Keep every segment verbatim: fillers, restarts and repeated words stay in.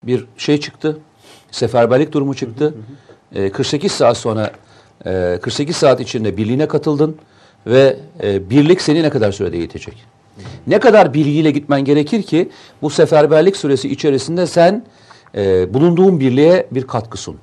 bir şey çıktı. Seferberlik durumu çıktı. Hı hı hı. E, kırk sekiz saat sonra e, kırk sekiz saat içinde birliğine katıldın ve e, birlik seni ne kadar sürede yetecek? Hı hı. Ne kadar bilgiyle gitmen gerekir ki bu seferberlik süresi içerisinde sen e, bulunduğun birliğe bir katkı sun?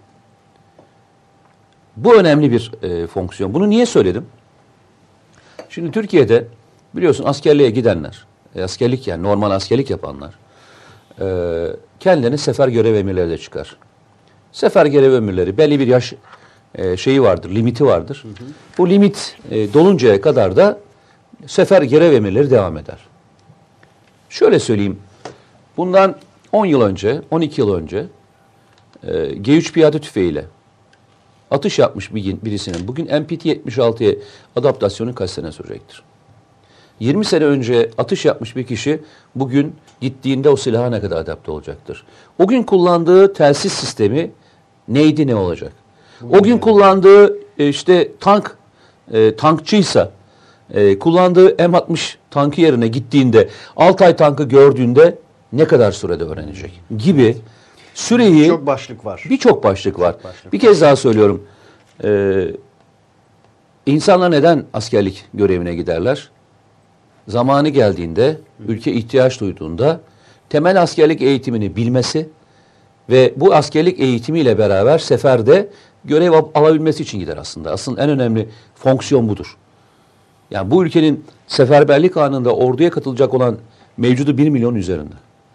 Bu önemli bir e, fonksiyon. Bunu niye söyledim? Şimdi Türkiye'de biliyorsun askerliğe gidenler, e, askerlik yani normal askerlik yapanlar e, kendilerine sefer görev emirleri de çıkar. Sefer görev emirleri belli bir yaş e, şeyi vardır, limiti vardır. Hı hı. Bu limit e, doluncaya kadar da sefer görev emirleri devam eder. Şöyle söyleyeyim, bundan on yıl önce, on iki yıl önce e, G üç piyade tüfeğiyle atış yapmış bir, birisinin bugün M P T yetmiş altıya adaptasyonu kaç sene sürecektir? yirmi sene önce atış yapmış bir kişi bugün gittiğinde o silaha ne kadar adapte olacaktır? O gün kullandığı telsiz sistemi neydi, ne olacak? O gün kullandığı işte tank, e, tankçıysa e, kullandığı M altmış tankı yerine gittiğinde Altay tankı gördüğünde ne kadar sürede öğrenecek gibi süreyi... Birçok başlık var. Birçok başlık var. Başlık bir kez daha söylüyorum. Ee, insanlar neden askerlik görevine giderler? Zamanı geldiğinde, ülke ihtiyaç duyduğunda temel askerlik eğitimini bilmesi ve bu askerlik eğitimiyle beraber seferde görev alabilmesi için gider aslında. Aslında en önemli fonksiyon budur. Yani bu ülkenin seferberlik anında orduya katılacak olan mevcudu bir milyon üzerinde.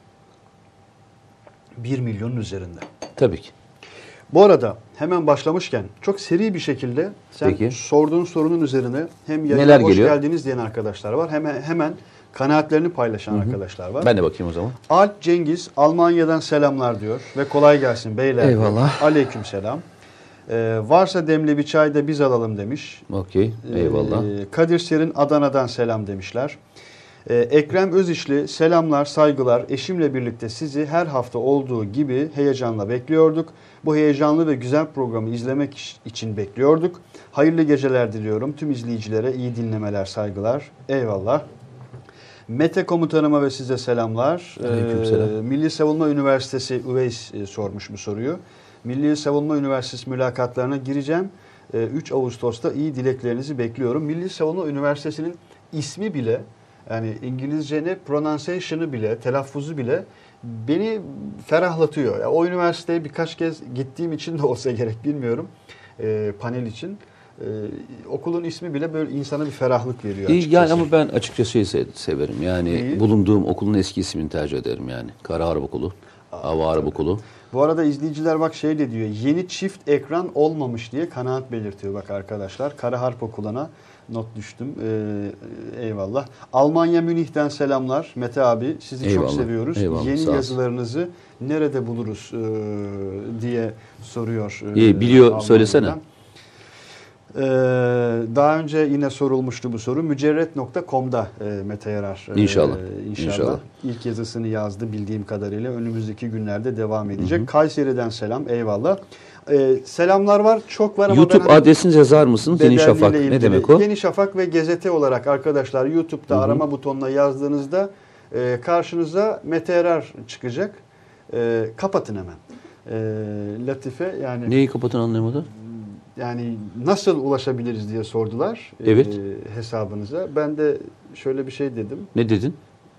Bir milyonun üzerinde. Tabii ki. Bu arada hemen başlamışken çok seri bir şekilde sen Peki. sorduğun sorunun üzerine hem yayına hoş geliyor? geldiniz diyen arkadaşlar var. Hemen hemen kanaatlerini paylaşan Hı -hı. arkadaşlar var. Ben de bakayım o zaman. Alp Cengiz Almanya'dan selamlar diyor ve kolay gelsin beyler. Eyvallah. Aleyküm selam. Ee, varsa demli bir çay da biz alalım demiş. Okey. Eyvallah. Ee, Kadir Serin Adana'dan selam demişler. Ee, Ekrem Özişli selamlar, saygılar. Eşimle birlikte sizi her hafta olduğu gibi heyecanla bekliyorduk. Bu heyecanlı ve güzel programı izlemek için bekliyorduk. Hayırlı geceler diliyorum. Tüm izleyicilere iyi dinlemeler, saygılar. Eyvallah. Mete komutanıma ve size selamlar. Aleykümselam. Ee, Milli Savunma Üniversitesi Üveys e, sormuş bu soruyu. Milli Savunma Üniversitesi mülakatlarına gireceğim. Ee, üç Ağustos'ta iyi dileklerinizi bekliyorum. Milli Savunma Üniversitesi'nin ismi bile, yani İngilizce ne pronunciation'ı bile, telaffuzu bile beni ferahlatıyor. Yani o üniversiteye birkaç kez gittiğim için de olsa gerek bilmiyorum. E, panel için. E, okulun ismi bile böyle insana bir ferahlık veriyor açıkçası. Yani ama ben açıkçası şeyi severim. Yani İyi. bulunduğum okulun eski ismini tercih ederim yani. Kara Harp Okulu, Hava Harp Okulu. Bu arada izleyiciler bak şey de diyor. Yeni çift ekran olmamış diye kanaat belirtiyor bak arkadaşlar. Kara Harp Okulu'na not düştüm. Ee, eyvallah. Almanya Münih'ten selamlar. Mete abi sizi eyvallah. çok seviyoruz. Eyvallah. Yeni yazılarınızı nerede buluruz e, diye soruyor. E, İyi biliyor Almanya'dan. Söylesene. Ee, daha önce yine sorulmuştu bu soru. mücerret nokta com'da e, Mete Yarar. İnşallah. E, inşallah. İnşallah. İlk yazısını yazdı bildiğim kadarıyla. Önümüzdeki günlerde devam edecek. Hı hı. Kayseri'den selam. Eyvallah. Ee, selamlar var. Çok var ama YouTube ben adresini yazar mısınız? Yeni Şafak. Ne demek o? Yeni Şafak ve Gazete olarak arkadaşlar YouTube'da Hı -hı. arama butonuna yazdığınızda e, karşınıza Mete Yarar çıkacak. E, kapatın hemen. E, Latife yani. Neyi kapatın anlayamadı? Yani nasıl ulaşabiliriz diye sordular evet. e, hesabınıza. Ben de şöyle bir şey dedim. Ne dedin?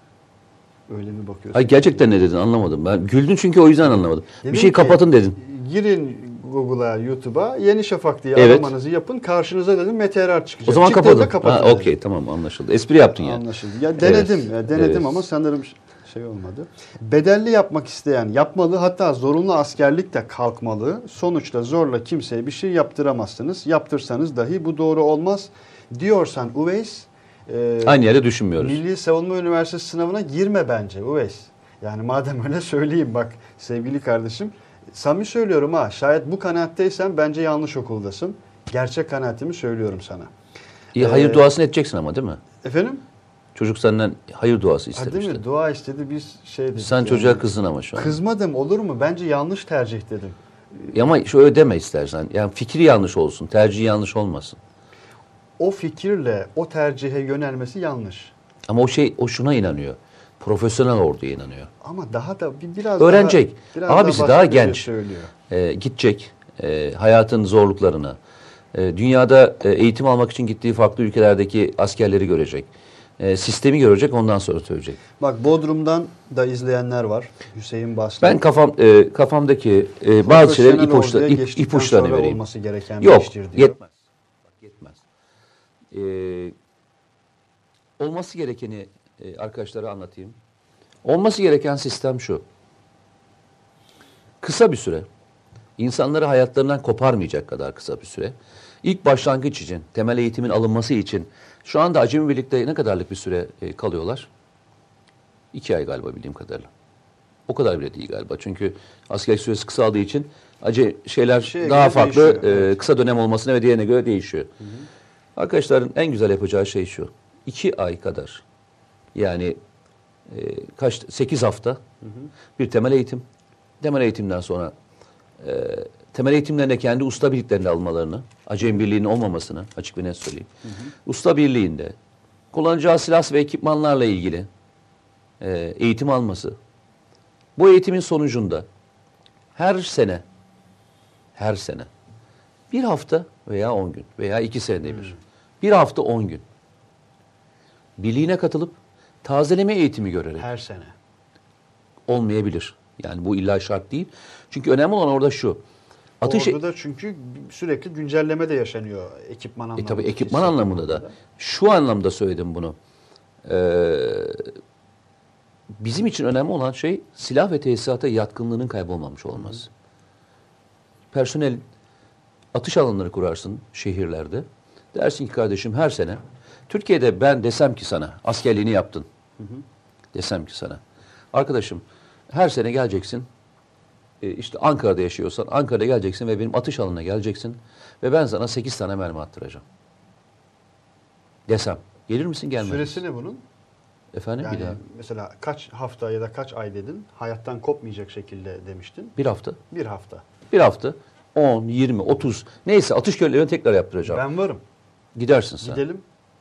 Öyle mi bakıyorsun? Hayır, gerçekten ne dedin anlamadım. Ben güldün çünkü o yüzden anlamadım. Dedim bir şey ki, kapatın dedin. Girin Google'a, YouTube'a Yeni Şafak diye evet. aramanızı yapın. Karşınıza dedim Mete Yarar çıkacak. O zaman Çıktığında kapatın. Ha, okey tamam anlaşıldı. Espri yaptın yani. Anlaşıldı. Ya denedim. Evet. Ya, denedim evet. ama sanırım şey olmadı. Bedelli yapmak isteyen yapmalı, hatta zorunlu askerlik de kalkmalı. Sonuçta zorla kimseye bir şey yaptıramazsınız. Yaptırsanız dahi bu doğru olmaz diyorsan Uveys, e, aynı yere düşünmüyoruz. Milli Savunma Üniversitesi sınavına girme bence Uveys. Yani madem öyle söyleyeyim bak sevgili kardeşim. Samimi söylüyorum ha, şayet bu kanaatteysen bence yanlış okuldasın. Gerçek kanaatimi söylüyorum sana. İyi, hayır ee, duasını edeceksin ama değil mi? Efendim? Çocuk senden hayır duası istemişti. Değil mi? Dua istedi, biz şey dedik. Sen yani, çocuğa kızdın ama şu an. Kızmadım, olur mu? Bence yanlış tercih dedim. Ya ama şöyle deme istersen. Yani fikri yanlış olsun, tercihi yanlış olmasın. O fikirle o tercihe yönelmesi yanlış. Ama o şey, o şuna inanıyor. Profesyonel orduya inanıyor. Ama daha da bir- biraz Öğrenecek. daha, biraz Abisi daha, daha başka bir şey genç. söylüyor. E, gidecek. E, hayatın zorluklarını, e, dünyada e, eğitim almak için gittiği farklı ülkelerdeki askerleri görecek. E, sistemi görecek, ondan sonra söyleyecek. Bak Bodrum'dan da izleyenler var. Hüseyin Baslı. Ben kafam e, kafamdaki e, bazı şeylerin Profesyonel ipuçları, orduya ip, geçtikten ipuçlarını sonra vereyim. olması gereken bir Yok, iştir diyor. yetmez. Bak, yetmez. E, olması gerekeni e, arkadaşlara anlatayım. Olması gereken sistem şu. Kısa bir süre, insanları hayatlarından koparmayacak kadar kısa bir süre, İlk başlangıç için, temel eğitimin alınması için şu anda Acemi Birlik'te ne kadarlık bir süre e, kalıyorlar? İki ay galiba bildiğim kadarıyla. O kadar bile değil galiba. Çünkü askerlik süresi kısaldığı için acı şeyler Şeye daha göre farklı, değişiyor, e, evet. kısa dönem olmasına ve diğerine göre değişiyor. Hı hı. Arkadaşların en güzel yapacağı şey şu. İki ay kadar, yani e, kaç, sekiz hafta hı hı. bir temel eğitim. Temel eğitimden sonra e, temel eğitimlerinde kendi usta birliklerini almalarını, Acemi Birliği'nin olmamasını açık ve net söyleyeyim. Hı hı. Usta birliğinde kullanacağı silah ve ekipmanlarla ilgili e, eğitim alması. Bu eğitimin sonucunda her sene, her sene bir hafta veya on gün veya iki senede bir, hmm. bir hafta on gün birliğine katılıp tazeleme eğitimi görerek. Her sene. Olmayabilir. Yani bu illa şart değil. Çünkü önemli olan orada şu. Atış Orada da çünkü sürekli güncelleme de yaşanıyor ekipman anlamında. E tabii ekipman anlamında da. Şu anlamda söyledim bunu. Ee, bizim için önemli olan şey silah ve tesisata yatkınlığının kaybolmamış olması. Hı. Personel atış alanları kurarsın şehirlerde. Dersin ki kardeşim her sene Türkiye'de ben desem ki sana askerliğini yaptın. Hı hı. Desem ki sana arkadaşım her sene geleceksin. İşte Ankara'da yaşıyorsan Ankara'da geleceksin ve benim atış alanına geleceksin ve ben sana sekiz tane mermi attıracağım. Desem. Gelir misin gelmez misin? Süresi ne bunun? Efendim yani bir daha. Mesela kaç hafta ya da kaç ay dedin? Hayattan kopmayacak şekilde demiştin. Bir hafta. Bir hafta. Bir hafta. on, yirmi, otuz neyse atış görevlerini tekrar yaptıracağım. Ben varım. Gidersin sen. Gidelim.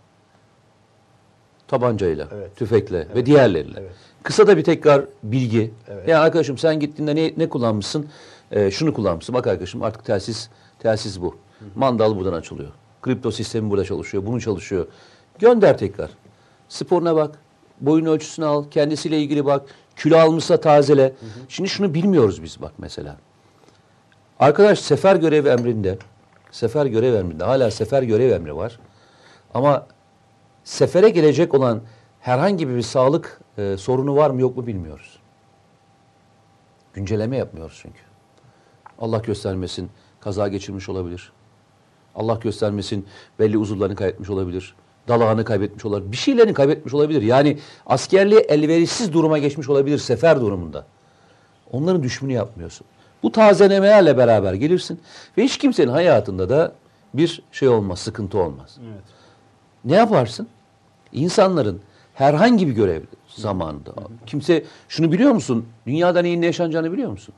Tabancayla, evet. tüfekle evet. ve diğerleriyle. Evet. Kısa da bir tekrar bilgi. Evet. Ya arkadaşım sen gittiğinde ne, ne kullanmışsın? Ee, şunu kullanmışsın. Bak arkadaşım artık telsiz, telsiz bu. Hı hı. Mandal buradan açılıyor. Kripto sistemi burada çalışıyor. Bunu çalışıyor. Gönder tekrar. Sporuna bak. Boyun ölçüsünü al. Kendisiyle ilgili bak. Kilo almışsa tazele. Hı hı. Şimdi şunu bilmiyoruz biz bak mesela. Arkadaş sefer görev emrinde, sefer görev emrinde hala sefer görev emri var. Ama sefere gelecek olan herhangi bir sağlık e, sorunu var mı yok mu bilmiyoruz. Güncelleme yapmıyoruz çünkü. Allah göstermesin kaza geçirmiş olabilir. Allah göstermesin belli uzuvlarını kaybetmiş olabilir. Dalağını kaybetmiş olabilir. Bir şeylerini kaybetmiş olabilir. Yani askerliğe elverişsiz duruma geçmiş olabilir sefer durumunda. Onların düşümünü yapmıyorsun. Bu tazelemelerle beraber gelirsin ve hiç kimsenin hayatında da bir şey olmaz, sıkıntı olmaz. Evet. Ne yaparsın? İnsanların herhangi bir görev zamanında. Hı hı. Kimse şunu biliyor musun? Dünyada neyin ne yaşanacağını biliyor musun?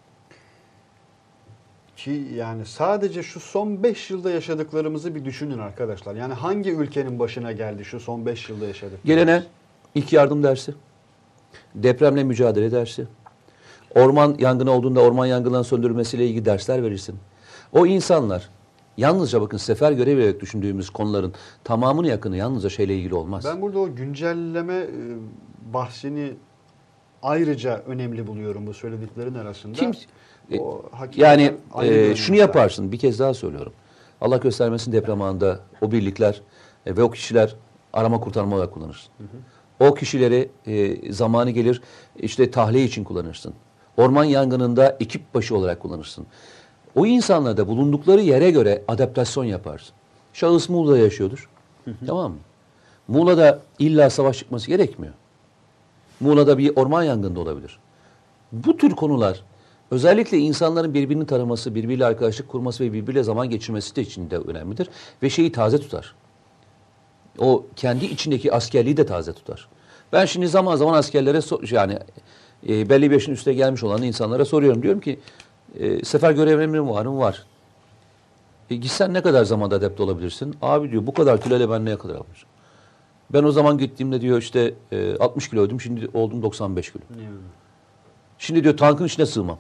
Ki yani sadece şu son beş yılda yaşadıklarımızı bir düşünün arkadaşlar. Yani hangi ülkenin başına geldi şu son beş yılda yaşadık? Gelene ilk yardım dersi, depremle mücadele dersi, orman yangını olduğunda orman yangınlarının söndürülmesiyle ilgili dersler verirsin. O insanlar yalnızca bakın sefer görevi olarak düşündüğümüz konuların tamamını yakını yalnızca şeyle ilgili olmaz. Ben burada o güncelleme bahsini ayrıca önemli buluyorum bu söylediklerin arasında. Kim, o, yani e, şunu yaparsın bir kez daha söylüyorum. Allah göstermesin deprem anında o birlikler e, ve o kişiler arama kurtarma olarak kullanırsın. Hı hı. O kişileri e, zamanı gelir işte tahliye için kullanırsın. Orman yangınında ekip başı olarak kullanırsın. O insanlar da bulundukları yere göre adaptasyon yaparsın. Şahıs Muğla'da yaşıyordur. Hı hı. Tamam mı? Muğla'da illa savaş çıkması gerekmiyor. Muğla'da bir orman yangında olabilir. Bu tür konular özellikle insanların birbirini tanıması, birbiriyle arkadaşlık kurması ve birbiriyle zaman geçirmesi de için de önemlidir. Ve şeyi taze tutar. O kendi içindeki askerliği de taze tutar. Ben şimdi zaman zaman askerlere yani e, belli bir yaşın üstüne gelmiş olan insanlara soruyorum. Diyorum ki e, sefer görev emrim var mı? Var. E, gitsen ne kadar zamanda adapte olabilirsin? Abi diyor bu kadar kiloyla ben ne kadar almışım? Ben o zaman gittiğimde diyor işte e, altmış kiloydum, şimdi oldum doksan beş kilo. Yani. Şimdi diyor tankın içine sığmam.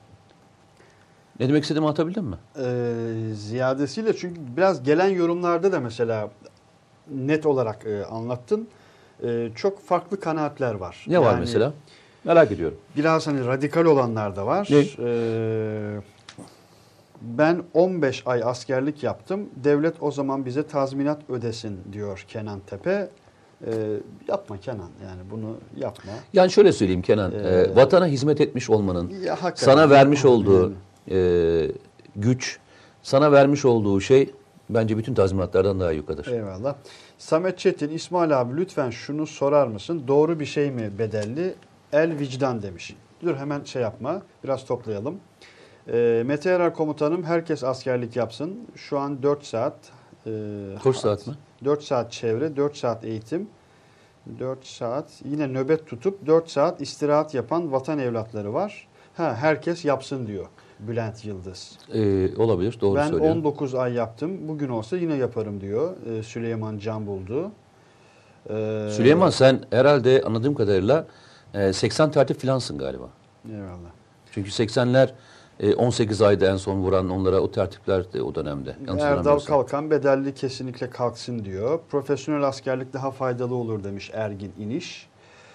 Ne demek istediğimi anlatabildim mi? Ee, ziyadesiyle çünkü biraz gelen yorumlarda da mesela net olarak e, anlattın. E, çok farklı kanaatler var. Ne var Yani mesela? Merak ediyorum. Biraz hani radikal olanlar da var. Ne? Ee, ben on beş ay askerlik yaptım. Devlet o zaman bize tazminat ödesin diyor Kenan Tepe. Ee, yapma Kenan, yani bunu yapma. Yani şöyle söyleyeyim Kenan, Ee, e, vatana hizmet etmiş olmanın Ya, hakikaten. sana vermiş olduğu Yani. e, güç, sana vermiş olduğu şey bence bütün tazminatlardan daha yukarıdır. Eyvallah. Samet Çetin, İsmail abi lütfen şunu sorar mısın? Doğru bir şey mi bedelli? El vicdan demiş. Dur hemen şey yapma. Biraz toplayalım. E, Mete Erer komutanım, herkes askerlik yapsın. Şu an dört saat. E, Kaç saat mi? dört saat çevre, dört saat eğitim. dört saat yine nöbet tutup dört saat istirahat yapan vatan evlatları var. Ha, herkes yapsın diyor Bülent Yıldız. E, olabilir, doğru Ben söylüyor. on dokuz ay yaptım. Bugün olsa yine yaparım diyor e, Süleyman Can buldu. Ee, Süleyman, sen herhalde anladığım kadarıyla e, seksen tertip filansın galiba. Eyvallah. Çünkü seksenler e, on sekiz ayda en son vuran onlara o tertipler de o dönemde. Yanlış Erdal hatırlamıyorsam. Kalkan bedelli kesinlikle kalksın diyor. Profesyonel askerlik daha faydalı olur demiş Ergin İniş.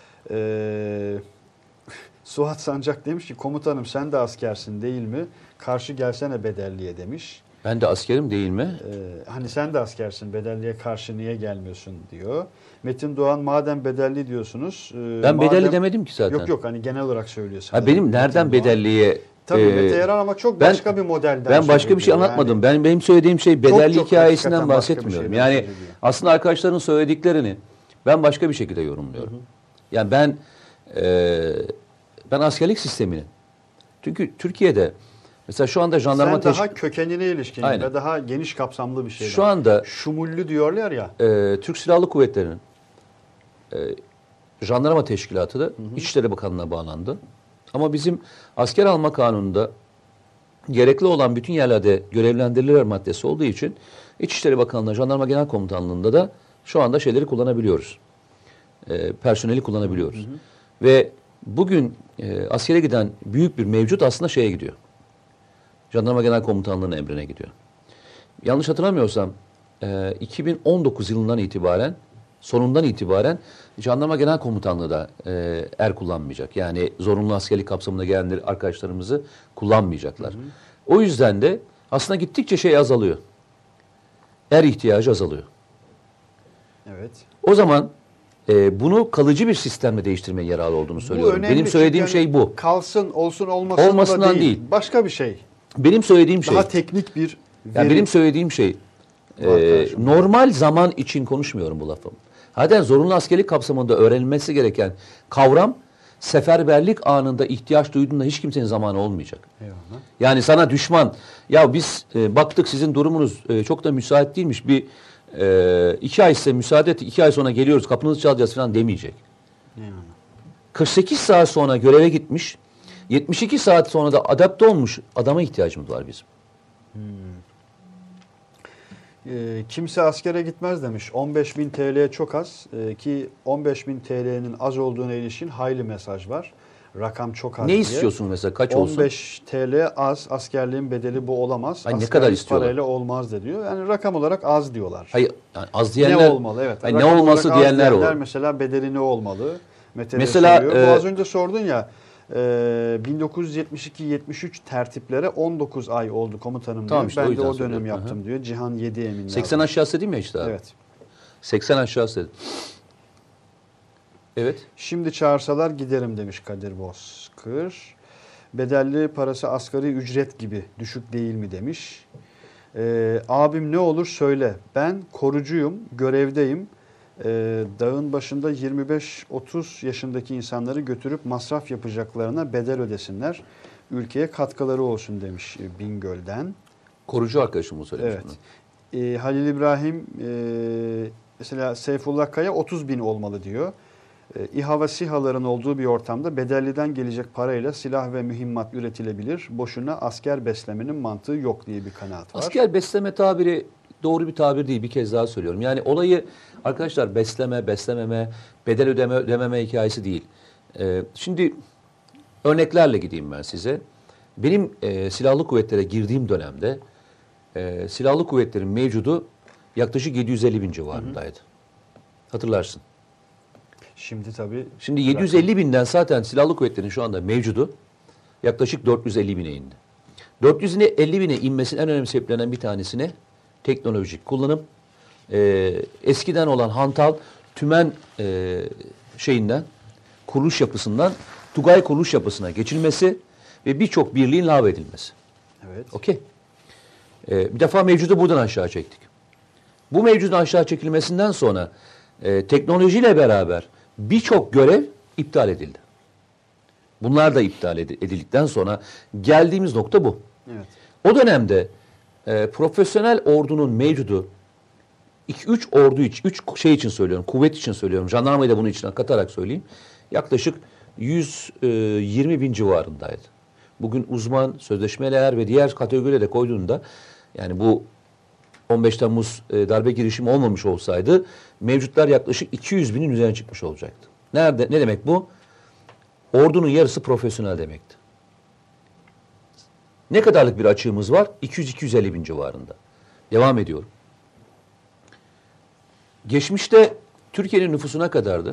Ee, Suat Sancak demiş ki komutanım sen de askersin değil mi? Karşı gelsene bedelliye demiş. Ben de askerim değil mi? Ee, hani sen de askersin, bedelliye karşı niye gelmiyorsun diyor. Metin Doğan, madem bedelli diyorsunuz. E, Ben madem, bedelli demedim ki zaten. Yok yok, hani genel olarak söylüyorsun. Ha, benim nereden bedelliye? Tabii e, Mete Yarar ama çok ben, başka bir modelden. Ben başka bir şey ediyor. anlatmadım. Yani, Ben benim söylediğim şey bedelli çok hikayesinden hakikaten başka bir bahsetmiyorum. şeyden Yani söz ediyor. aslında arkadaşların söylediklerini ben başka bir şekilde yorumluyorum. Hı hı. Yani ben e, ben askerlik sistemini, çünkü Türkiye'de mesela şu anda jandarma sen daha teşk- kökenine ilişkin Aynen. ve daha geniş kapsamlı bir şey. Şu anda şumullü diyorlar ya. E, Türk Silahlı Kuvvetleri'nin e, jandarma teşkilatı da hı hı. İçişleri Bakanlığı'na bağlandı. Ama bizim asker alma kanununda gerekli olan bütün yerlerde görevlendirilir maddesi olduğu için İçişleri Bakanlığı, Jandarma Genel Komutanlığı'nda da şu anda şeyleri kullanabiliyoruz. E, personeli kullanabiliyoruz. Hı hı. Ve bugün e, askere giden büyük bir mevcut aslında şeye gidiyor. Jandarma Genel Komutanlığı'nın emrine gidiyor. Yanlış hatırlamıyorsam e, iki bin on dokuz yılından itibaren, sonundan itibaren Jandarma Genel Komutanlığı da e, er kullanmayacak. Yani zorunlu askerlik kapsamında gelenleri arkadaşlarımızı kullanmayacaklar. Hı hı. O yüzden de aslında gittikçe şey azalıyor. Er ihtiyacı azalıyor. Evet. O zaman e, bunu kalıcı bir sistemle değiştirmeye yararlı olduğunu söylüyorum. Benim söylediğim yani şey bu. Kalsın, olsun, olmasın Olmasından da değil. değil. Başka bir şey. Benim söylediğim şey. Daha teknik bir veri. Yani benim söylediğim şey e, normal zaman için konuşmuyorum bu lafım. Zaten zorunlu askerlik kapsamında öğrenilmesi gereken kavram, seferberlik anında ihtiyaç duyduğunda hiç kimsenin zamanı olmayacak. Eyvallah. Yani sana düşman, ya biz e, baktık sizin durumunuz e, çok da müsait değilmiş, bir e, iki ay size müsaade et, iki ay sonra geliyoruz, kapınızı çalacağız falan demeyecek. Eyvallah. kırk sekiz saat sonra göreve gitmiş, yetmiş iki saat sonra da adapte olmuş adama ihtiyacımız var bizim. Hmm. E, kimse askere gitmez demiş. on beş bin T L çok az e, ki on beş bin T L'nin az olduğuna ilişkin hayli mesaj var. Rakam çok az Ne diye. istiyorsun mesela, kaç olsun? on beş T L az, askerliğin bedeli bu olamaz. Ay, ne kadar istiyorlar? Parayla olmaz de diyor. Yani rakam olarak az diyorlar. Hayır, yani az diyenler, ne olmalı? Evet. Hayır, ne olması diyenler olur. Mesela bedeli ne olmalı? Mete mesela e, e, bu az önce sordun ya. E, bin dokuz yüz yetmiş iki yetmiş üç tertiplere on dokuz ay oldu komutanım tamam diyor. Işte, ben o de o dönem söylüyorum. yaptım Hı-hı. diyor. Cihan yedi Emin. seksen aşağısı dedim ya işte abi. Evet. seksen aşağısı dedim. Evet. Şimdi çağırsalar giderim demiş Kadir Bozkır. Bedelli parası asgari ücret gibi düşük değil mi demiş. Ee, abim ne olur söyle. Ben korucuyum, görevdeyim. Ee, dağın başında yirmi beş otuz yaşındaki insanları götürüp masraf yapacaklarına bedel ödesinler. Ülkeye katkıları olsun demiş Bingöl'den. Korucu arkadaşım bu söylemiş Evet. bunu. Ee, Halil İbrahim e, mesela Seyfullah Kaya otuz bin olmalı diyor. İHA ve SİHA'ların olduğu bir ortamda bedelliden gelecek parayla silah ve mühimmat üretilebilir. Boşuna asker beslemenin mantığı yok diye bir kanaat var. Asker besleme tabiri doğru bir tabir değil, bir kez daha söylüyorum. Yani olayı arkadaşlar besleme, beslememe, bedel ödeme, ödememe hikayesi değil. Ee, şimdi örneklerle gideyim ben size. Benim e, silahlı kuvvetlere girdiğim dönemde e, silahlı kuvvetlerin mevcudu yaklaşık yedi yüz elli bin civarındaydı. Hı hı. Hatırlarsın. Şimdi tabii. Şimdi yedi yüz elli binden zaten silahlı kuvvetlerin şu anda mevcudu yaklaşık dört yüz elli bine indi. dört yüz elli bine inmesinin en önemli sebeplerinden bir tanesine teknolojik kullanım, e, eskiden olan hantal tümen e, şeyinden, kuruluş yapısından Tugay kuruluş yapısına geçilmesi ve birçok birliğin lağvedilmesi. Evet. Okey. E, bir defa mevcudu buradan aşağı çektik. Bu mevcudun aşağı çekilmesinden sonra e, teknolojiyle beraber birçok görev iptal edildi. Bunlar da iptal edildikten sonra geldiğimiz nokta bu. Evet. O dönemde e, profesyonel ordunun mevcudu iki üç ordu için, üç şey için söylüyorum, kuvvet için söylüyorum. Jandarmayı da bunun içine katarak söyleyeyim. Yaklaşık yüz yirmi bin civarındaydı. Bugün uzman, sözleşmeler ve diğer kategorileri de koyduğunda yani bu on beş Temmuz e, darbe girişimi olmamış olsaydı mevcutlar yaklaşık iki yüz binin üzerine çıkmış olacaktı. Nerede? Ne demek bu? Ordunun yarısı profesyonel demekti. Ne kadarlık bir açığımız var? iki yüz iki yüz elli bin civarında. Devam ediyorum. Geçmişte Türkiye'nin nüfusu ne kadardı?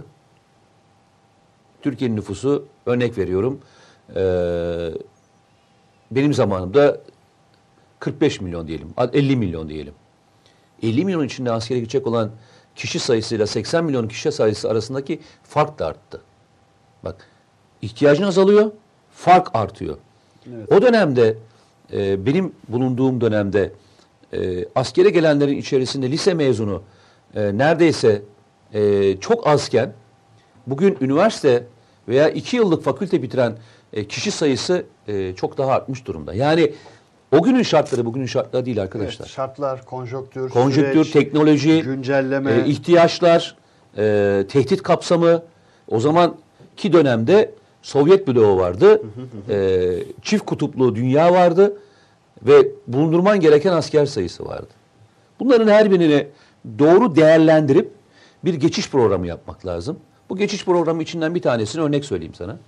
Türkiye'nin nüfusu örnek veriyorum. Ee, benim zamanımda kırk beş milyon diyelim. elli milyon diyelim. elli milyon içinde askere gidecek olan kişi sayısıyla seksen milyon kişi sayısı arasındaki fark da arttı. Bak, ihtiyacın azalıyor, fark artıyor. Evet. O dönemde e, benim bulunduğum dönemde e, askere gelenlerin içerisinde lise mezunu e, neredeyse e, çok azken bugün üniversite veya iki yıllık fakülte bitiren e, kişi sayısı e, çok daha artmış durumda. Yani o günün şartları bugünün şartları değil arkadaşlar. Evet, şartlar, konjonktür, konjonktür, süreç, teknoloji, güncelleme, e, ihtiyaçlar, e, tehdit kapsamı. O zamanki dönemde Sovyet bloğu vardı, e, çift kutuplu dünya vardı ve bulundurman gereken asker sayısı vardı. Bunların her birini doğru değerlendirip bir geçiş programı yapmak lazım. Bu geçiş programı içinden bir tanesini örnek söyleyeyim sana.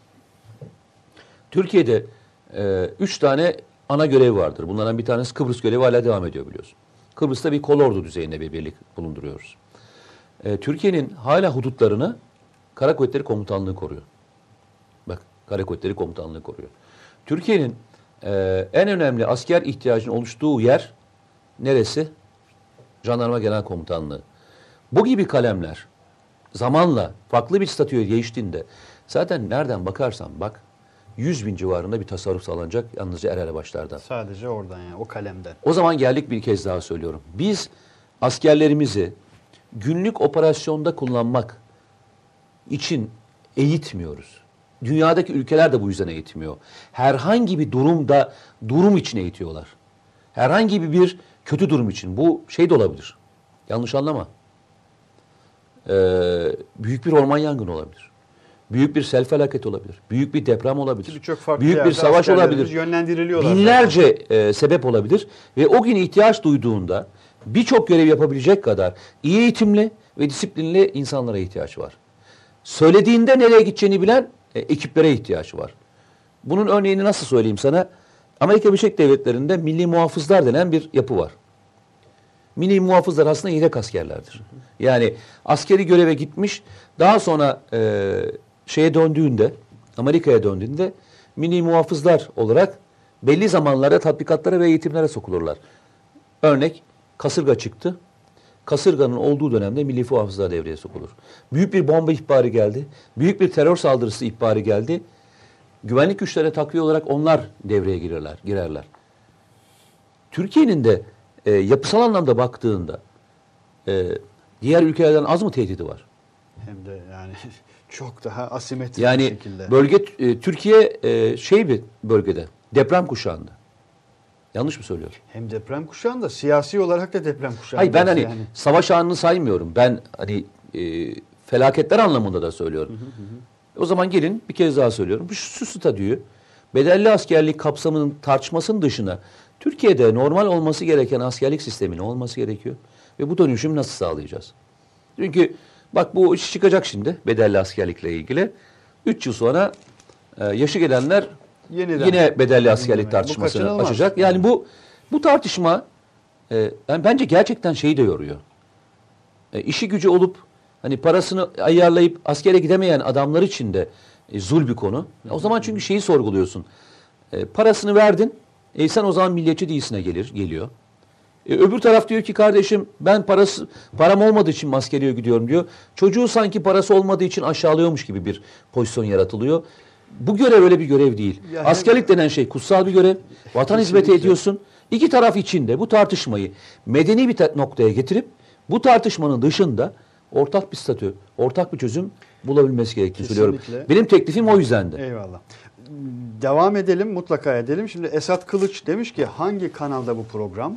Türkiye'de e, üç tane ana görev vardır. Bunlardan bir tanesi Kıbrıs görevi hala devam ediyor biliyorsun. Kıbrıs'ta bir kolordu düzeyinde bir birlik bulunduruyoruz. E, Türkiye'nin hala hudutlarını Kara Kuvvetleri Komutanlığı koruyor. Bak, Kara Kuvvetleri Komutanlığı koruyor. Türkiye'nin e, en önemli asker ihtiyacının oluştuğu yer neresi? Jandarma Genel Komutanlığı. Bu gibi kalemler zamanla farklı bir statüye geçtiğinde zaten nereden bakarsan bak yüz bin civarında bir tasarruf sağlanacak yalnızca er elebaşlardan. Sadece oradan yani o kalemden. O zaman geldik bir kez daha söylüyorum. Biz askerlerimizi günlük operasyonda kullanmak için eğitmiyoruz. Dünyadaki ülkeler de bu yüzden eğitmiyor. Herhangi bir durumda durum için eğitiyorlar. Herhangi bir kötü durum için. Bu şey de olabilir. Yanlış anlama. Ee, büyük bir orman yangını olabilir. Büyük bir sel felaketi olabilir. Büyük bir deprem olabilir. Birçok farklı büyük bir savaş olabilir. Yönlendiriliyorlar. Binlerce e, sebep olabilir ve o gün ihtiyaç duyduğunda birçok görev yapabilecek kadar iyi eğitimli ve disiplinli insanlara ihtiyaç var. Söylediğinde nereye gideceğini bilen e, ekiplere ihtiyaç var. Bunun örneğini nasıl söyleyeyim sana? Amerika Birleşik Devletleri'nde milli muhafızlar denen bir yapı var. Milli muhafızlar aslında yedek askerlerdir. Yani askeri göreve gitmiş, daha sonra e, şeye döndüğünde, Amerika'ya döndüğünde milli muhafızlar olarak belli zamanlarda tatbikatlara ve eğitimlere sokulurlar. Örnek, kasırga çıktı. Kasırganın olduğu dönemde milli muhafızlar devreye sokulur. Büyük bir bomba ihbarı geldi. Büyük bir terör saldırısı ihbarı geldi. Güvenlik güçlerine takviye olarak onlar devreye girerler. girerler. Türkiye'nin de e, yapısal anlamda baktığında e, diğer ülkelerden az mı tehdidi var? Hem de yani çok daha asimetrik yani bir şekilde. Yani bölge e, Türkiye e, şey bir bölgede, deprem kuşağında. Yanlış mı söylüyorum? Hem deprem kuşağında, siyasi olarak da deprem kuşağında. Hayır, ben hani yani. savaş anını saymıyorum. Ben hani e, felaketler anlamında da söylüyorum. Hı hı hı. O zaman gelin bir kez daha söylüyorum. Şu, şu statüyü bedelli askerlik kapsamının tartışmasının dışına Türkiye'de normal olması gereken askerlik sisteminin olması gerekiyor. Ve bu dönüşümü nasıl sağlayacağız? Çünkü bak bu iş çıkacak şimdi bedelli askerlikle ilgili. Üç yıl sonra e, yaşı gelenler Yeniden. yine bedelli askerlik Bu tartışmasını kaçınılmaz. açacak. Yani bu bu tartışma e, yani bence gerçekten şeyi de yoruyor. E, işi gücü olup hani parasını ayarlayıp askere gidemeyen adamlar için de e, zul bir konu. O zaman çünkü şeyi sorguluyorsun. E, parasını verdin. E, sen o zaman milliyetçi değilsine gelir, geliyor. E, öbür taraf diyor ki kardeşim ben parası param olmadığı için askeriye gidiyorum diyor. Çocuğu sanki parası olmadığı için aşağılıyormuş gibi bir pozisyon yaratılıyor. Bu görev öyle bir görev değil. Ya Askerlik denen şey kutsal bir görev. Vatan hizmeti Kesinlikle. ediyorsun. İki taraf içinde bu tartışmayı medeni bir ta- noktaya getirip bu tartışmanın dışında ortak bir statü, ortak bir çözüm bulabilmesi gerektiğini söylüyorum. Kesinlikle. Benim teklifim o yüzdendi. Eyvallah. Devam edelim, mutlaka edelim. Şimdi Esat Kılıç demiş ki hangi kanalda bu program?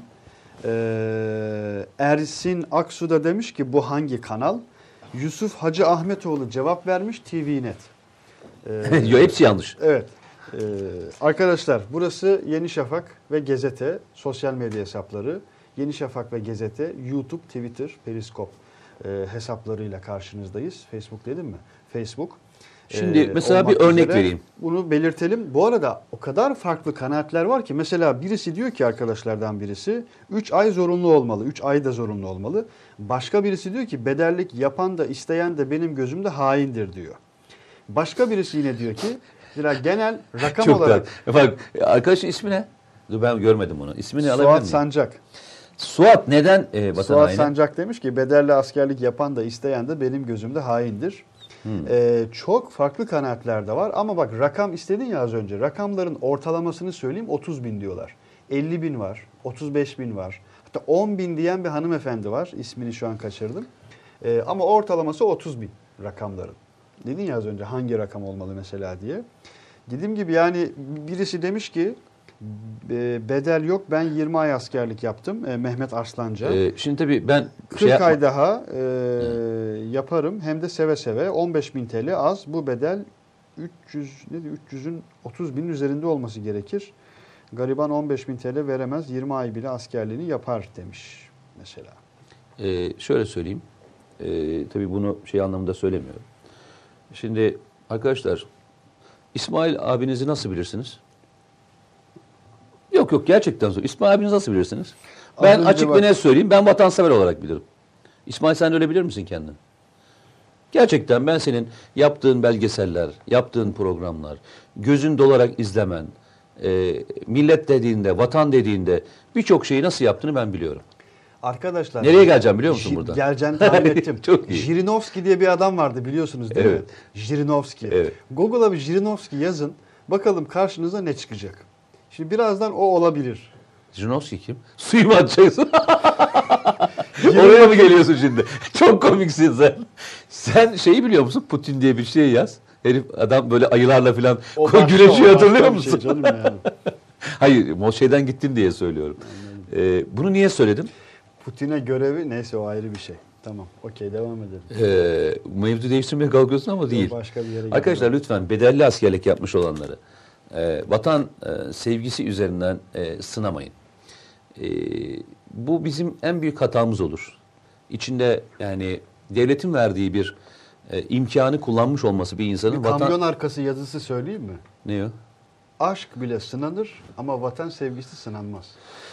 Ee, Ersin Aksu da demiş ki bu hangi kanal? Yusuf Hacı Ahmetoğlu cevap vermiş T V Net. Ee, Yo, hepsi yanlış. Evet. Ee, arkadaşlar burası Yeni Şafak ve Gezete sosyal medya hesapları. Yeni Şafak ve Gezete YouTube, Twitter, Periskop e, hesaplarıyla karşınızdayız. Facebook dedim mi? Facebook. Şimdi Ee, mesela bir olmak örnek üzere vereyim. Bunu belirtelim. Bu arada o kadar farklı kanaatler var ki mesela birisi diyor ki arkadaşlardan birisi üç ay zorunlu olmalı. üç ay da zorunlu olmalı. Başka birisi diyor ki bedellik yapan da isteyen de benim gözümde haindir diyor. Başka birisi yine diyor ki mesela genel rakam Çok olarak da. Bak arkadaşın ismi ne? Dur ben görmedim onu. İsmini alabilir Suat miyim? Sancak. Suat neden e, vatan Suat haini? Sancak demiş ki bedelli askerlik yapan da isteyen de benim gözümde haindir. Hmm. Ee, çok farklı kanaatler de var ama bak rakam istedin ya az önce. Rakamların ortalamasını söyleyeyim otuz bin diyorlar. elli bin var, otuz beş bin var. Hatta on bin diyen bir hanımefendi var. İsmini şu an kaçırdım. Ee, ama ortalaması otuz bin rakamların. Dedin ya az önce hangi rakam olmalı mesela diye. Dediğim gibi yani birisi demiş ki e, bedel yok ben yirmi ay askerlik yaptım. E, Mehmet Arslanca. E, şimdi tabii ben kırk şey yapma- ay daha e, yaparım hem de seve seve. on beş bin T L az. Bu bedel üç yüz ne diyor üç yüzün otuz binin üzerinde olması gerekir. Gariban on beş bin T L veremez. yirmi ay bile askerliğini yapar demiş mesela. e, şöyle söyleyeyim. E, tabii bunu şey anlamında söylemiyorum. Şimdi arkadaşlar İsmail abinizi nasıl bilirsiniz? Yok yok gerçekten zor. İsmail abinizi nasıl bilirsiniz? Az Ben önce açık bak- ve net söyleyeyim. Ben vatansever olarak bilirim. İsmail sen de öyle bilir misin kendini? Gerçekten ben senin yaptığın belgeseller, yaptığın programlar, gözün dolarak izlemen, e, millet dediğinde, vatan dediğinde birçok şeyi nasıl yaptığını ben biliyorum. Arkadaşlar. Nereye geleceğim biliyor musun Ji- burada? Geleceğini tahmin ettim. Çok iyi. Jirinovski diye bir adam vardı biliyorsunuz değil Evet. mi? Jirinovski. Evet. Google'a bir Jirinovski yazın. Bakalım karşınıza ne çıkacak. Şimdi birazdan o olabilir. Jinovski kim? Suyu mu atacaksın? Oraya mı geliyorsun şimdi? Çok komiksin sen. Sen şeyi biliyor musun? Putin diye bir şey yaz. Herif adam böyle ayılarla falan O başka, güreşiyor o hatırlıyor başka bir şey musun? canım yani. Hayır, Mosche'den gittin diye söylüyorum. Ee, bunu niye söyledim? Putin'e görevi neyse o ayrı bir şey. Tamam. Okey devam edelim. Ee, mevzu değiştirmeye kalkıyorsun ama değil. Başka bir yere Arkadaşlar gidiyorum. lütfen bedelli askerlik yapmış olanları e, vatan e, sevgisi üzerinden e, sınamayın. E, bu bizim en büyük hatamız olur. İçinde yani devletin verdiği bir e, imkanı kullanmış olması bir insanın Bir vatan... kamyon arkası yazısı söyleyeyim mi? Ne o? Aşk bile sınanır ama vatan sevgisi sınanmaz.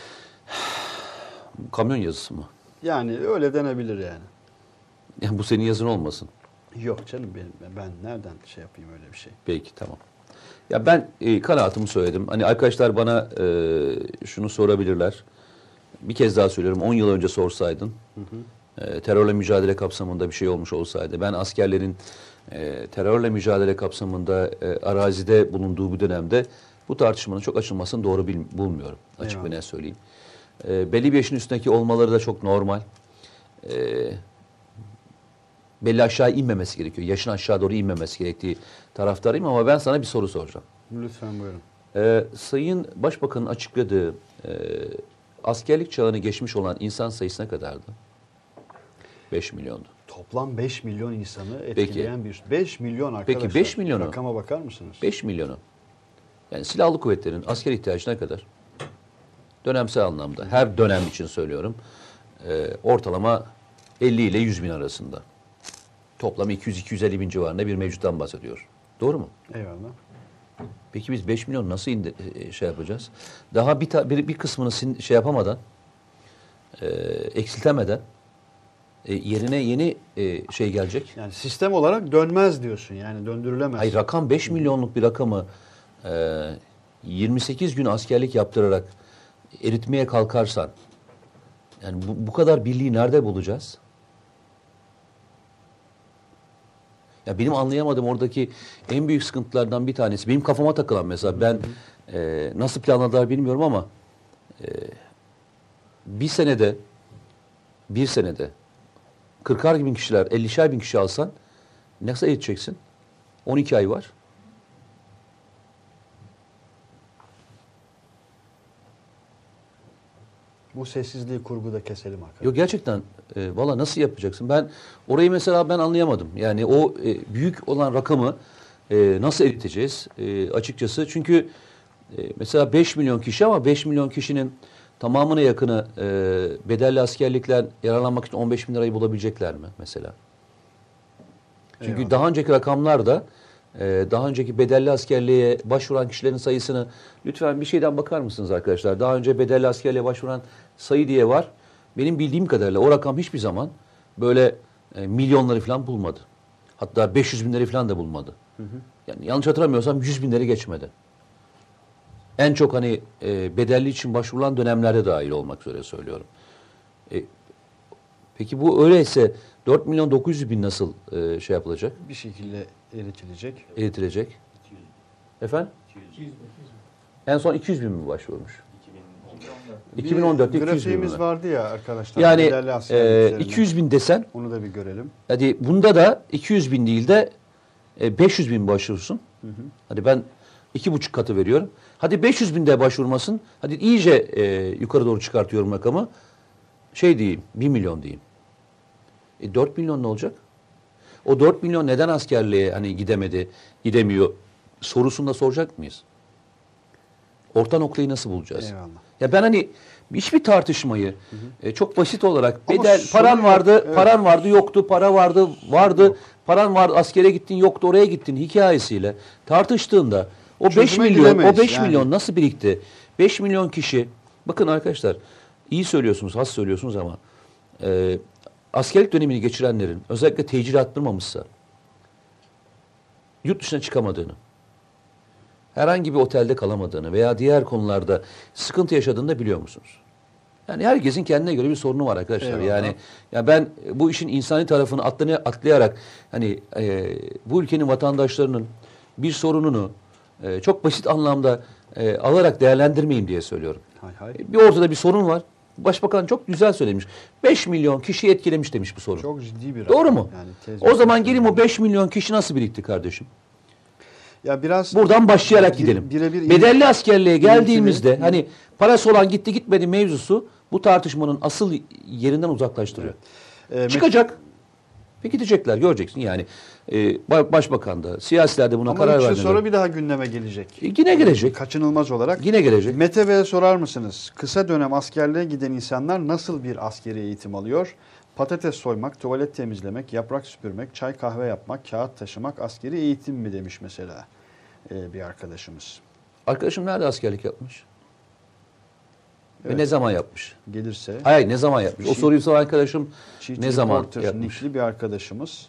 Kamyon yazısı mı? Yani öyle denebilir yani. Yani bu senin yazın olmasın. Yok canım benim ben nereden şey yapayım öyle bir şey. Peki tamam. Ya ben e, kanaatımı söyledim. Hani arkadaşlar bana e, şunu sorabilirler. Bir kez daha söylüyorum. on yıl önce sorsaydın, Hı hı. e, terörle mücadele kapsamında bir şey olmuş olsaydı, ben askerlerin e, terörle mücadele kapsamında e, arazide bulunduğu bu dönemde bu tartışmanın çok açılmasını doğru bil, bulmuyorum. Açık Eyvallah. ve net söyleyeyim. E, belli bir yaşın üstündeki olmaları da çok normal. E, belli aşağı inmemesi gerekiyor. Yaşın aşağı doğru inmemesi gerektiği taraftarıyım ama ben sana bir soru soracağım. Lütfen buyurun. Ee, Sayın Başbakan'ın açıkladığı e, askerlik çağını geçmiş olan insan sayısı ne kadardı? beş milyondu. Toplam beş milyon insanı etkileyen bir... beş milyon arkadaşlar. Peki beş milyonu- Rakama bakar mısınız? beş milyonu. Yani silahlı kuvvetlerin asker ihtiyacı ne kadar? Dönemsel anlamda. Her dönem için söylüyorum. E, ortalama elli ile yüz bin arasında. Toplam iki yüz iki yüz elli bin civarında bir mevcuttan bahsediyor. Doğru mu? Eyvallah. Peki biz beş milyon nasıl indi, e, şey yapacağız? Daha bir, ta, bir, bir kısmını sin, şey yapamadan, e, eksiltemeden e, yerine yeni e, şey gelecek. Yani sistem olarak dönmez diyorsun. Yani döndürülemez. Hayır, rakam beş milyonluk bir rakamı e, yirmi sekiz gün askerlik yaptırarak eritmeye kalkarsan, yani bu, bu kadar birliği nerede bulacağız? Ya benim anlayamadığım oradaki en büyük sıkıntılardan bir tanesi, benim kafama takılan mesela, ben e, nasıl planladılar bilmiyorum ama e, bir senede bir senede kırkar bin kişiler, ellişer bin kişi alsan nasıl eğiteceksin? on iki ay var. Bu sessizliği kurguda keselim arkadaşlar. Yok gerçekten e, valla nasıl yapacaksın? Ben orayı mesela ben anlayamadım. Yani o e, büyük olan rakamı e, nasıl eriteceğiz e, açıkçası? Çünkü e, mesela beş milyon kişi ama beş milyon kişinin tamamına yakını e, bedelli askerlikler yararlanmak için on beş bin lirayı bulabilecekler mi mesela? Çünkü Eyvallah. daha önceki rakamlarda e, daha önceki bedelli askerliğe başvuran kişilerin sayısını lütfen bir şeyden bakar mısınız arkadaşlar? Daha önce bedelli askerliğe başvuran sayı diye var. Benim bildiğim kadarıyla o rakam hiçbir zaman böyle e, milyonları falan bulmadı. Hatta beş yüz binleri falan da bulmadı. Hı hı. Yani yanlış hatırlamıyorsam yüz binleri geçmedi. En çok hani e, bedelli için başvurulan dönemlerde dahil olmak üzere söylüyorum. E, peki bu öyleyse dört milyon dokuz yüz bin nasıl e, şey yapılacak? Bir şekilde eritilecek. Eritilecek. Efendim? En son iki yüz bin mi başvurmuş? iki bin on dörtte iki yüz bin grafiğimiz mi? vardı ya arkadaşlar. Yani bedelli askerlik e, iki yüz bin desen, onu da bir görelim. hadi bunda da iki yüz bin değil de e, beş yüz bin başvursun. Hı hı. Hadi ben iki buçuk katı veriyorum. Hadi beş yüz bin de başvurmasın. Hadi iyice e, yukarı doğru çıkartıyorum rakamı. Şey diyeyim, bir milyon diyeyim. E, dört milyon ne olacak? O dört milyon neden askerliğe hani gidemedi, gidemiyor sorusunu da soracak mıyız? Orta noktayı nasıl bulacağız? Eyvallah. Ya ben hani hiçbir tartışmayı hı hı. E, çok basit olarak Ama bedel paran sorun vardı, yok, evet. paran vardı, yoktu, para vardı, vardı, paran vardı, askere gittin, yoktu, oraya gittin hikayesiyle tartıştığında o beş Çözüme milyon, gidemeyiz o beş yani. milyon nasıl birikti? beş milyon kişi, bakın arkadaşlar, iyi söylüyorsunuz, has söylüyorsunuz ama e, askerlik dönemini geçirenlerin özellikle tecil attırmamışsa yurt dışına çıkamadığını, herhangi bir otelde kalamadığını veya diğer konularda sıkıntı yaşadığını da biliyor musunuz? Yani herkesin kendine göre bir sorunu var arkadaşlar. Eyvallah. Yani ya ben bu işin insani tarafını atlaya, atlayarak hani e, bu ülkenin vatandaşlarının bir sorununu e, çok basit anlamda e, alarak değerlendirmeyeyim diye söylüyorum. Hay hay. E, bir ortada bir sorun var. Başbakan çok güzel söylemiş. beş milyon kişiyi etkilemiş demiş bu sorun. Çok ciddi bir Doğru rakam. mu? Yani tez O zaman meselesi. gelin o beş milyon kişi nasıl birikti kardeşim? Ya biraz Buradan başlayarak bir- gidelim. birebir Bedelli askerliğe geldiğimizde ilintili- hani parası olan gitti gitmedi mevzusu bu tartışmanın asıl yerinden uzaklaştırıyor. Evet. Ee, Çıkacak ve gidecekler, göreceksin yani. Ee, ba- Başbakan da, siyasiler de buna Ama karar üç yıl verdiler. sonra bir daha gündeme gelecek. E, yine gelecek. Kaçınılmaz olarak. Yine gelecek. Mete Bey'e sorar mısınız? Kısa dönem askerliğe giden insanlar nasıl bir askeri eğitim alıyor? Patates soymak, tuvalet temizlemek, yaprak süpürmek, çay kahve yapmak, kağıt taşımak askeri eğitim mi demiş mesela ee, bir arkadaşımız. Arkadaşım nerede askerlik yapmış? Evet. Ve ne zaman yapmış? Gelirse. Hayır, hayır, ne zaman yapmış? O Çift- soruyu soran arkadaşım Çift ne zaman reporter, yapmış? nickli bir arkadaşımız.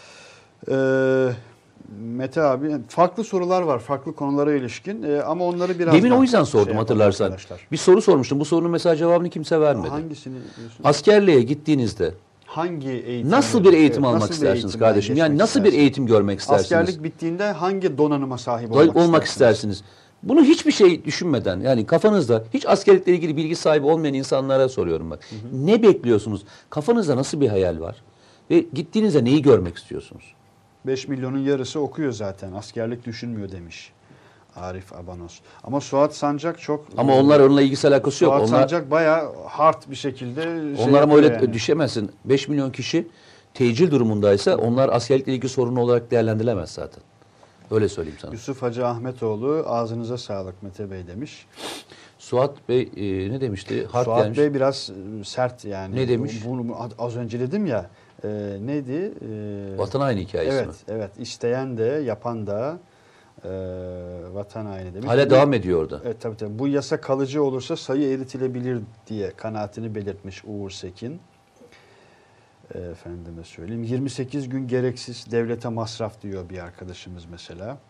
Ee, Mete abi farklı sorular var farklı konulara ilişkin ee, ama onları biraz Demin o yüzden sordum yapalım hatırlarsan. arkadaşlar. Bir soru sormuştum. Bu sorunun mesela cevabını kimse vermedi. Hangisini diyorsun? Askerliğe gittiğinizde Hangi eğitim? nasıl bir eğitim Evet, almak nasıl bir istersiniz eğitimden kardeşim? Yani geçmek nasıl bir istersiniz? eğitim görmek istersiniz? Askerlik bittiğinde hangi donanıma sahip Olmak, olmak, olmak istersiniz? istersiniz. Bunu hiçbir şey düşünmeden yani kafanızda hiç askerlikle ilgili bilgi sahibi olmayan insanlara soruyorum bak. Hı hı. Ne bekliyorsunuz? Kafanızda nasıl bir hayal var? Ve gittiğinizde neyi görmek istiyorsunuz? beş milyonun yarısı okuyor zaten. Askerlik düşünmüyor demiş Arif Abanos. Ama Suat Sancak çok... Ama onlar onunla ilgisi alakası yok. Suat Onlar, Sancak bayağı hard bir şekilde... şey onlar ama öyle yapıyor yani. düşemezsin. beş milyon kişi tecil durumundaysa onlar askerlikle ilgili sorunu olarak değerlendirilemez zaten. Öyle söyleyeyim sana. Yusuf Hacı Ahmetoğlu ağzınıza sağlık Mete Bey demiş. Suat Bey e, ne demişti? Harp Suat gelmiş. Bey biraz e, sert yani. Ne demiş? Bunu az önce dedim ya. E, neydi? E, Vatan haini hikayesi evet, mi? evet. İsteyen de yapan da e, vatan haini demiş. Hala Bu- devam ediyor orada. Evet, tabii tabii. Bu yasa kalıcı olursa sayı eritilebilir diye kanaatini belirtmiş Uğur Sekin. E, efendime söyleyeyim. yirmi sekiz gün gereksiz devlete masraf diyor bir arkadaşımız mesela.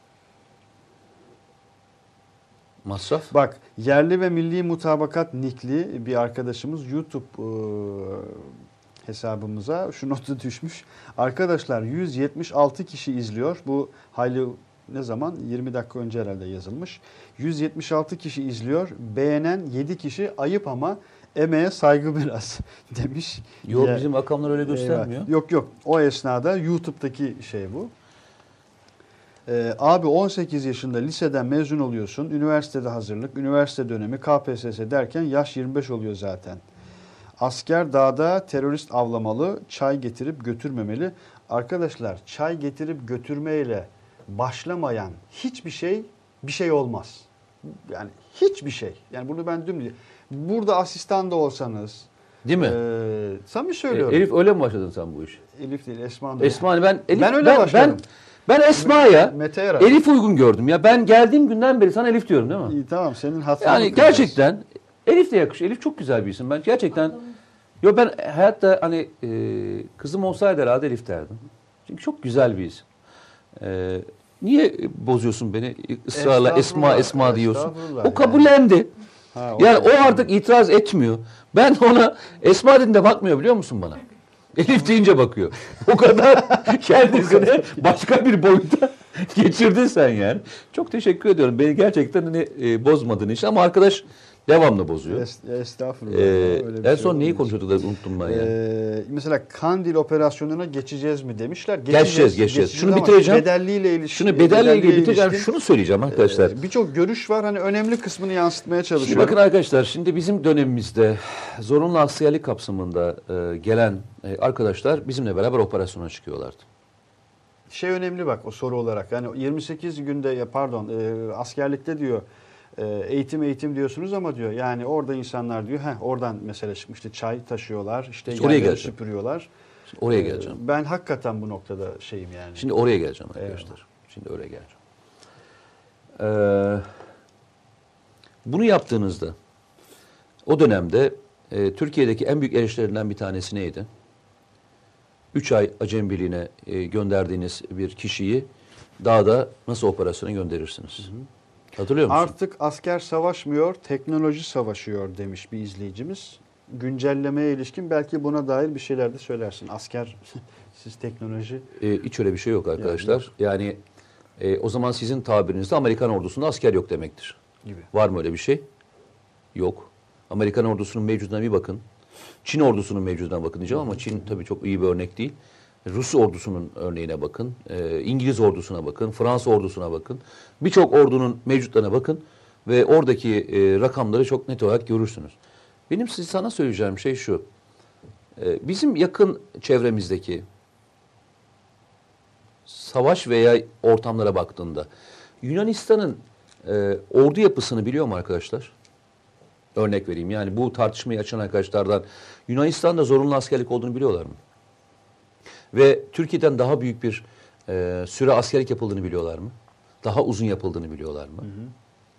Masraf? Bak, yerli ve milli mutabakat nikli bir arkadaşımız YouTube e, hesabımıza şu notu düşmüş. Arkadaşlar yüz yetmiş altı kişi izliyor. Bu hayli ne zaman? yirmi dakika önce herhalde yazılmış. yüz yetmiş altı kişi izliyor. Beğenen yedi kişi, ayıp ama emeğe saygı biraz demiş. Yok Ya- bizim rakamlar öyle göstermiyor. Eyvah. Yok yok. O esnada YouTube'daki şey bu. Ee, abi on sekiz yaşında liseden mezun oluyorsun. Üniversitede hazırlık, üniversite dönemi, K P S S derken yaş yirmi beş oluyor zaten. Asker dağda terörist avlamalı, çay getirip götürmemeli. Arkadaşlar, çay getirip götürmeyle başlamayan hiçbir şey bir şey olmaz. Yani hiçbir şey. Yani bunu ben dün burada asistan da olsanız, Değil mi? e, samimi E, söylüyorum. Elif öyle mi başladın sen bu işe? Elif değil, Esma. Esma hani ben Elif Ben öyle ben, başladım. ben, ben Esma'ya Mete Yarar. Elif uygun gördüm ya. Ben geldiğim günden beri sana Elif diyorum değil mi? İyi, tamam, senin hatırını Yani kıracağız. gerçekten Elif de yakışıyor. Elif çok güzel bir isim. Ben gerçekten yo ben hayatta hani e, kızım olsaydı herhalde Elif derdim. Çünkü çok güzel bir isim. E, niye bozuyorsun beni? Israrla Esma Estağfurullah, Esma diyorsun. estağfurullah O kabullendi. Ha, Yani o- o artık itiraz etmiyor. Ben ona Esma dediğinde bakmıyor biliyor musun bana? Elif deyince bakıyor. O kadar kendisini başka bir boyuta geçirdin sen yani. Çok teşekkür ediyorum. Beni gerçekten hani e, bozmadığın için ama arkadaş devamlı bozuyor. Es- Estağfurullah. Ee, Öyle bir en şey son neyi olmayacak. konuşuyorduk da unuttum ben ya. Ee, mesela Kandil operasyonuna geçeceğiz mi demişler. Geçeceğiz, geçeceğiz. Şunu ama bitireceğim. Bedelliyle ilişkin. Şunu bedelle ilgili bitireceğim. ilişkin, Şunu söyleyeceğim arkadaşlar. e, Birçok görüş var. Hani önemli kısmını yansıtmaya Şimdi çalışıyorum. bakın arkadaşlar, şimdi bizim dönemimizde zorunlu askerlik kapsamında e, gelen e, arkadaşlar bizimle beraber operasyona çıkıyorlardı. Şey önemli bak o soru olarak. Yani yirmi sekiz günde ya pardon e, askerlikte diyor e, eğitim eğitim diyorsunuz ama diyor yani orada insanlar diyor heh, oradan mesela çıkmıştı çay taşıyorlar işte İşte oraya yerleri geleceğim. süpürüyorlar. Şimdi oraya Ee, geleceğim. Ben hakikaten bu noktada şeyim yani. Şimdi oraya geleceğim arkadaşlar. Eyvallah. Şimdi oraya geleceğim. Ee, bunu yaptığınızda o dönemde e, Türkiye'deki en büyük eleştirilerinden bir tanesi neydi? Üç ay Acem Birliği'ne e, gönderdiğiniz bir kişiyi dağda nasıl operasyona gönderirsiniz? Hı hı. Hatırlıyor musun? Artık asker savaşmıyor, teknoloji savaşıyor demiş bir izleyicimiz. Güncellemeye ilişkin belki buna dair bir şeyler de söylersin. Asker, siz teknoloji. E, hiç öyle bir şey yok arkadaşlar. Yani e, o zaman sizin tabirinizde Amerikan ordusunda asker yok demektir. Gibi. Var mı öyle bir şey? Yok. Amerikan ordusunun mevcuduna bir bakın. Çin ordusunun mevcuduna bakın diyeceğim ama Çin tabii çok iyi bir örnek değil. Rus ordusunun örneğine bakın. E, İngiliz ordusuna bakın. Fransız ordusuna bakın. Birçok ordunun mevcutlarına bakın. Ve oradaki e, rakamları çok net olarak görürsünüz. Benim size sana söyleyeceğim şey şu. E, bizim yakın çevremizdeki savaş veya ortamlara baktığında Yunanistan'ın e, ordu yapısını biliyor mu arkadaşlar? Örnek vereyim. Yani bu tartışmayı açan arkadaşlardan Yunanistan'da zorunlu askerlik olduğunu biliyorlar mı? Ve Türkiye'den daha büyük bir e, süre askerlik yapıldığını biliyorlar mı? Daha uzun yapıldığını biliyorlar mı? Hı hı.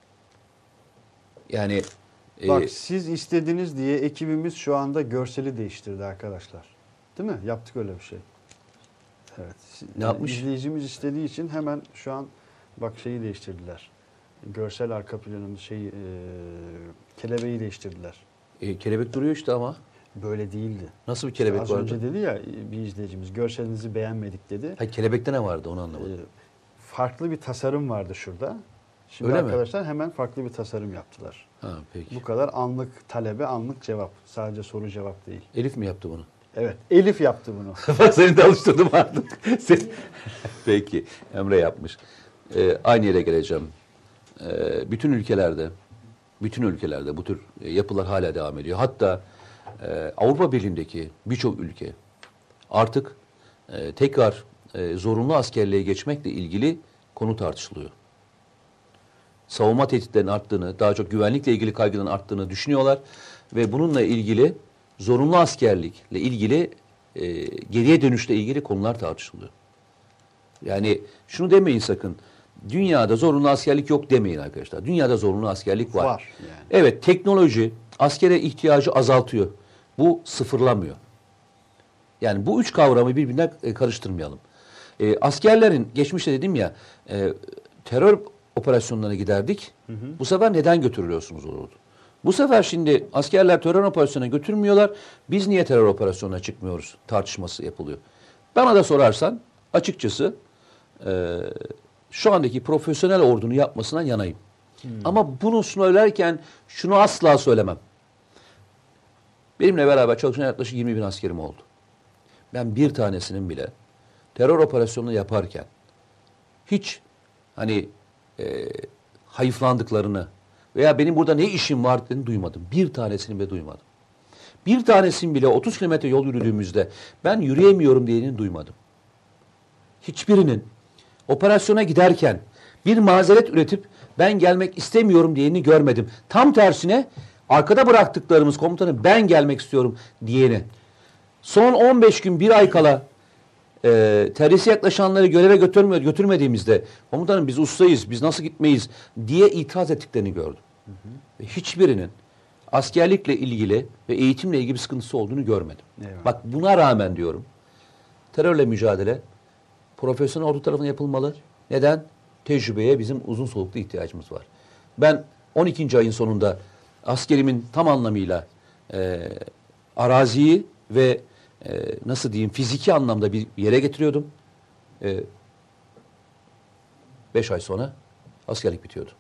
Yani e, Bak siz istediniz diye ekibimiz şu anda görseli değiştirdi arkadaşlar. Değil mi? Yaptık öyle bir şey. Evet. Ne yapmış? İzleyicimiz istediği için hemen şu an bak şeyi değiştirdiler. Görsel arka planımız şeyi e, kelebeği değiştirdiler. e, kelebek duruyor işte ama. Böyle değildi. Nasıl bir kelebek Az vardı? önce dedi ya bir izleyicimiz görselinizi beğenmedik dedi. Hayır, kelebekte ne vardı onu anlamadım. Ee, farklı bir tasarım vardı şurada. Şimdi Öyle mi? arkadaşlar hemen farklı bir tasarım yaptılar. Ha, peki. Bu kadar anlık talebe, anlık cevap. Sadece soru cevap değil. Elif mi yaptı bunu? Evet, Elif yaptı bunu. Bak seni de alıştırdım artık. Sen... Peki, Emre yapmış. Ee, aynı yere geleceğim. Ee, bütün ülkelerde, bütün ülkelerde bu tür e, yapılar hala devam ediyor. Hatta e, Avrupa Birliği'ndeki birçok ülke artık e, tekrar e, zorunlu askerliğe geçmekle ilgili konu tartışılıyor. savunma tehditlerinin arttığını, daha çok güvenlikle ilgili kaygıların arttığını düşünüyorlar. Ve bununla ilgili zorunlu askerlikle ilgili e, geriye dönüşle ilgili konular tartışılıyor. Yani şunu demeyin sakın. Dünyada zorunlu askerlik yok demeyin arkadaşlar. Dünyada zorunlu askerlik var. Var yani. Evet, teknoloji askere ihtiyacı azaltıyor. Bu sıfırlamıyor. Yani bu üç kavramı birbirine e, karıştırmayalım. E, askerlerin geçmişte dedim ya e, terör operasyonlarına giderdik. Hı hı. Bu sefer neden götürülüyorsunuz olurdu. Bu sefer şimdi askerler terör operasyonuna götürmüyorlar. Biz niye terör operasyonuna çıkmıyoruz tartışması yapılıyor. Bana da sorarsan açıkçası e, şu andaki profesyonel ordunun yapmasından yanayım. Hmm. Ama bunu söylerken şunu asla söylemem. Benimle beraber çalışan yaklaşık yirmi bin askerim oldu. Ben bir tanesinin bile terör operasyonunu yaparken hiç hani e, hayıflandıklarını veya benim burada ne işim var dediğini duymadım. Bir tanesini bile duymadım. Bir tanesini bile otuz kilometre yol yürüdüğümüzde ben yürüyemiyorum diyenini duymadım. Hiçbirinin operasyona giderken bir mazeret üretip ben gelmek istemiyorum diyeni görmedim. Tam tersine arkada bıraktıklarımız komutanı ben gelmek istiyorum diyeni. Son on beş gün bir ay kala e, teröriste yaklaşanları göreve götürmüyor, götürmediğimizde komutanım biz ustayız, biz nasıl gitmeyiz diye itiraz ettiklerini gördüm. Hı hı. Ve hiçbirinin askerlikle ilgili ve eğitimle ilgili bir sıkıntısı olduğunu görmedim. Eyvallah. Bak buna rağmen diyorum terörle mücadele profesyonel ordu tarafından yapılmalı. Neden? Tecrübeye bizim uzun soluklu ihtiyacımız var. Ben on ikinci ayın sonunda askerimin tam anlamıyla e, araziyi ve e, nasıl diyeyim fiziki anlamda bir yere getiriyordum. E, beş ay sonra askerlik bitiyordu.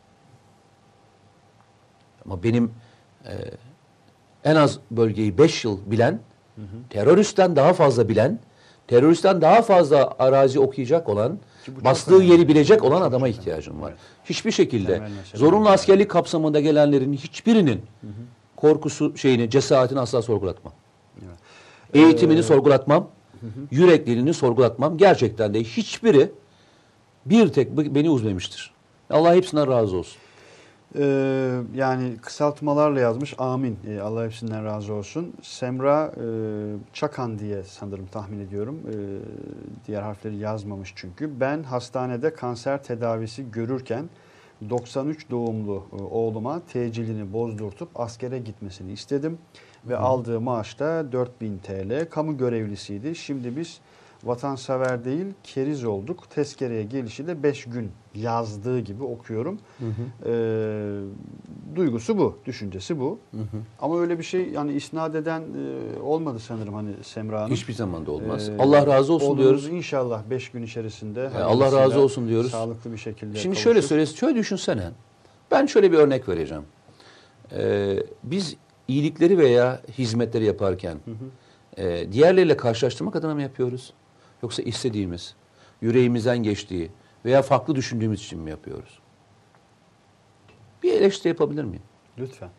Ama benim e, en az bölgeyi beş yıl bilen, hı hı. teröristten daha fazla bilen, teröristten daha fazla arazi okuyacak olan, bastığı yeri bilecek olan adama ihtiyacım var. Evet. Hiçbir şekilde zorunlu askerlik kapsamında gelenlerin hiçbirinin hı hı. korkusu, şeyini, cesaretini asla sorgulatmam. Evet. Eğitimini ee, sorgulatmam, hı hı. yürekliliğini sorgulatmam. Gerçekten de hiçbiri bir tek beni üzmemiştir. Allah hepsinden razı olsun. Ee, yani kısaltmalarla yazmış. Amin. Ee, Allah hepsinden razı olsun. Semra e, Çakan diye sanırım tahmin ediyorum. Ee, diğer harfleri yazmamış çünkü. Ben hastanede kanser tedavisi görürken doksan üç doğumlu e, oğluma tecilini bozdurtup askere gitmesini istedim. Ve Hı. aldığı maaş da dört bin TL. Kamu görevlisiydi. Şimdi biz vatansever değil keriz olduk. Tezkereye gelişi de beş gün yazdığı gibi okuyorum. Hı hı. E, duygusu bu, düşüncesi bu. Hı hı. Ama öyle bir şey yani isnat eden e, olmadı sanırım hani Semra Hanım. Hiçbir zaman da olmaz. Ee, Allah razı olsun diyoruz. İnşallah beş gün içerisinde. Yani Allah razı olsun diyoruz. Sağlıklı bir şekilde. Şimdi kavuşur. Şöyle söyleyeyim, şöyle düşünsene. Ben şöyle bir örnek vereceğim. Ee, biz iyilikleri veya hizmetleri yaparken hı hı. E, diğerleriyle karşılaştırmak adına mı yapıyoruz? Yoksa istediğimiz, yüreğimizden geçtiği veya farklı düşündüğümüz için mi yapıyoruz? Bir eleştiri yapabilir miyim? Lütfen.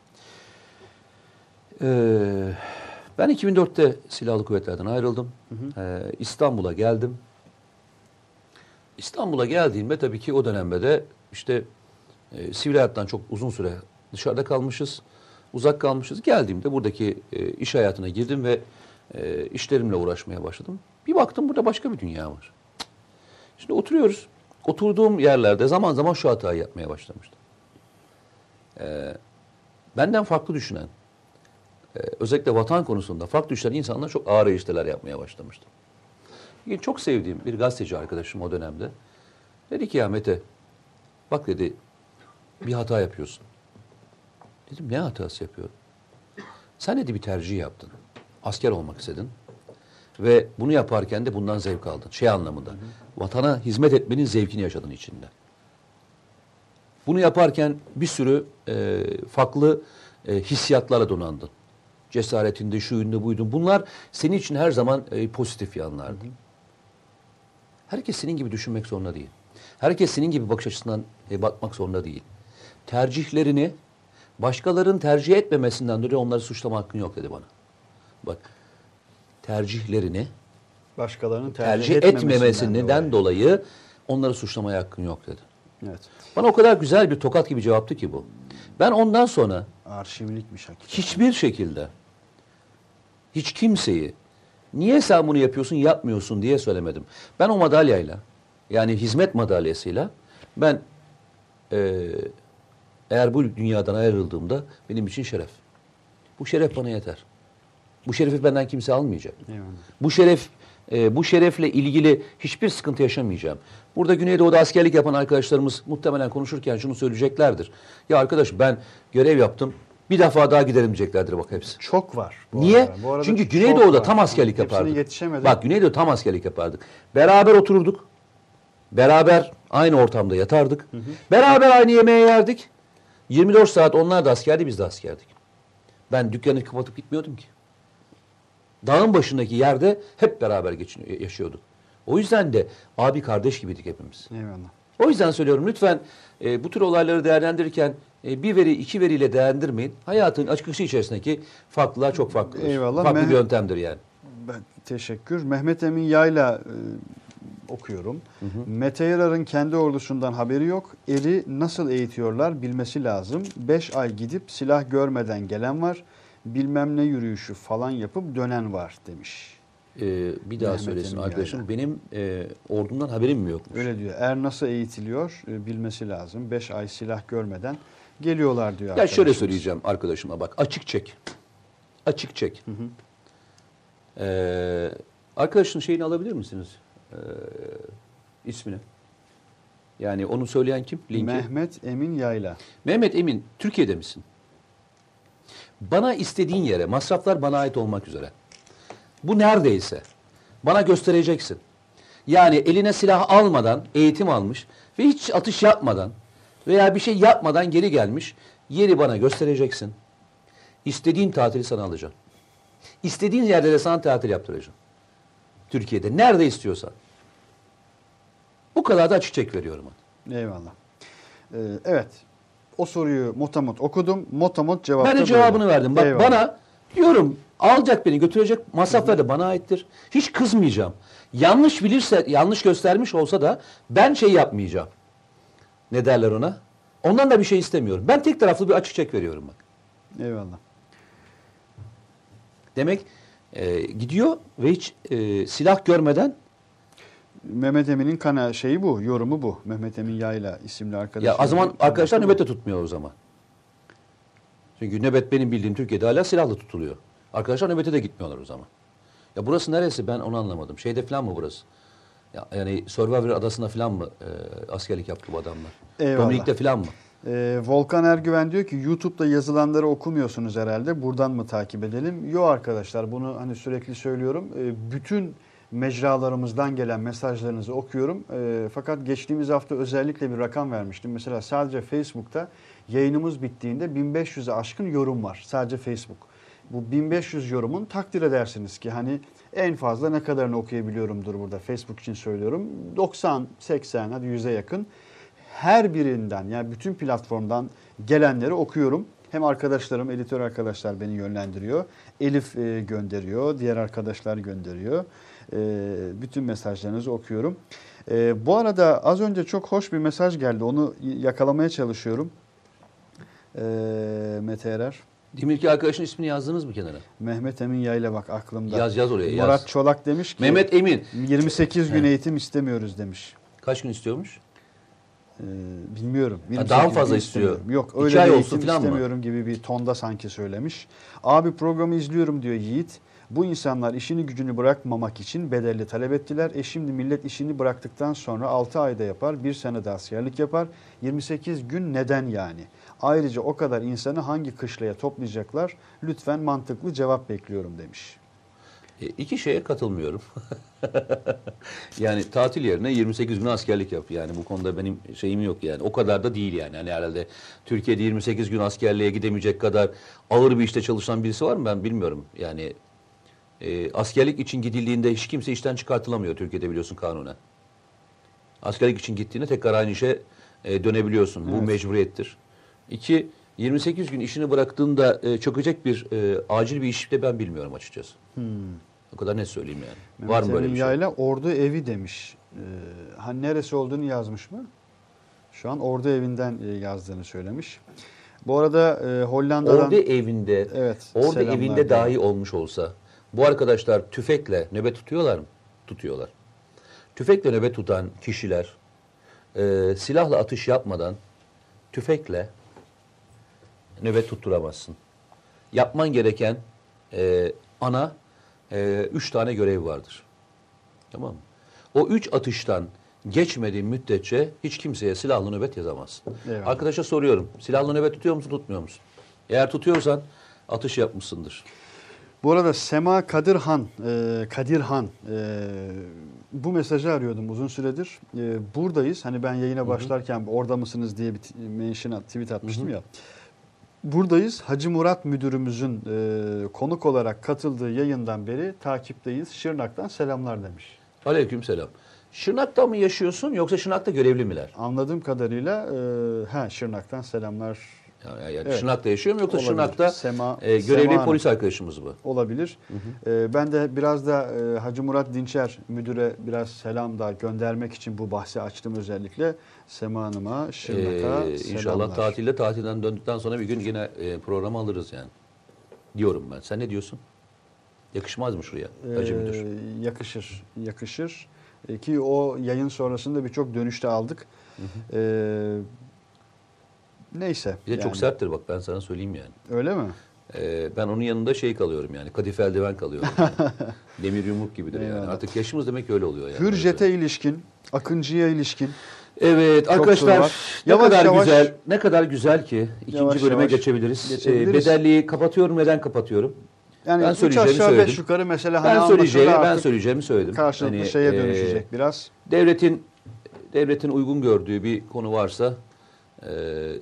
Ee, ben iki bin dörtte Silahlı Kuvvetler'den ayrıldım. Hı hı. Ee, İstanbul'a geldim. İstanbul'a geldiğimde tabii ki o dönemde de işte e, sivil hayattan çok uzun süre dışarıda kalmışız. Uzak kalmışız. Geldiğimde buradaki e, iş hayatına girdim ve e, işlerimle uğraşmaya başladım. Bir baktım burada başka bir dünya var. Şimdi oturuyoruz. Oturduğum yerlerde zaman zaman şu hatayı yapmaya başlamıştım. Ee, benden farklı düşünen, e, özellikle vatan konusunda farklı düşünen insanlar çok ağır işler yapmaya başlamıştım. Yine çok sevdiğim bir gazeteci arkadaşım o dönemde dedi ki ya Mete, bak dedi bir hata yapıyorsun. Dedim ne hatası yapıyorum? Sen dedi bir tercih yaptın. Asker olmak istedin. Ve bunu yaparken de bundan zevk aldın. Şey anlamında. Hı hı. Vatana hizmet etmenin zevkini yaşadın içinde. Bunu yaparken bir sürü e, farklı e, hissiyatlarla donandın. Cesaretinde, şuyunda, buydun. Bunlar senin için her zaman e, pozitif yanlardı. Hı hı. Herkes senin gibi düşünmek zorunda değil. Herkes senin gibi bakış açısından e, bakmak zorunda değil. Tercihlerini başkalarının tercih etmemesinden dolayı onları suçlama hakkın yok dedi bana. Bak, tercihlerini başkalarının tercih, tercih etmemesinden dolayı. dolayı onları suçlamaya hakkın yok dedi. Evet. Bana o kadar güzel bir tokat gibi cevaptı ki bu. Ben ondan sonra Arşivlikmiş hakikaten. hiçbir şekilde hiç kimseyi niye sen bunu yapıyorsun yapmıyorsun diye söylemedim. Ben o madalyayla yani hizmet madalyasıyla ben e, eğer bu dünyadan ayrıldığımda benim için şeref. Bu şeref bana yeter. Bu şerefi benden kimse almayacak. Eyvallah. Bu şeref e, bu şerefle ilgili hiçbir sıkıntı yaşamayacağım. Burada Güneydoğu'da askerlik yapan arkadaşlarımız muhtemelen konuşurken şunu söyleyeceklerdir. Ya arkadaş ben görev yaptım. Bir defa daha giderim diyeceklerdir bak hepsi. Çok var. Bu Niye? arada. Bu arada Çünkü çok Güneydoğu'da var. tam askerlik Hepsine yapardık. yetişemedim. Bak Güneydoğu'da tam askerlik yapardık. Beraber otururduk. Beraber aynı ortamda yatardık. Hı hı. Beraber aynı yemeği yerdik. yirmi dört saat onlar da askerdi, biz de askerdik. Ben dükkanı kapatıp gitmiyordum ki. Dağın başındaki yerde hep beraber geçin, yaşıyorduk. O yüzden de abi kardeş gibiydik hepimiz. Eyvallah. O yüzden söylüyorum lütfen e, bu tür olayları değerlendirirken e, bir veri iki veriyle değerlendirmeyin. Hayatın akışı içerisindeki farklılar çok farklıdır. Eyvallah. Farklı Meh- bir yöntemdir yani. Ben teşekkür. Mehmet Emin Yayla e, okuyorum. Hı hı. Mete Yarar'ın kendi ordusundan haberi yok. Eri nasıl eğitiyorlar bilmesi lazım. Beş ay gidip silah görmeden gelen var. Bilmem ne yürüyüşü falan yapıp dönen var demiş. Ee, bir daha Mehmet söylesin Emin arkadaşım. Yayla. Benim e, ordumdan haberim mi yokmuş? Öyle diyor. Er nasıl eğitiliyor e, bilmesi lazım. Beş ay silah görmeden geliyorlar diyor. Ya şöyle söyleyeceğim arkadaşıma bak. Açık çek. Açık çek. Hı hı. Ee, arkadaşın şeyini alabilir misiniz? Ee, ismini. Yani onu söyleyen kim? Linki. Mehmet Emin Yayla. Mehmet Emin, Türkiye'de misin? Bana istediğin yere, masraflar bana ait olmak üzere. Bu neredeyse bana göstereceksin. Yani eline silah almadan eğitim almış ve hiç atış yapmadan veya bir şey yapmadan geri gelmiş yeri bana göstereceksin. İstediğin tatili sana alacağım. İstediğin yerde de sana tatil yaptıracağım. Türkiye'de nerede istiyorsan. Bu kadar da açık çek veriyorum. Eyvallah. Ee, evet. O soruyu motamot okudum. Motamot cevapta Ben de cevabını böyle. verdim. Bak Eyvallah. bana diyorum alacak beni götürecek, masraflar da bana aittir. Hiç kızmayacağım. Yanlış bilirse, yanlış göstermiş olsa da ben şey yapmayacağım. Ne derler ona? Ondan da bir şey istemiyorum. Ben tek taraflı bir açık çek veriyorum bak. Eyvallah. Demek e, gidiyor ve hiç e, silah görmeden. Mehmet Emin'in kana şeyi bu, yorumu bu. Mehmet Emin Yayla isimli arkadaş. Ya o zaman arkadaşlar nöbette tutmuyor o zaman. Çünkü nöbet benim bildiğim Türkiye'de hala silahlı tutuluyor. Arkadaşlar nöbete de gitmiyorlar o zaman. Ya burası neresi ben onu anlamadım. Şeyde falan mı burası? Ya, yani Survivor adasında falan mı e, askerlik yaptı bu adamlar? Eyvallah. Dominik'te falan mı? Ee, Volkan Ergüven diyor ki YouTube'da yazılanları okumuyorsunuz herhalde. Buradan mı takip edelim? Yok arkadaşlar bunu hani sürekli söylüyorum. Ee, bütün mecralarımızdan gelen mesajlarınızı okuyorum. Ee, fakat geçtiğimiz hafta özellikle bir rakam vermiştim. Mesela sadece Facebook'ta yayınımız bittiğinde bin beş yüze aşkın yorum var. Sadece Facebook. Bu bin beş yüz yorumun takdir edersiniz ki hani en fazla ne kadarını okuyabiliyorumdur burada Facebook için söylüyorum. doksan, seksen hadi yüze yakın. Her birinden yani bütün platformdan gelenleri okuyorum. Hem arkadaşlarım, editör arkadaşlar beni yönlendiriyor. Elif e, gönderiyor, diğer arkadaşlar gönderiyor. E, bütün mesajlarınızı okuyorum. E, bu arada az önce çok hoş bir mesaj geldi. Onu yakalamaya çalışıyorum. E, Mete Erer. Demirki arkadaşın ismini yazdınız mı kenara? Mehmet Emin Yayla bak aklımda. Yaz yaz oraya yaz. Murat Çolak demiş ki Mehmet Emin. yirmi sekiz gün He. eğitim istemiyoruz demiş. Kaç gün istiyormuş? Ee, bilmiyorum. Ha, daha yirmi sekiz fazla gün istiyor. istemiyorum. Yok İki öyle ay bir olsun eğitim falan mı? istemiyorum gibi bir tonda sanki söylemiş. Abi programı izliyorum diyor Yiğit. Bu insanlar işini gücünü bırakmamak için bedelli talep ettiler. E şimdi millet işini bıraktıktan sonra altı ayda yapar, bir senede askerlik yapar. yirmi sekiz gün neden yani? Ayrıca o kadar insanı hangi kışlaya toplayacaklar? Lütfen mantıklı cevap bekliyorum demiş. E, iki şeye katılmıyorum. Yani tatil yerine yirmi sekiz gün askerlik yap. Yani bu konuda benim şeyim yok yani. O kadar da değil yani. Hani herhalde Türkiye'de yirmi sekiz gün askerliğe gidemeyecek kadar ağır bir işte çalışan birisi var mı ben bilmiyorum. Yani e, askerlik için gidildiğinde hiç kimse işten çıkartılamıyor Türkiye'de biliyorsun kanunen. Askerlik için gittiğinde tekrar aynı işe e, dönebiliyorsun. Bu Evet. mecburiyettir. İki, yirmi sekiz gün işini bıraktığında e, çökecek bir e, acil bir iş de ben bilmiyorum açıkçası. Hmm. O kadar net söyleyeyim yani. Mehmet Var mı böyle Emin bir şey? Yayla ordu evi demiş. Ee, hani neresi olduğunu yazmış mı? Şu an ordu evinden e, yazdığını söylemiş. Bu arada e, Hollanda'dan... Ordu evinde, evet, ordu evinde dahi olmuş olsa bu arkadaşlar tüfekle nöbet tutuyorlar mı? Tutuyorlar. Tüfekle nöbet tutan kişiler e, silahla atış yapmadan tüfekle nöbet tutturamazsın. Yapman gereken e, ana e, üç tane görev vardır. Tamam mı? O üç atıştan geçmediğin müddetçe hiç kimseye silahlı nöbet yazamazsın. Eyvallah. Arkadaşa soruyorum. Silahlı nöbet tutuyor musun, tutmuyor musun? Eğer tutuyorsan atış yapmışsındır. Bu arada Sema Kadirhan, e, Kadirhan e, bu mesajı arıyordum uzun süredir. E, buradayız. Hani ben yayına başlarken orada mısınız diye bir mention, tweet atmıştım Hı-hı. ya. Buradayız. Hacı Murat müdürümüzün e, konuk olarak katıldığı yayından beri takipteyiz. Şırnak'tan selamlar demiş. Aleyküm selam. Şırnak'ta mı yaşıyorsun yoksa Şırnak'ta görevli miler? Anladığım kadarıyla e, ha Şırnak'tan selamlar. Yani, yani evet. Şırnak'ta yaşıyor mu yoksa olabilir. Şırnak'ta Sema, e, görevli Sema polis arkadaşımız mı? Olabilir. Hı hı. E, ben de biraz da e, Hacı Murat Dinçer müdüre biraz selam da göndermek için bu bahsi açtım özellikle. Sema Hanım'a, Şırnak'a ee, selamlar. İnşallah tatilde, tatilden döndükten sonra bir gün yine e, programı alırız yani. Diyorum ben. Sen ne diyorsun? Yakışmaz mı şuraya Hacı Müdür? Ee, yakışır, yakışır. Ee, ki o yayın sonrasında birçok dönüşte aldık. Hı hı. Ee, neyse. Bir de yani. çok serttir bak ben sana söyleyeyim yani. Öyle mi? Ee, ben onun yanında şey kalıyorum yani. Kadife eldiven kalıyorum. Yani. Demir yumruk gibidir yani. Artık yaşımız demek ki öyle oluyor yani. Hürjet'e ilişkin, Akıncı'ya ilişkin. Evet çok arkadaşlar ne yavaş, kadar yavaş, güzel ne kadar güzel ki ikinci yavaş, bölüme yavaş geçebiliriz. geçebiliriz. Ee, bedelliği kapatıyorum. Neden kapatıyorum? Yani ben üç aşağı beş yukarı mesela ben hani söyleyeceğimi ben söyleyeceğimi söyledim. Karşılıklı hani, şeye e, dönüşecek biraz. Devletin devletin uygun gördüğü bir konu varsa e,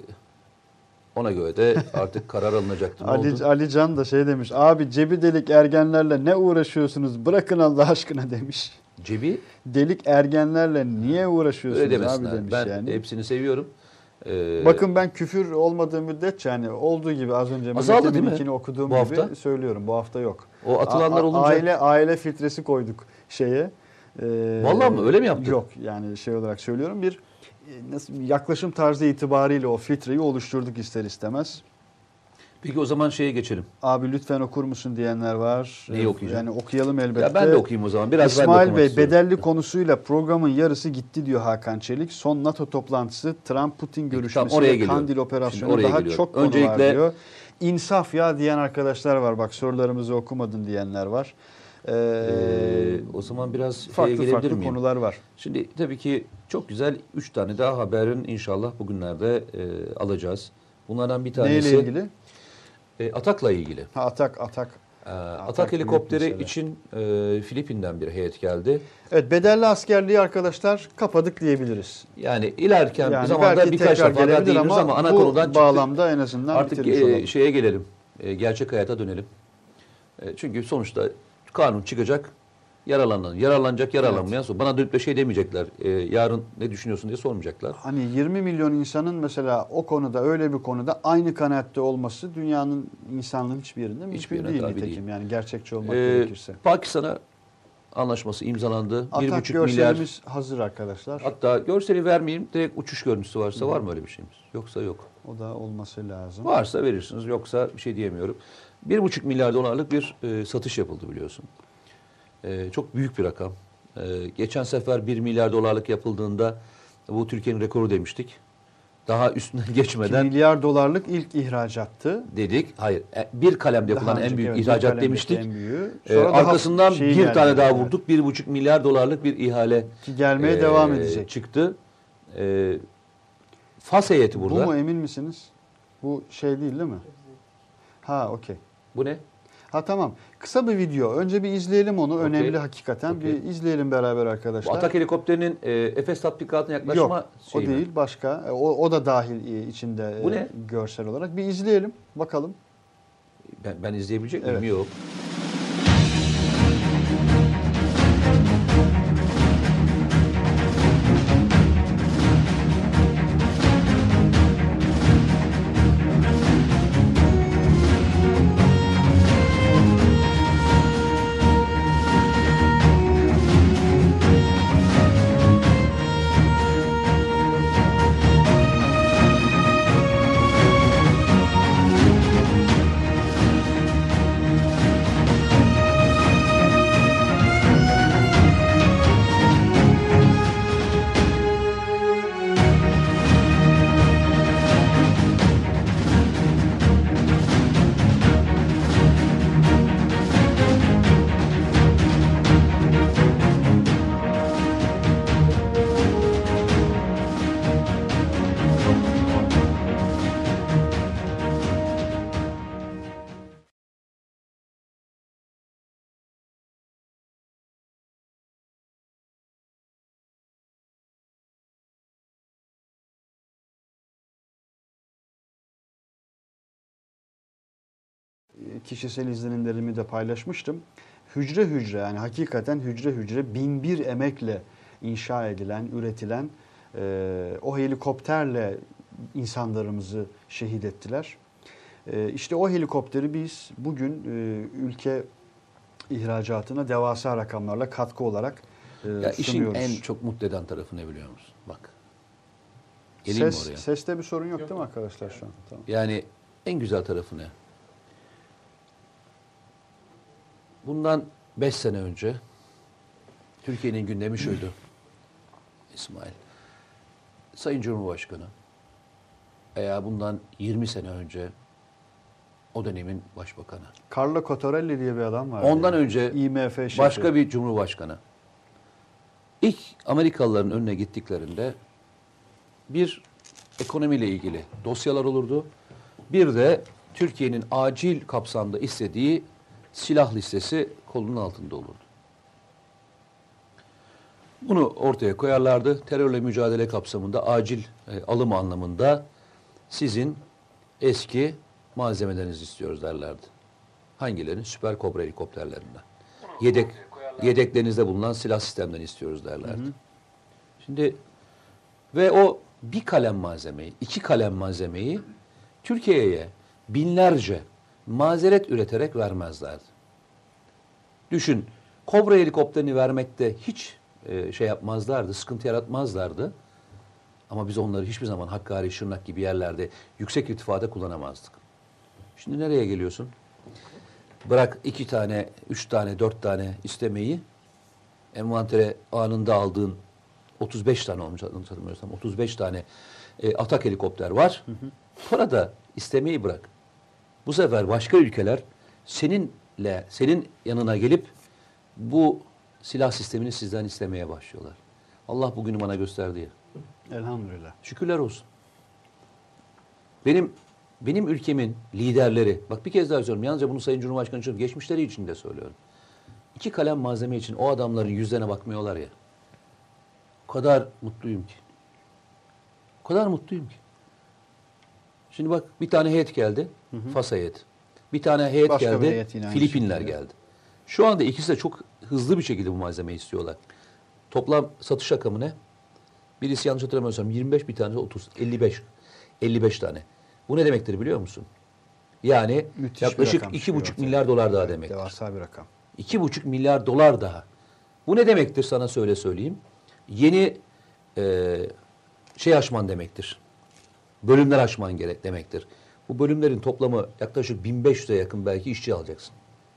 ona göre de artık karar alınacaktır. Ali, Ali Can da şey demiş. Abi cebi delik ergenlerle ne uğraşıyorsunuz? Bırakın Allah aşkına demiş. Cebi delik ergenlerle niye uğraşıyorsunuz abi demiş ben yani. Ben hepsini seviyorum. Ee, Bakın ben küfür olmadığı müddetçe yani olduğu gibi az önce Mehmet'in okuduğum bu gibi hafta? söylüyorum. Bu hafta yok. O atılanlar A- olunca aile aile filtresi koyduk şeye. Ee, Vallahi mi öyle mi yaptın? Yok yani şey olarak söylüyorum bir nasıl yaklaşım tarzı itibariyle o filtreyi oluşturduk ister istemez. Peki o zaman şeye geçelim. Abi lütfen okur musun diyenler var. Neyi okuyacağım? Yani okuyalım elbette. Ya ben de okuyayım o zaman. Biraz İsmail Bey istiyorum. bedelli konusuyla programın yarısı gitti diyor Hakan Çelik. Son NATO toplantısı, Trump-Putin görüşmesi oraya ve geliyorum. Kandil operasyonu oraya daha geliyorum. çok konu Öncelikle, var diyor. İnsaf ya diyen arkadaşlar var. Bak sorularımızı okumadın diyenler var. Ee, ee, o zaman biraz farklı şeye farklı miyim? konular var. Şimdi tabii ki çok güzel üç tane daha haberin inşallah bugünlerde e, alacağız. Bunlardan bir tanesi. Neyle ilgili? E, Atak'la ilgili. Ha, Atak, Atak. E, Atak, Atak helikopteri için e, Filipin'den bir heyet geldi. Evet bedelli askerliği arkadaşlar kapadık diyebiliriz. Yani ilerken yani zamanda birkaç defa haber değiniyoruz ama, ama ana bu konudan çıktık. bağlamda en azından artık e, şeye gelelim. E, gerçek hayata dönelim. E, çünkü sonuçta kanun çıkacak. Yaralanan, yararlanacak, yararlanmayan evet. Bana dönüp de şey demeyecekler. E, yarın ne düşünüyorsun diye sormayacaklar. Hani yirmi milyon insanın mesela o konuda öyle bir konuda aynı kanaatte olması dünyanın insanlığın hiçbir yerinde mümkün hiçbir değil nitekim. Değil. Yani gerçekçi olmak ee, gerekirse. Pakistan'a anlaşması imzalandı. Atak bir buçuk görselimiz milyar. hazır arkadaşlar. Hatta görseli vermeyeyim. Direkt uçuş görüntüsü varsa Hı. var mı öyle bir şeyimiz? Yoksa yok. O da olması lazım. Varsa verirsiniz. Yoksa bir şey diyemiyorum. bir buçuk milyar dolarlık bir e, satış yapıldı biliyorsun. E, çok büyük bir rakam. E, geçen sefer bir milyar dolarlık yapıldığında bu Türkiye'nin rekoru demiştik. Daha üstüne geçmeden. iki milyar dolarlık ilk ihracattı. Dedik. Hayır. Bir kalemde yapılan en büyük evet, ihracat demiştik. En büyüğü. Ee, arkasından şey bir tane daha yani. vurduk. Bir buçuk milyar dolarlık bir ihale. Ki gelmeye e, devam edecek. Çıktı. E, Fas heyeti burada. Bu mu emin misiniz? Bu şey değil değil mi? Ha okey. Bu ne? Ha tamam. Kısa bir video. Önce bir izleyelim onu. Okay. Önemli hakikaten. Okay. Bir izleyelim beraber arkadaşlar. Bu Atak helikopterinin e, Efes tatbikatına yaklaşma Yok, şeyi o değil. Mi? Başka. O, o da dahil içinde Bu ne? görsel olarak. Bir izleyelim. Bakalım. Ben, ben izleyebilecek miyim? Evet. Yok. kişisel izlenimlerimi de paylaşmıştım. Hücre hücre, yani hakikaten hücre hücre bin bir emekle inşa edilen, üretilen e, o helikopterle insanlarımızı şehit ettiler. E, işte o helikopteri biz bugün e, ülke ihracatına devasa rakamlarla katkı olarak e, Ya işin sunuyoruz. en çok mutlu eden tarafı ne biliyor musun? Bak. Geleyim Ses, mi oraya? seste bir sorun yok, yok değil mi arkadaşlar şu an? Tamam. Yani en güzel tarafı ne? Bundan beş sene önce Türkiye'nin gündemi şuydu. İsmail. Sayın Cumhurbaşkanı veya bundan yirmi sene önce o dönemin başbakanı. Carlo Cottarelli diye bir adam var. Ondan yani. önce I M F şefi. başka bir cumhurbaşkanı. İlk Amerikalıların önüne gittiklerinde bir ekonomiyle ilgili dosyalar olurdu. Bir de Türkiye'nin acil kapsamda istediği silah listesi kolunun altında olurdu. Bunu ortaya koyarlardı. Terörle mücadele kapsamında acil e, alım anlamında sizin eski malzemelerinizi istiyoruz derlerdi. Hangilerini? Süper Kobra helikopterlerinden. Yedek, yedeklerinizde bulunan silah sistemlerini istiyoruz derlerdi. Hı hı. Şimdi ve o bir kalem malzemeyi, iki kalem malzemeyi Türkiye'ye binlerce mazeret üreterek vermezlerdi. Düşün, Kobra helikopterini vermekte hiç e, şey yapmazlardı, sıkıntı yaratmazlardı. Ama biz onları hiçbir zaman Hakkari, Şırnak gibi yerlerde yüksek irtifada kullanamazdık. Şimdi nereye geliyorsun? Bırak iki tane, üç tane, dört tane istemeyi, envantere anında aldığın otuz beş tane olmuş hatırlamıyorsam, otuz beş tane e, atak helikopter var. Hı hı. Sonra da istemeyi bırak. Bu sefer başka ülkeler seninle, senin yanına gelip bu silah sistemini sizden istemeye başlıyorlar. Allah bugünü bana gösterdi ya. Elhamdülillah. Şükürler olsun. Benim benim ülkemin liderleri, bak bir kez daha söylüyorum, yalnızca bunu Sayın Cumhurbaşkanı için, geçmişleri için de söylüyorum. İki kalem malzeme için o adamların yüzlerine bakmıyorlar ya. O kadar mutluyum ki. O kadar mutluyum ki. Şimdi bak bir tane heyet geldi. Hı hı. Fas heyet. Bir tane heyet Başka geldi. heyet Filipinler geldi. Şu anda ikisi de çok hızlı bir şekilde bu malzemeyi istiyorlar. Toplam satış rakamı ne? Birisi yanlış hatırlamıyorsam yirmi beş, bir tanesi otuz, elli beş. elli beş tane. Bu ne demektir biliyor musun? Yani müthiş yaklaşık iki buçuk milyar dolar daha evet, demektir. Devasa bir rakam. iki buçuk milyar dolar daha. Bu ne demektir sana söyle söyleyeyim. Yeni e, şey açman demektir. Bölümler açman gerek demektir. Bu bölümlerin toplamı yaklaşık bin beş yüze yakın belki işçi alacaksın.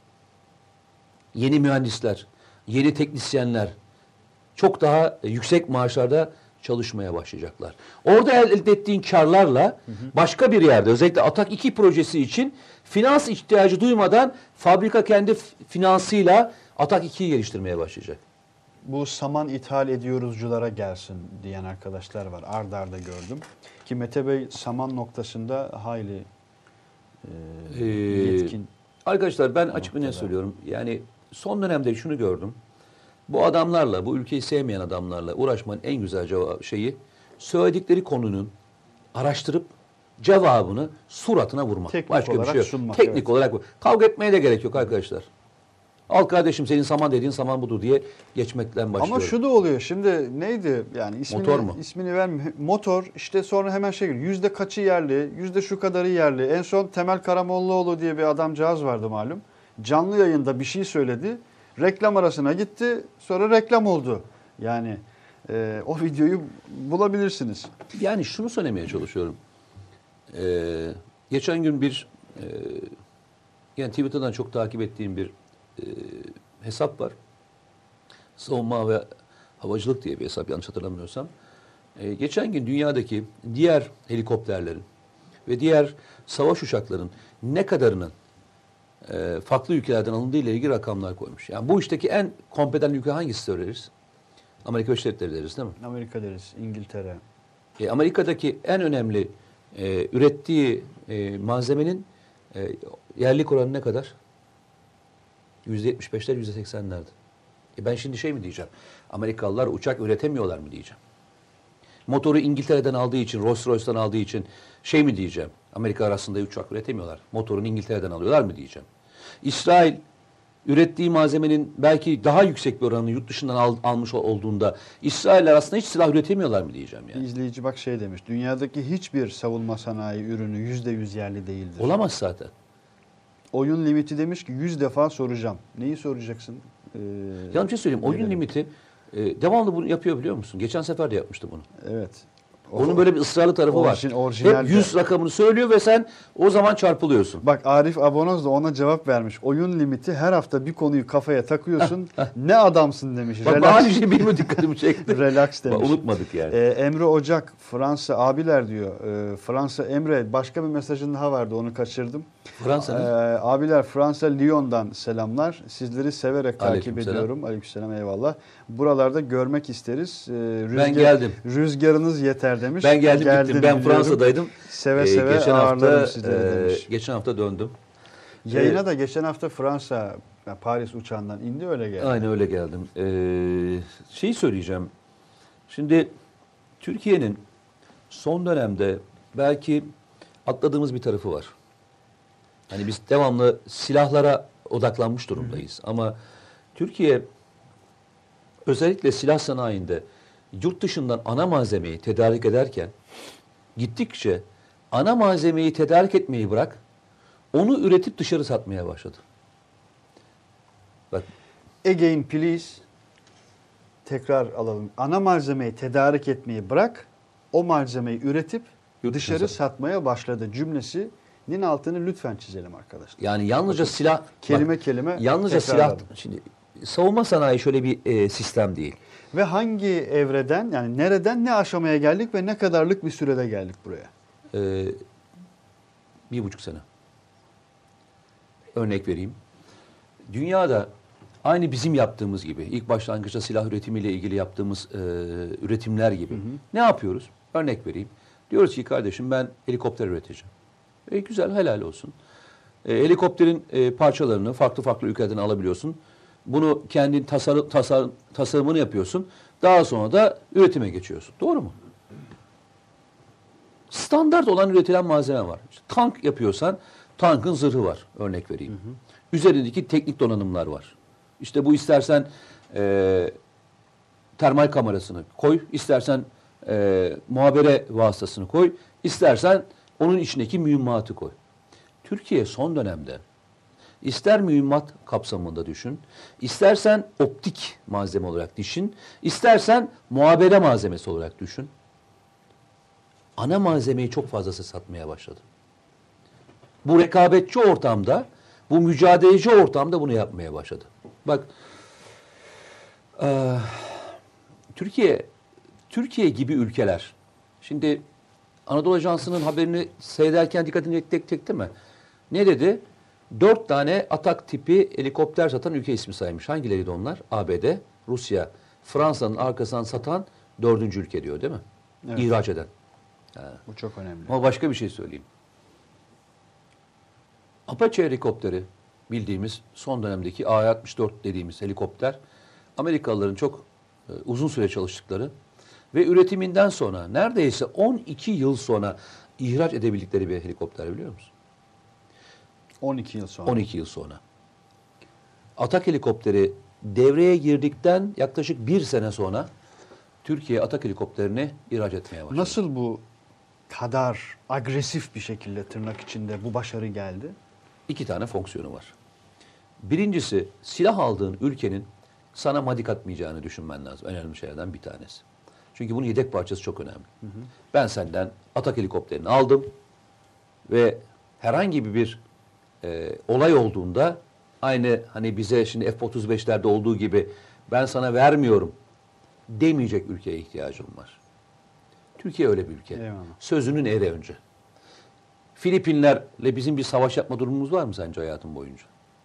Yeni mühendisler, yeni teknisyenler çok daha yüksek maaşlarda çalışmaya başlayacaklar. Orada elde ettiğin karlarla hı hı. başka bir yerde, özellikle Atak iki projesi için finans ihtiyacı duymadan fabrika kendi finansıyla Atak ikiyi geliştirmeye başlayacak. Bu saman ithal ediyoruzculara gelsin diyen arkadaşlar var. Arda arda gördüm. Ki Mete Bey saman noktasında hayli e, yetkin. Ee, arkadaşlar ben açık bir ne söylüyorum. Yani son dönemde şunu gördüm. Bu adamlarla, bu ülkeyi sevmeyen adamlarla uğraşmanın en güzel cevabı, şeyi, söyledikleri konunun araştırıp cevabını suratına vurmak. Teknik Başka bir şey yok. Sunmak, Teknik evet. olarak bu. Kavga etmeye de gerek yok arkadaşlar. Al kardeşim senin saman dediğin saman budur diye geçmekten başlıyorum. Ama şu da oluyor. Şimdi neydi? Yani ismini, motor mu? ismini verme. Motor işte sonra hemen şey geliyor. Yüzde kaçı yerli, yüzde şu kadarı yerli. En son Temel Karamollaoğlu diye bir adamcağız vardı malum. Canlı yayında bir şey söyledi. Reklam arasına gitti. Sonra reklam oldu. Yani e, o videoyu bulabilirsiniz. Yani şunu söylemeye çalışıyorum. Ee, geçen gün bir e, yani Twitter'dan çok takip ettiğim bir e, hesap var. Savunma ve Havacılık diye bir hesap yanlış hatırlamıyorsam. E, geçen gün dünyadaki diğer helikopterlerin ve diğer savaş uçaklarının ne kadarının e, farklı ülkelerden alındığı ile ilgili rakamlar koymuş. Yani bu işteki en kompetent ülke hangisi söyleriz? Amerika Birleşik Devletleri deriz değil mi? Amerika deriz, İngiltere. E, Amerika'daki en önemli e, ürettiği e, malzemenin e, yerlilik oranı ne kadar? yüzde yetmiş beşler, yüzde seksenlerdi. E ben şimdi şey mi diyeceğim? Amerikalılar uçak üretemiyorlar mı diyeceğim. Motoru İngiltere'den aldığı için, Rolls Royce'dan aldığı için şey mi diyeceğim? Amerika arasında uçak üretemiyorlar. Motorunu İngiltere'den alıyorlar mı diyeceğim. İsrail ürettiği malzemenin belki daha yüksek bir oranını yurt dışından al, almış olduğunda İsrail arasında hiç silah üretemiyorlar mı diyeceğim yani. Bir izleyici bak şey demiş. Dünyadaki hiçbir savunma sanayi ürünü yüzde yüz yerli değildir. Olamaz zaten. Oyun limiti demiş ki yüz defa soracağım. Neyi soracaksın? Ee, Yalnız bir şey söyleyeyim. Oyun verelim. limiti e, devamlı bunu yapıyor biliyor musun? Geçen sefer de yapmıştı bunu. Evet. Onun böyle bir ısrarlı tarafı Orijin- var. orijinal Hep yüz de. rakamını söylüyor ve sen o zaman çarpılıyorsun. Bak Arif Abonoz da ona cevap vermiş. Oyun limiti her hafta bir konuyu kafaya takıyorsun. Ne adamsın demiş. Bak Relax, aynı şey benim dikkatimi çekti. relax Bak, demiş. unutmadık yani. Ee, Emre Ocak Fransa abiler diyor. Ee, Fransa Emre başka bir mesajın daha vardı onu kaçırdım. Fransa'nın. Ee, abiler Fransa Lyon'dan selamlar. Sizleri severek takip Aleykümselam. ediyorum. Aleykümselam eyvallah. Buralarda görmek isteriz. Ee, rüzgar, Ben geldim. Rüzgarınız yeter demiş. Ben geldim Geldin gittim. Ben biliyorum. Fransa'daydım. Seve Ee, seve geçen ağırlarım hafta sizleri e, demiş. geçen hafta döndüm. Yayına Ee, da geçen hafta Fransa, yani Paris uçağından indi öyle geldi. Aynen öyle geldim. Ee, şeyi söyleyeceğim. Şimdi Türkiye'nin son dönemde belki atladığımız bir tarafı var. Hani biz devamlı silahlara odaklanmış durumdayız. Ama Türkiye özellikle silah sanayinde yurt dışından ana malzemeyi tedarik ederken gittikçe ana malzemeyi tedarik etmeyi bırak, onu üretip dışarı satmaya başladı. Bak, Again please. Tekrar alalım. Ana malzemeyi tedarik etmeyi bırak, o malzemeyi üretip Yurt dışarı dışına- satmaya başladı cümlesinin altını lütfen çizelim arkadaşlar. yani yalnızca silah Kelime bak, kelime yalnızca silah tekrarladım. şimdi savunma sanayi şöyle bir e, sistem değil. Ve hangi evreden yani nereden ne aşamaya geldik ve ne kadarlık bir sürede geldik buraya? Ee, bir buçuk sene. Örnek vereyim. Dünyada aynı bizim yaptığımız gibi, ilk başlangıçta silah üretimiyle ilgili yaptığımız e, üretimler gibi. Ne yapıyoruz? Örnek vereyim. Diyoruz ki kardeşim ben helikopter üreteceğim. E, güzel, helal olsun. E, helikopterin e, parçalarını farklı farklı ülkelerden alabiliyorsun. Bunu kendin tasarı, tasar, tasarımını yapıyorsun. Daha sonra da üretime geçiyorsun. Doğru mu? Standart olan üretilen malzeme var. İşte tank yapıyorsan tankın zırhı var. Örnek vereyim. Hı hı. Üzerindeki teknik donanımlar var. İşte bu istersen e, termal kamerasını koy, istersen e, muhabere vasıtasını koy, istersen onun içindeki mühimmatı koy. Türkiye son dönemde ister mühimmat kapsamında düşün, istersen optik malzeme olarak düşün, istersen muhabere malzemesi olarak düşün. Ana malzemeyi çok fazlası satmaya başladı. Bu rekabetçi ortamda, bu mücadeleci ortamda bunu yapmaya başladı. Bak, e, Türkiye, Türkiye gibi ülkeler, şimdi Anadolu Ajansı'nın haberini seyrederken dikkatini tek çekti mi? Ne dedi? Dört tane Atak tipi helikopter satan ülke ismi saymış. Hangileriydi onlar? A B D, Rusya, Fransa'nın arkasından satan dördüncü ülke diyor değil mi? Evet. İhraç eden. Ha. Bu çok önemli. Ama başka bir şey söyleyeyim. Apache helikopteri bildiğimiz son dönemdeki A altmış dört dediğimiz helikopter Amerikalıların çok e, uzun süre çalıştıkları ve üretiminden sonra neredeyse on iki yıl sonra ihraç edebildikleri bir helikopter biliyor musun? on iki yıl sonra. on iki yıl sonra. Atak helikopteri devreye girdikten yaklaşık bir sene sonra Türkiye Atak helikopterini ihraç etmeye başladı. Nasıl bu kadar agresif bir şekilde tırnak içinde bu başarı geldi? İki tane fonksiyonu var. Birincisi silah aldığın ülkenin sana madik atmayacağını düşünmen lazım. Önemli şeylerden bir tanesi. Çünkü bunun yedek parçası çok önemli. Hı hı. Ben senden Atak helikopterini aldım ve herhangi bir e, olay olduğunda aynı hani bize şimdi F otuz beşlerde olduğu gibi ben sana vermiyorum demeyecek ülkeye ihtiyacım var. Türkiye öyle bir ülke. Eyvallah. Sözünün eri önce. Filipinlerle bizim bir savaş yapma durumumuz var mı sence hayatın boyunca?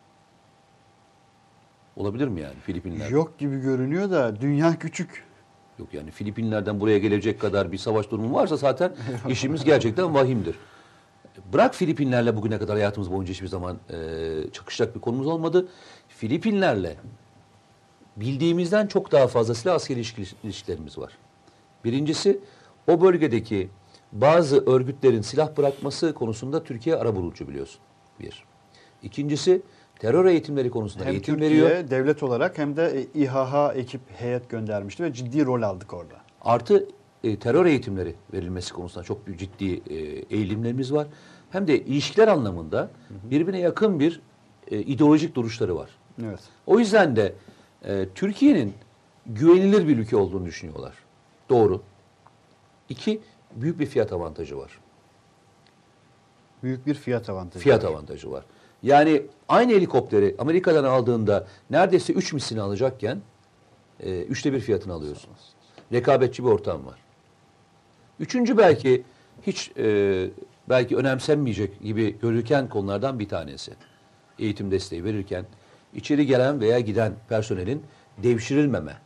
Olabilir mi yani Filipinler? Yok gibi görünüyor da dünya küçük. Yok yani Filipinler'den buraya gelecek kadar bir savaş durumu varsa zaten işimiz gerçekten vahimdir. Bırak Filipinlerle bugüne kadar hayatımız boyunca hiçbir zaman e, çakışacak bir konumuz olmadı. Filipinlerle bildiğimizden çok daha fazla silah askeri ilişkilerimiz var. Birincisi o bölgedeki bazı örgütlerin silah bırakması konusunda Türkiye arabulucu biliyorsun. Bir. İkincisi terör eğitimleri konusunda hem eğitim Türkiye, veriyor. devlet olarak hem de İHA ekip heyet göndermişti ve ciddi rol aldık orada. Artı e, terör eğitimleri verilmesi konusunda çok büyük ciddi e, eğilimlerimiz var. Hem de ilişkiler anlamında hı hı. birbirine yakın bir e, ideolojik duruşları var. Evet. O yüzden de e, Türkiye'nin güvenilir bir ülke olduğunu düşünüyorlar. Doğru. İki, büyük bir fiyat avantajı var. Büyük bir fiyat avantajı Fiyat var. avantajı var. Yani aynı helikopteri Amerika'dan aldığında neredeyse üç mislini alacakken e, üçte bir fiyatını alıyorsun. Rekabetçi bir ortam var. Üçüncü belki hiç e, belki önemsenmeyecek gibi görülürken konulardan bir tanesi. Eğitim desteği verirken içeri gelen veya giden personelin devşirilmeme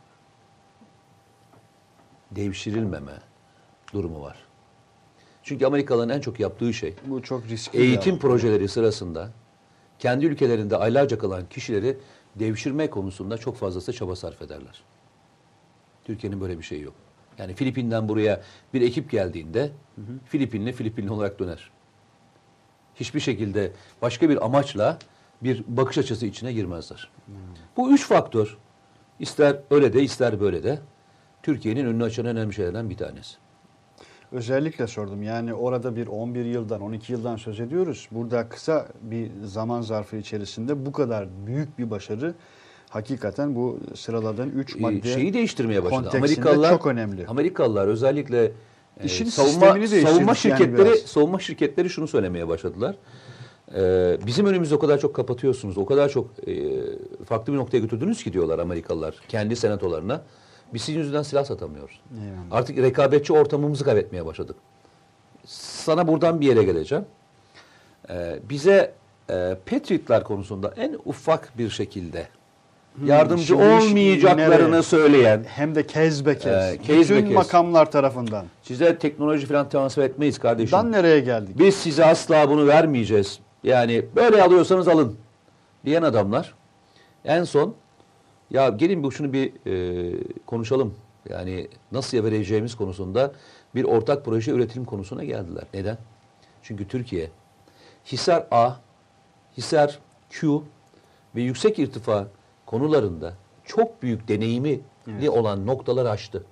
devşirilmeme durumu var. Çünkü Amerikalıların en çok yaptığı şey bu çok riskli. Eğitim projeleri sırasında kendi ülkelerinde aylarca kalan kişileri devşirme konusunda çok fazlası çaba sarf ederler. Türkiye'nin böyle bir şeyi yok. Yani Filipin'den buraya bir ekip geldiğinde hı hı. Filipinli Filipinli olarak döner. Hiçbir şekilde başka bir amaçla bir bakış açısı içine girmezler. Hmm. Bu üç faktör ister öyle de ister böyle de Türkiye'nin önünü açan önemli şeylerden bir tanesi. Özellikle sordum. Yani orada bir on bir yıldan, on iki yıldan söz ediyoruz. Burada kısa bir zaman zarfı içerisinde bu kadar büyük bir başarı hakikaten bu sıraladığın üç madde ee, şeyi değiştirmeye başladı. Amerikalılar çok önemli. Amerikalılar özellikle İşin e, savunma savunma şirketleri yani savunma şirketleri şunu söylemeye başladılar. Ee, bizim önümüzü o kadar çok kapatıyorsunuz, o kadar çok e, farklı bir noktaya götürdünüz ki diyorlar Amerikalılar kendi senatolarına. Biz sizin yüzünden silah satamıyoruz. Eyvallah. Artık rekabetçi ortamımızı kaybetmeye başladık. Sana buradan bir yere geleceğim. Ee, bize e, Patriot'lar konusunda en ufak bir şekilde hmm, yardımcı olmayacaklarını söyleyen hem de kez be kez, e, kez bütün be kez. makamlar tarafından. Size teknoloji falan transfer etmeyiz kardeşim. Dan nereye geldik? Biz size asla bunu vermeyeceğiz. Yani böyle alıyorsanız alın diyen adamlar en son ya gelin bu şunu bir e, konuşalım. Yani nasıl vereceğimiz konusunda bir ortak proje üretim konusuna geldiler. Neden? Çünkü Türkiye Hisar A, Hisar Q ve yüksek irtifa konularında çok büyük deneyimi evet. olan noktalar aştı.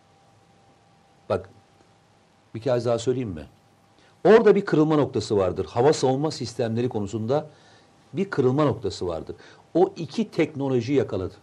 Bak bir kez daha söyleyeyim mi? Orada bir kırılma noktası vardır. Hava savunma sistemleri konusunda bir kırılma noktası vardır. O iki teknolojiyi yakaladı.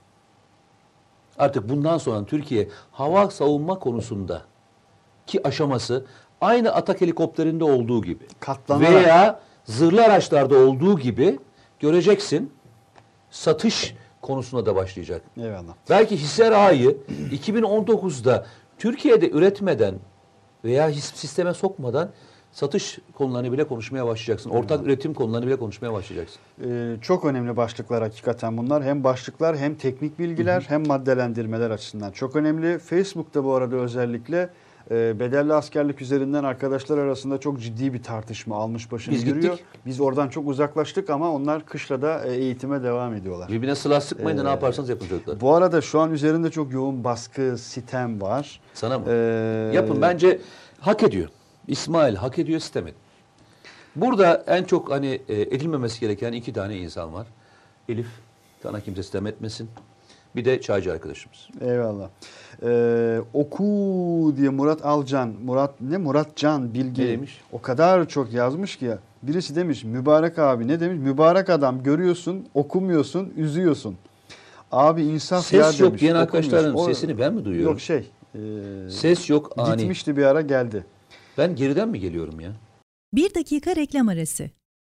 Artık bundan sonra Türkiye hava savunma konusunda ki aşaması aynı Atak helikopterinde olduğu gibi katlanarak veya zırhlı araçlarda olduğu gibi göreceksin satış konusuna da başlayacak. Eyvallah. Belki Hisar A'yı iki bin on dokuzda Türkiye'de üretmeden veya sisteme sokmadan satış konularını bile konuşmaya başlayacaksın. Ortak Eyvallah. Üretim konularını bile konuşmaya başlayacaksın. Ee, çok önemli başlıklar hakikaten bunlar. Hem başlıklar hem teknik bilgiler hı hı. hem maddelendirmeler açısından çok önemli. Facebook'ta bu arada özellikle e, bedelli askerlik üzerinden arkadaşlar arasında çok ciddi bir tartışma almış başını Biz yürüyor. Gittik. Biz oradan çok uzaklaştık ama onlar kışla da e, eğitime devam ediyorlar. Birbirine silah sıkmayın da ee, ne yaparsanız yapın çocuklar. Bu arada şu an üzerinde çok yoğun baskı, sitem var. Sana mı? Ee, Yapın bence hak ediyor. İsmail hak ediyor sistemin. Burada en çok hani e, edilmemesi gereken iki tane insan var. Elif, sana kimse sitem etmesin. Bir de çaycı arkadaşımız. Eyvallah. Ee, oku diye Murat Alcan, Murat ne Murat Can Bilgi ne demiş? O kadar çok yazmış ki ya. Birisi demiş Mübarek abi ne demiş? Mübarek adam görüyorsun, okumuyorsun, üzüyorsun. Abi insaf Ses ya yok demiş. Ses yok diyen arkadaşların o, sesini ben mi duyuyorum? Yok şey. E, Ses yok ani. Gitmişti bir ara geldi. Ben geriden mi geliyorum ya? Bir dakika reklam arası.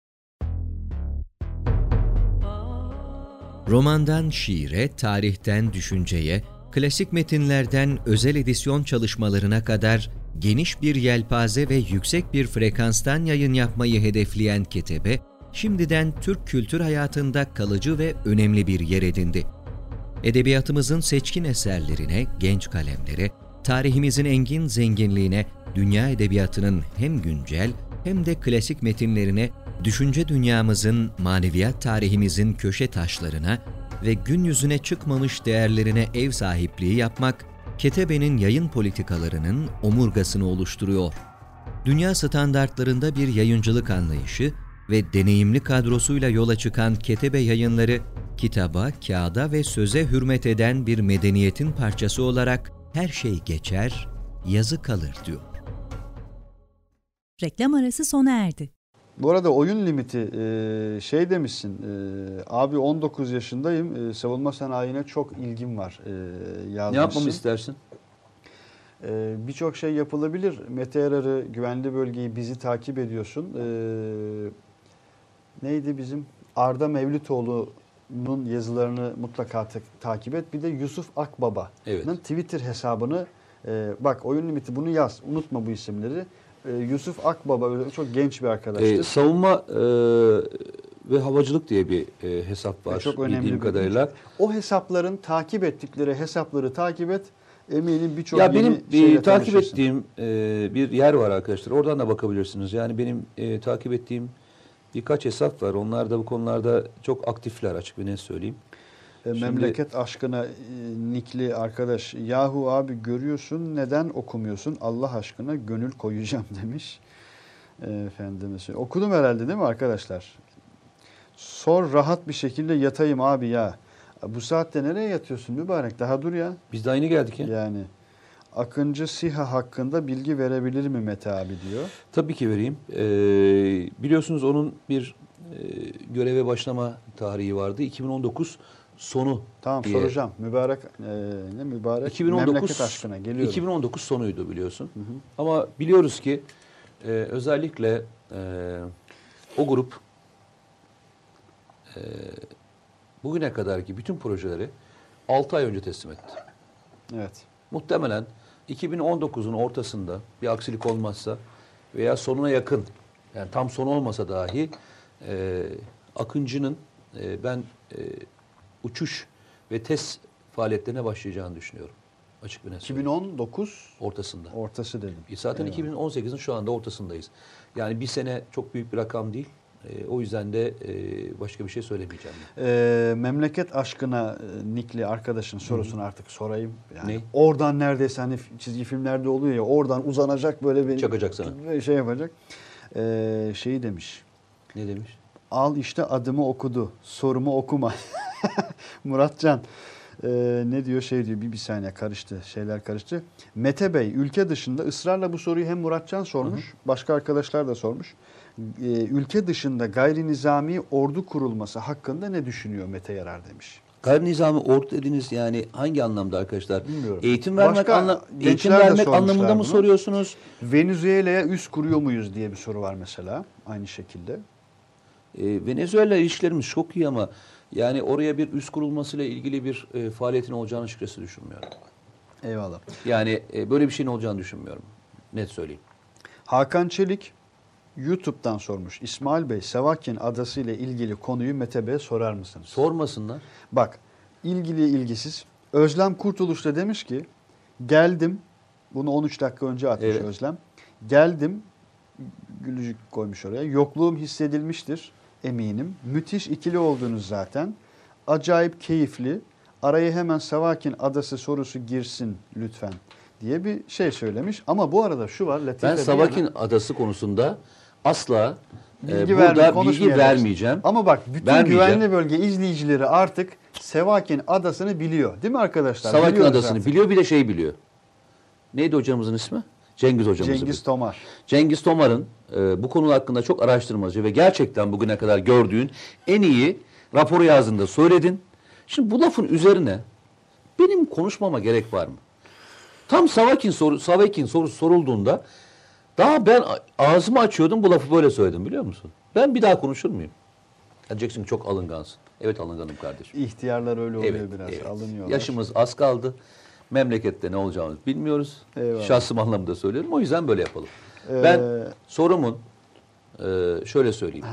Romandan şiire, tarihten düşünceye, klasik metinlerden özel edisyon çalışmalarına kadar geniş bir yelpaze ve yüksek bir frekanstan yayın yapmayı hedefleyen Ketebe, şimdiden Türk kültür hayatında kalıcı ve önemli bir yer edindi. Edebiyatımızın seçkin eserlerine, genç kalemlere, tarihimizin engin zenginliğine, dünya edebiyatının hem güncel hem de klasik metinlerine, düşünce dünyamızın, maneviyat tarihimizin köşe taşlarına ve gün yüzüne çıkmamış değerlerine ev sahipliği yapmak Ketebe'nin yayın politikalarının omurgasını oluşturuyor. Dünya standartlarında bir yayıncılık anlayışı ve deneyimli kadrosuyla yola çıkan Ketebe Yayınları, kitaba, kağıda ve söze hürmet eden bir medeniyetin parçası olarak her şey geçer, yazı kalır diyor. Reklam arası sona erdi. Bu arada oyun limiti e, şey demişsin, e, abi on dokuz yaşındayım, e, savunma sanayine çok ilgim var e, yazmışsın. Ne yapmamı istersin? E, Birçok şey yapılabilir. Mete Yarar'ı, güvenli bölgeyi, bizi takip ediyorsun. E, neydi bizim? Arda Mevlütoğlu'nun yazılarını mutlaka ta- takip et. Bir de Yusuf Akbaba'nın Evet. Twitter hesabını, e, bak oyun limiti bunu yaz, unutma bu isimleri. Yusuf Akbaba öyle çok genç bir arkadaştır. Ee, savunma e, ve havacılık diye bir e, hesap var. Çok önemli bildiğim bir kadarıyla. O hesapların takip ettikleri hesapları takip et. Eminim birçok Ya yeni benim şeyle bir takip tanışırsın. ettiğim e, bir yer var arkadaşlar. Oradan da bakabilirsiniz. Yani benim e, takip ettiğim birkaç hesap var. Onlar da bu konularda çok aktifler, açık bir net söyleyeyim. E, Şimdi- memleket aşkına e, nikli arkadaş. Yahu abi görüyorsun neden okumuyorsun? Allah aşkına gönül koyacağım demiş. E, efendime söyleyeyim. Okudum herhalde değil mi arkadaşlar? Sor rahat bir şekilde yatayım abi ya. Bu saatte nereye yatıyorsun mübarek? Daha dur ya. Biz de aynı geldik ya. Yani Akıncı SİHA hakkında bilgi verebilir mi Mete abi diyor. Tabii ki vereyim. Ee, biliyorsunuz onun bir e, göreve başlama tarihi vardı. iki bin on dokuz sonu. Tamam diye. soracağım. Mübarek e, ne mübarek? iki bin on dokuz Memleket aşkına geliyorum. iki bin on dokuz sonuydu biliyorsun. Hı hı. Ama biliyoruz ki e, özellikle e, o grup e, bugüne kadarki bütün projeleri altı ay önce teslim etti. Evet. Muhtemelen iki bin on dokuzun ortasında bir aksilik olmazsa veya sonuna yakın, yani tam son olmasa dahi e, Akıncı'nın e, ben e, uçuş ve test faaliyetlerine başlayacağını düşünüyorum. Açık bir net iki bin on dokuz ortasında. ortası dedim. E, zaten Eyvallah. iki bin on sekizin şu anda ortasındayız. Yani bir sene çok büyük bir rakam değil. E, o yüzden de e, başka bir şey söylemeyeceğim. Ee, memleket aşkına e, nikli arkadaşın sorusunu artık sorayım. Yani Ne? oradan neredeyse hani çizgi filmlerde oluyor ya oradan uzanacak böyle bir Çakacak sana. şey yapacak. Ee, şeyi demiş. Ne demiş? Al işte adımı okudu. Sorumu okuma. Muratcan e, ne diyor şey diyor bir, bir saniye karıştı şeyler karıştı. Mete Bey ülke dışında ısrarla bu soruyu hem Muratcan sormuş hı hı. başka arkadaşlar da sormuş. E, ülke dışında gayri nizami ordu kurulması hakkında ne düşünüyor Mete Yarar demiş. Gayri nizami ordu dediniz yani hangi anlamda arkadaşlar? Bilmiyorum. Eğitim vermek, Başka anla eğitim gençler de vermek sormuşlar anlamında mı bunu. soruyorsunuz? Venezuela'ya üs kuruyor muyuz diye bir soru var mesela aynı şekilde. Ee, Venezuela ilişkilerimiz çok iyi ama yani oraya bir üs kurulmasıyla ilgili bir e, faaliyetin olacağını açıkçası düşünmüyorum. Eyvallah. Yani e, böyle bir şeyin olacağını düşünmüyorum. Net söyleyeyim. Hakan Çelik YouTube'dan sormuş. İsmail Bey, Sevakin Adası ile ilgili konuyu Mete Bey'e sorar mısınız? Sormasınlar. Bak, ilgili ilgisiz. Özlem Kurtuluş da demiş ki, geldim, bunu on üç dakika önce atmış Evet. Özlem. Geldim, gülücük koymuş oraya. Yokluğum hissedilmiştir eminim. Müthiş ikili oldunuz zaten. Acayip keyifli. Araya hemen Sevakin Adası sorusu girsin lütfen diye bir şey söylemiş. Ama bu arada şu var. Latife Ben bir Savakin yana- Adası konusunda asla Bilgi e, verme, burada bilgi konuşmayacağız. vermeyeceğim. Ama bak bütün Vermeyeceğim. güvenli bölge izleyicileri artık Sevakin Adası'nı biliyor. Değil mi arkadaşlar? Savakin Biliyoruz Adası'nı artık. biliyor, bir de şey biliyor. Neydi hocamızın ismi? Cengiz hocamızı Cengiz biliyor. Tomar. Cengiz Tomar'ın e, bu konu hakkında çok araştırmacı ve gerçekten bugüne kadar gördüğün en iyi raporu yazdığında söyledin. Şimdi bu lafın üzerine benim konuşmama gerek var mı? Tam Savakin soru, Savakin sorusu sorulduğunda daha ben ağzımı açıyordum, bu lafı böyle söyledim biliyor musun? Ben bir daha konuşur muyum? Ya Jackson çok alıngansın. Evet alınganım kardeşim. İhtiyarlar öyle oluyor Evet, biraz. evet. Alınıyorlar. Yaşımız az kaldı. Memlekette ne olacağını bilmiyoruz. Eyvallah. Şahsım anlamda söylüyorum. O yüzden böyle yapalım. Ee, Ben sorumun e, şöyle söyleyeyim.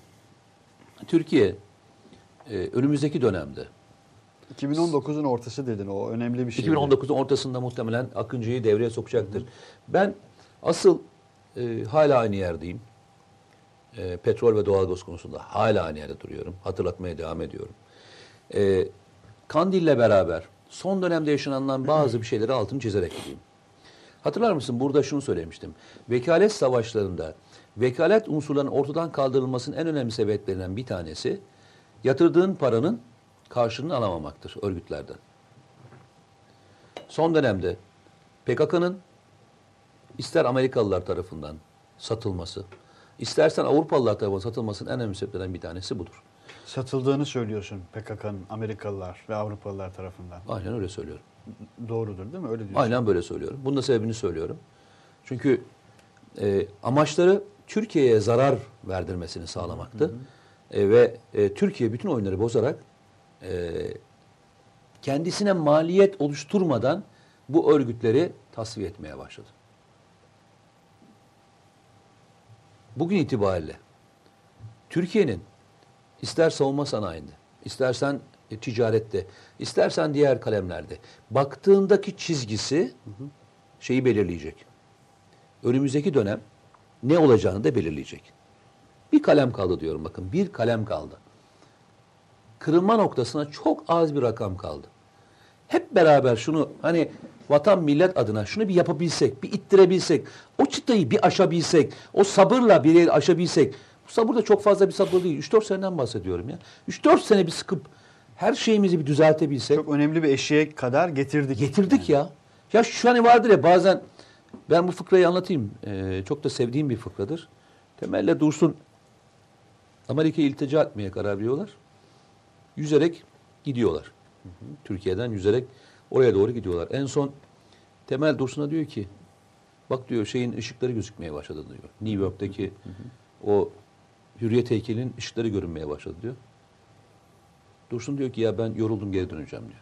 Türkiye e, önümüzdeki dönemde iki bin on dokuzun ortası dedin. O önemli bir şey. iki bin on dokuzun ortasında muhtemelen Akıncı'yı devreye sokacaktır. Ben asıl e, hala aynı yerdeyim. E, petrol ve doğalgaz konusunda hala aynı yerde duruyorum. Hatırlatmaya devam ediyorum. E, Kandil'le beraber son dönemde yaşanandan bazı bir şeyleri altını çizerek gideyim. Hatırlar mısın? Burada şunu söylemiştim. Vekalet savaşlarında vekalet unsurlarının ortadan kaldırılmasının en önemli sebeplerinden bir tanesi yatırdığın paranın karşılığını alamamaktır örgütlerden. Son dönemde P K K'nın ister Amerikalılar tarafından satılması, istersen Avrupalılar tarafından satılmasının en önemli sebeplerinden bir tanesi budur. Satıldığını söylüyorsun P K K'nın Amerikalılar ve Avrupalılar tarafından. Aynen öyle söylüyorum. Doğrudur değil mi? Öyle diyorsun. Aynen böyle söylüyorum. Bunun da sebebini söylüyorum. Çünkü e, amaçları Türkiye'ye zarar verdirmesini sağlamaktı. Hı hı. E, ve e, Türkiye bütün oyunları bozarak e, kendisine maliyet oluşturmadan bu örgütleri tasfiye etmeye başladı. Bugün itibariyle Türkiye'nin ister savunma sanayinde, istersen e, ticarette, istersen diğer kalemlerde baktığındaki çizgisi hı hı. şeyi belirleyecek. Önümüzdeki dönem ne olacağını da belirleyecek. Bir kalem kaldı diyorum bakın. Bir kalem kaldı. Kırılma noktasına çok az bir rakam kaldı. Hep beraber şunu hani vatan millet adına şunu bir yapabilsek, bir ittirebilsek, o çıtayı bir aşabilsek, o sabırla bir yeri aşabilsek. Bu sabır da çok fazla bir sabır değil. üç dört seneden bahsediyorum ya. üç dört sene bir sıkıp her şeyimizi bir düzeltebilsek. Çok önemli bir eşiğe kadar getirdik. Getirdik yani. ya. Ya şu hani vardır ya bazen ben bu fıkrayı anlatayım. Ee, çok da sevdiğim bir fıkradır. Temel'le Dursun Amerika'ya iltica etmeye karar veriyorlar. Yüzerek gidiyorlar. Hı hı. Türkiye'den yüzerek oraya doğru gidiyorlar. En son Temel Dursun'a diyor ki bak diyor şeyin ışıkları gözükmeye başladı diyor. New York'taki hı hı. o Hürriyet heykelinin ışıkları görünmeye başladı diyor. Dursun diyor ki ya ben yoruldum geri döneceğim diyor.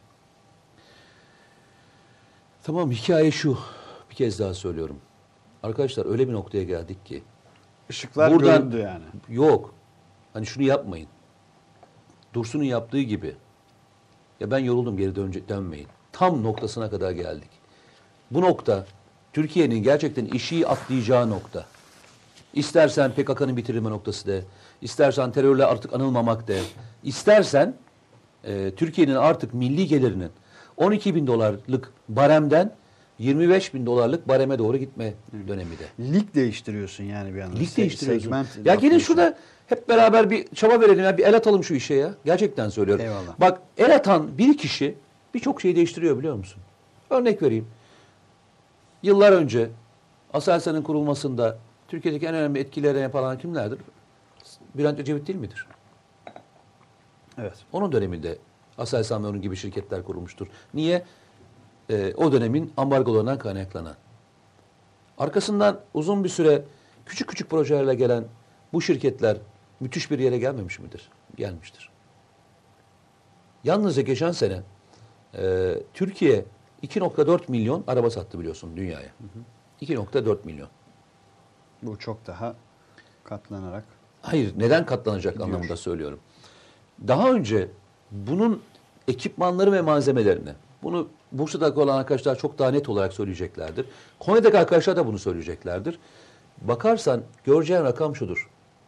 Tamam hikaye şu. Bir kez daha söylüyorum. Arkadaşlar öyle bir noktaya geldik ki. Işıklar buradan, göründü yani. Yok. Hani şunu yapmayın. Dursun'un yaptığı gibi. Ya ben yoruldum geri dönce, dönmeyin. Tam noktasına kadar geldik. Bu nokta Türkiye'nin gerçekten işi atlayacağı nokta. İstersen P K K'nın bitirilme noktası de. İstersen terörle artık anılmamak de. İstersen e, Türkiye'nin artık milli gelirinin on iki bin dolarlık baremden yirmi beş bin dolarlık bareme doğru gitme dönemi de. Lig değiştiriyorsun yani bir anda. Lig değiştiriyorsun. Segment ya gelin şurada hep beraber bir çaba verelim ya bir el atalım şu işe ya. Gerçekten söylüyorum. Eyvallah. Bak el atan bir kişi birçok şeyi değiştiriyor biliyor musun? Örnek vereyim. Yıllar önce Aselsan'ın kurulmasında Türkiye'deki en önemli etkileri yapan kimlerdir? Bülent Ecevit değil midir? Evet. Onun döneminde Aselsan ve onun gibi şirketler kurulmuştur. Niye? Ee, o dönemin ambargolarından kaynaklanan. Arkasından uzun bir süre küçük küçük projelerle gelen bu şirketler müthiş bir yere gelmemiş midir? Gelmiştir. Yalnızca geçen sene e, Türkiye iki nokta dört milyon araba sattı biliyorsun dünyaya. Hı hı. iki nokta dört milyon. Bu çok daha katlanarak. Hayır, neden katlanacak gidiyor anlamında söylüyorum. Daha önce bunun ekipmanları ve malzemelerini, bunu Bursa'daki olan arkadaşlar çok daha net olarak söyleyeceklerdir. Konya'daki arkadaşlar da bunu söyleyeceklerdir. Bakarsan göreceğin rakam şudur.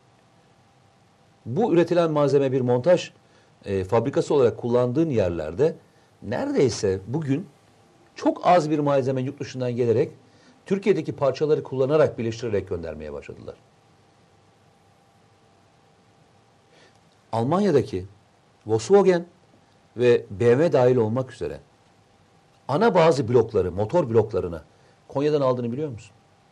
Bu üretilen malzeme bir montaj e, fabrikası olarak kullandığın yerlerde neredeyse bugün çok az bir malzeme yurt dışından gelerek Türkiye'deki parçaları kullanarak birleştirerek göndermeye başladılar. Almanya'daki Volkswagen ve B M W dahil olmak üzere ana bazı blokları, motor bloklarını Konya'dan aldığını biliyor musun?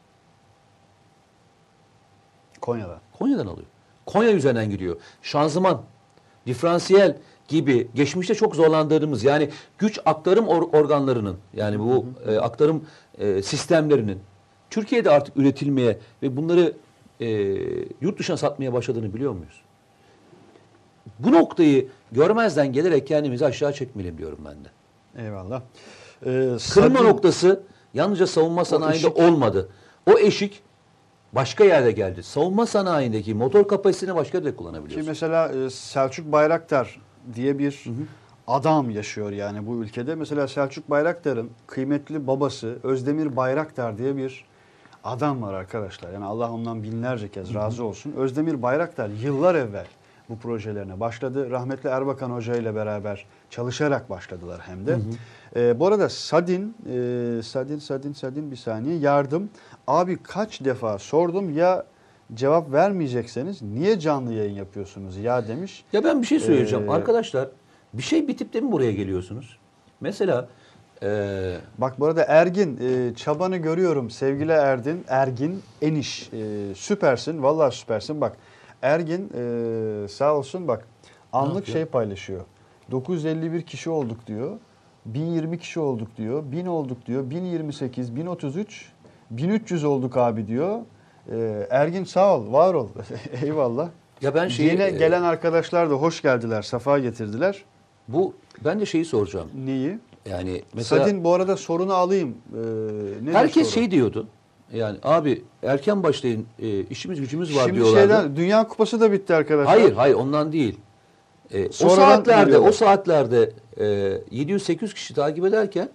Konya'dan. Konya'dan alıyor. Konya üzerinden gidiyor. Şanzıman, diferansiyel gibi geçmişte çok zorlandığımız yani güç aktarım or organlarının yani bu hı hı. E, aktarım e, sistemlerinin Türkiye'de artık üretilmeye ve bunları e, yurt dışına satmaya başladığını biliyor muyuz? Bu noktayı görmezden gelerek kendimizi aşağı çekmeyelim diyorum ben de. Eyvallah. Ee, Kırılma Sadri... noktası yalnızca savunma sanayinde olmadı. O eşik başka yerde geldi. Savunma sanayindeki motor kapasitesini başka yerde kullanabiliyorsun. Şimdi mesela Selçuk Bayraktar diye bir hı hı. adam yaşıyor yani bu ülkede. Mesela Selçuk Bayraktar'ın kıymetli babası Özdemir Bayraktar diye bir adam var arkadaşlar. Yani Allah ondan binlerce kez razı olsun. Özdemir Bayraktar yıllar evvel bu projelerine başladı. Rahmetli Erbakan Hoca ile beraber çalışarak başladılar hem de. Hı hı. Ee, bu arada Sadin, e, Sadin, Sadin, Sadin bir saniye yardım. Abi kaç defa sordum ya cevap vermeyecekseniz niye canlı yayın yapıyorsunuz ya demiş. Ya ben bir şey söyleyeceğim. Ee, Arkadaşlar bir şey bitip de mi buraya geliyorsunuz? Mesela e, bak bu arada Ergin e, çabanı görüyorum sevgili Erdin. Ergin Eniş e, süpersin vallahi süpersin. Bak Ergin e, sağ olsun bak anlık şey paylaşıyor. dokuz yüz elli bir kişi olduk diyor. bin yirmi kişi olduk diyor. bin olduk diyor. bin yirmi sekiz, bin otuz üç, bin üç yüz olduk abi diyor. Ee, Ergin sağ ol, var ol. Eyvallah. ya ben şeyi, Yine gelen arkadaşlar da hoş geldiler, safa getirdiler. Bu ben de şeyi soracağım. Neyi? Yani mesela Sadin bu arada sorunu alayım. Ee, nedir herkes soru? şey diyordu. Yani abi erken başlayın, e, işimiz gücümüz var Şimdi diyorlardı. şeyden, Dünya Kupası da bitti arkadaşlar. Hayır, hayır ondan değil. E, o Sonradan saatlerde, geliyorlar. o saatlerde e, yedi yüz sekiz yüz kişi takip ederken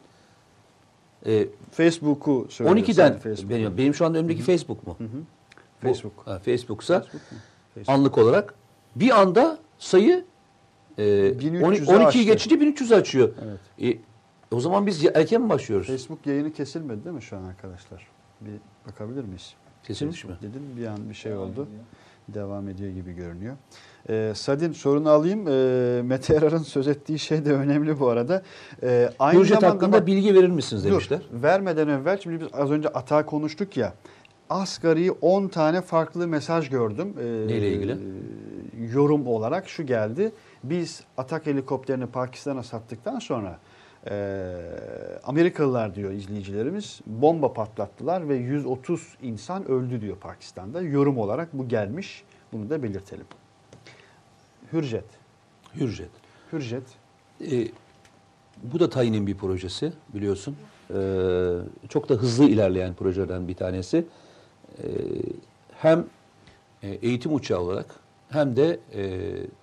e, Facebook'u söylüyor. on ikiden Facebook. benim, benim şu anda önümdeki Facebook mu? Hı hı. Bu- Facebook. ha, Facebook'sa Facebook mu? Facebook. anlık olarak bir anda sayı e, bin üç on- yüzü on ikiyi aştı. geçince bin üç yüz açıyor. Evet. E, o zaman biz erken mi başlıyoruz? Facebook yayını kesilmedi değil mi şu an arkadaşlar? Bir bakabilir miyiz? Kesilmiş mi? Dedim bir an bir şey oldu. Devam ediyor gibi görünüyor. Ee, Sadin sorunu alayım. Ee, Mete Yarar'ın söz ettiği şey de önemli bu arada. Ee, aynı Hürjet zamanda hakkında bak- bilgi verir misiniz Dur, demişler. vermeden evvel şimdi biz az önce Atak'ı konuştuk ya. Asgari on tane farklı mesaj gördüm. Ee, Neyle ilgili? Yorum olarak şu geldi. Biz Atak helikopterini Pakistan'a sattıktan sonra e, Amerikalılar diyor izleyicilerimiz bomba patlattılar ve yüz otuz insan öldü diyor Pakistan'da. Yorum olarak bu gelmiş. Bunu da belirtelim. Hürjet. Hürjet. Hürjet. E, bu da Tayin'in bir projesi biliyorsun. E, çok da hızlı ilerleyen projelerden bir tanesi. E, hem e, eğitim uçağı olarak hem de e,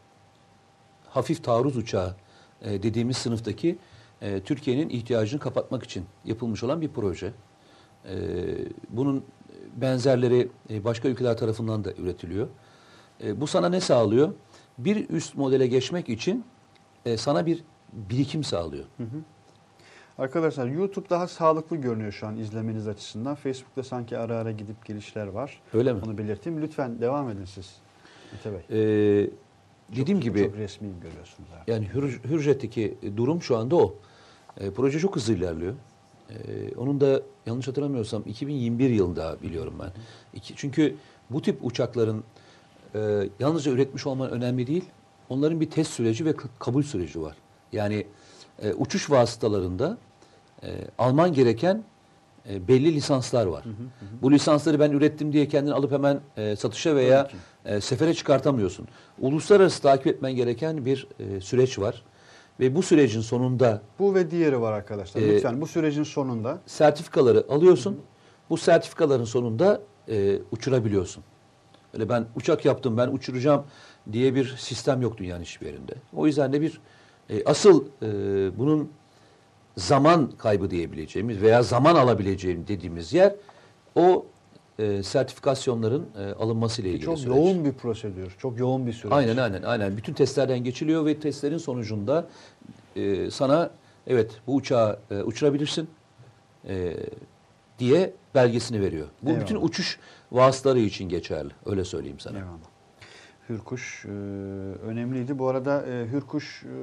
hafif taarruz uçağı e, dediğimiz sınıftaki e, Türkiye'nin ihtiyacını kapatmak için yapılmış olan bir proje. E, bunun benzerleri e, başka ülkeler tarafından da üretiliyor. E, bu sana ne sağlıyor? Bir üst modele geçmek için e, sana bir birikim sağlıyor. Hı hı. Arkadaşlar YouTube daha sağlıklı görünüyor şu an izlemeniz açısından. Facebook'ta sanki ara ara gidip gelişler var. Öyle mi? Onu belirteyim. Lütfen devam edin siz. Mete Bey. Ee, dediğim çok, gibi çok resmi görüyorsunuz artık. yani Hür, Hürjet'teki durum şu anda o. E, proje çok hızlı ilerliyor. E, onun da yanlış hatırlamıyorsam iki bin yirmi bir yılında biliyorum ben. İki, çünkü bu tip uçakların e, yalnızca üretmiş olman önemli değil. Onların bir test süreci ve k- kabul süreci var. Yani e, uçuş vasıtalarında e, alman gereken e, belli lisanslar var. Hı hı hı. Bu lisansları ben ürettim diye kendini alıp hemen e, satışa veya e, sefere çıkartamıyorsun. Uluslararası takip etmen gereken bir e, süreç var. Ve bu sürecin sonunda Bu ve diğeri var arkadaşlar. Ee, Lütfen bu sürecin sonunda sertifikaları alıyorsun. Hı hı. Bu sertifikaların sonunda e, uçurabiliyorsun. Öyle ben uçak yaptım, ben uçuracağım diye bir sistem yok dünyanın hiçbir yerinde. O yüzden de bir e, asıl e, bunun zaman kaybı diyebileceğimiz veya zaman alabileceğim dediğimiz yer o e, sertifikasyonların e, alınması ile ilgili çok süreç. yoğun bir prosedür. Çok yoğun bir süreç. Aynen aynen aynen. Bütün testlerden geçiliyor ve testlerin sonucunda e, sana evet bu uçağı e, uçurabilirsin e, diye belgesini veriyor. Bu Eyvallah. bütün uçuş vasıtaları için geçerli. Öyle söyleyeyim sana. Eyvallah. Hürkuş e, önemliydi. Bu arada e, Hürkuş e,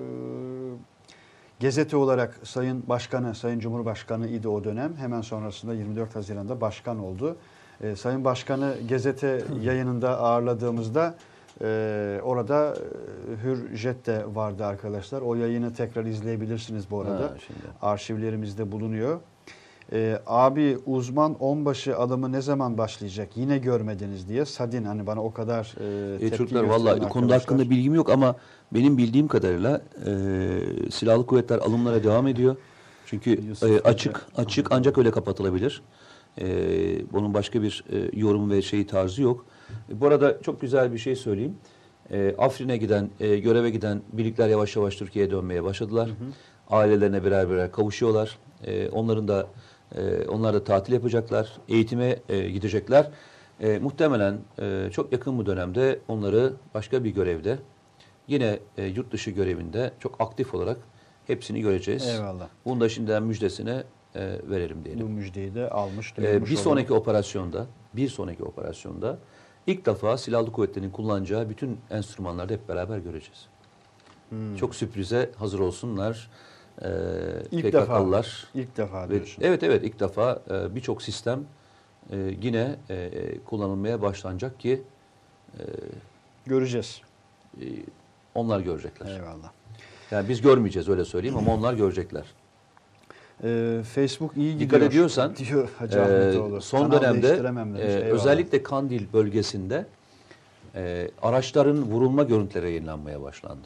Gezete olarak Sayın Başkanı, Sayın Cumhurbaşkanı idi o dönem. Hemen sonrasında yirmi dört Haziran'da başkan oldu. E, Sayın Başkanı Gezete yayınında ağırladığımızda e, orada e, Hürjet de vardı arkadaşlar. O yayını tekrar izleyebilirsiniz bu arada. Ha, şimdi. Arşivlerimizde bulunuyor. Ee, abi uzman onbaşı alımı ne zaman başlayacak? Yine görmediniz diye. Sadin hani bana o kadar e, E, tepki çocuklar gösteren vallahi konuda arkadaşlar. hakkında bilgim yok ama benim bildiğim kadarıyla e, silahlı kuvvetler alımlara devam ediyor. Çünkü e, açık açık ancak öyle kapatılabilir. E, bunun başka bir e, yorum ve şeyi tarzı yok. E, bu arada çok güzel bir şey söyleyeyim. E, Afrin'e giden, e, göreve giden birlikler yavaş yavaş Türkiye'ye dönmeye başladılar. Hı hı. Ailelerine birer birer kavuşuyorlar. E, onların da e, onlar da tatil yapacaklar, eğitime e, gidecekler. E, muhtemelen e, çok yakın bu dönemde onları başka bir görevde yine e, yurt dışı görevinde çok aktif olarak hepsini göreceğiz. Eyvallah. Bunu da şimdiden müjdesine e, verelim diyelim. Bu müjdeyi de almış. Ee, duyurmuş bir olalım. sonraki operasyonda, bir sonraki operasyonda ilk defa silahlı kuvvetlerin kullanacağı bütün enstrümanları hep beraber göreceğiz. Hmm. Çok sürprize hazır olsunlar. Ee, İlk P K K'lılar. defa. İlk defa Ve, diyorsun. evet evet ilk defa e, birçok sistem e, yine e, kullanılmaya başlanacak ki e, Göreceğiz. e, onlar görecekler. Eyvallah. Yani biz görmeyeceğiz öyle söyleyeyim ama onlar görecekler. Ee, Facebook iyi gidiyor. Dikkat ediyorsan diyor Hacı Ahmet e, Oğlu. son Kanal dönemde değiştiremem e, demiş. Eyvallah. özellikle Kandil bölgesinde e, araçların vurulma görüntüleri yayınlanmaya başlandı.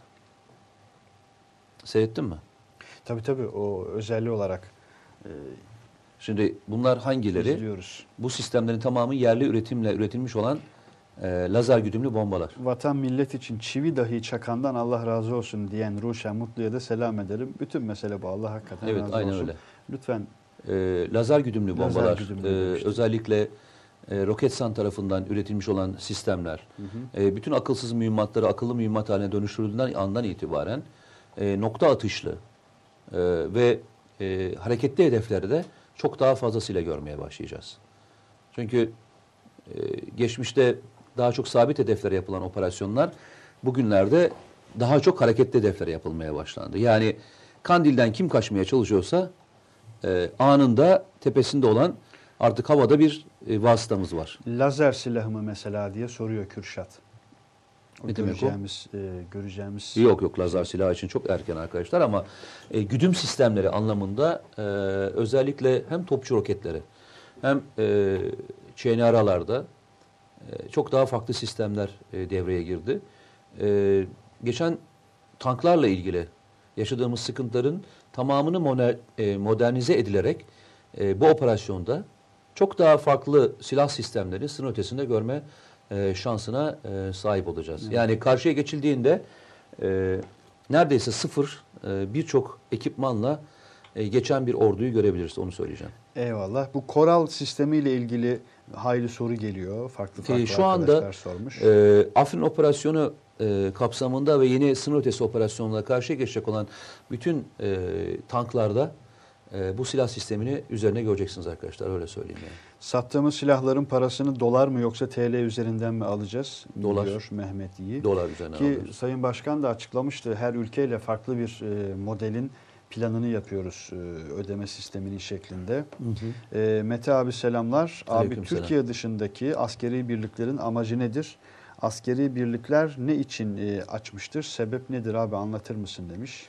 Seyrettin mi? Tabii tabii o özelliği olarak e, Şimdi bunlar hangileri? izliyoruz. Bu sistemlerin tamamı yerli üretimle üretilmiş olan e, lazer güdümlü bombalar. Vatan millet için çivi dahi çakandan Allah razı olsun diyen Ruşen Mutlu'ya da selam ederim. Bütün mesele bu. Allah hakikaten Evet, razı aynen olsun. öyle. Lütfen E, lazer güdümlü Lazer bombalar, güdümlü e, demiştim. özellikle e, Roketsan tarafından üretilmiş olan sistemler, e, bütün akılsız mühimmatları akıllı mühimmat haline dönüştürüldüğünden andan itibaren e, nokta atışlı e, ve e, hareketli hedefleri de çok daha fazlasıyla görmeye başlayacağız. Çünkü e, geçmişte daha çok sabit hedeflere yapılan operasyonlar bugünlerde daha çok hareketli hedeflere yapılmaya başlandı. Yani Kandil'den kim kaçmaya çalışıyorsa e, anında tepesinde olan artık havada bir e, vasıtamız var. lazer silahı mı mesela diye soruyor Kürşat. O Ne demek o? göreceğimiz, e, göreceğimiz Yok yok lazer silahı için çok erken arkadaşlar ama e, güdüm sistemleri anlamında e, özellikle hem topçu roketleri hem e, Ç N R'larda e, çok daha farklı sistemler e, devreye girdi. E, geçen tanklarla ilgili yaşadığımız sıkıntıların tamamını moder, e, modernize edilerek e, bu operasyonda çok daha farklı silah sistemleri sınır ötesinde görme e, şansına e, sahip olacağız. Evet. Yani karşıya geçildiğinde e, neredeyse sıfır e, birçok ekipmanla e, geçen bir orduyu görebiliriz, onu söyleyeceğim. Eyvallah. Bu Koral sistemiyle ilgili hayli soru geliyor. Farklı farklı E, şu arkadaşlar anda sormuş. e, Afrin operasyonu e, kapsamında ve yeni sınır ötesi operasyonla karşıya geçecek olan bütün e, tanklarda e, bu silah sistemini üzerine göreceksiniz arkadaşlar, öyle söyleyeyim yani. Sattığımız silahların parasını dolar mı yoksa T L üzerinden mi alacağız? Dolar. Diyor Mehmet Yiğit. Dolar üzerine Ki alıyoruz. Sayın Başkan da açıklamıştı. Her ülkeyle farklı bir e, modelin planını yapıyoruz e, ödeme sisteminin şeklinde. Hı hı. E, Mete abi selamlar. Abi Aleykümselam. Türkiye dışındaki askeri birliklerin amacı nedir? Askeri birlikler ne için e, açmıştır? Sebep nedir abi, anlatır mısın demiş.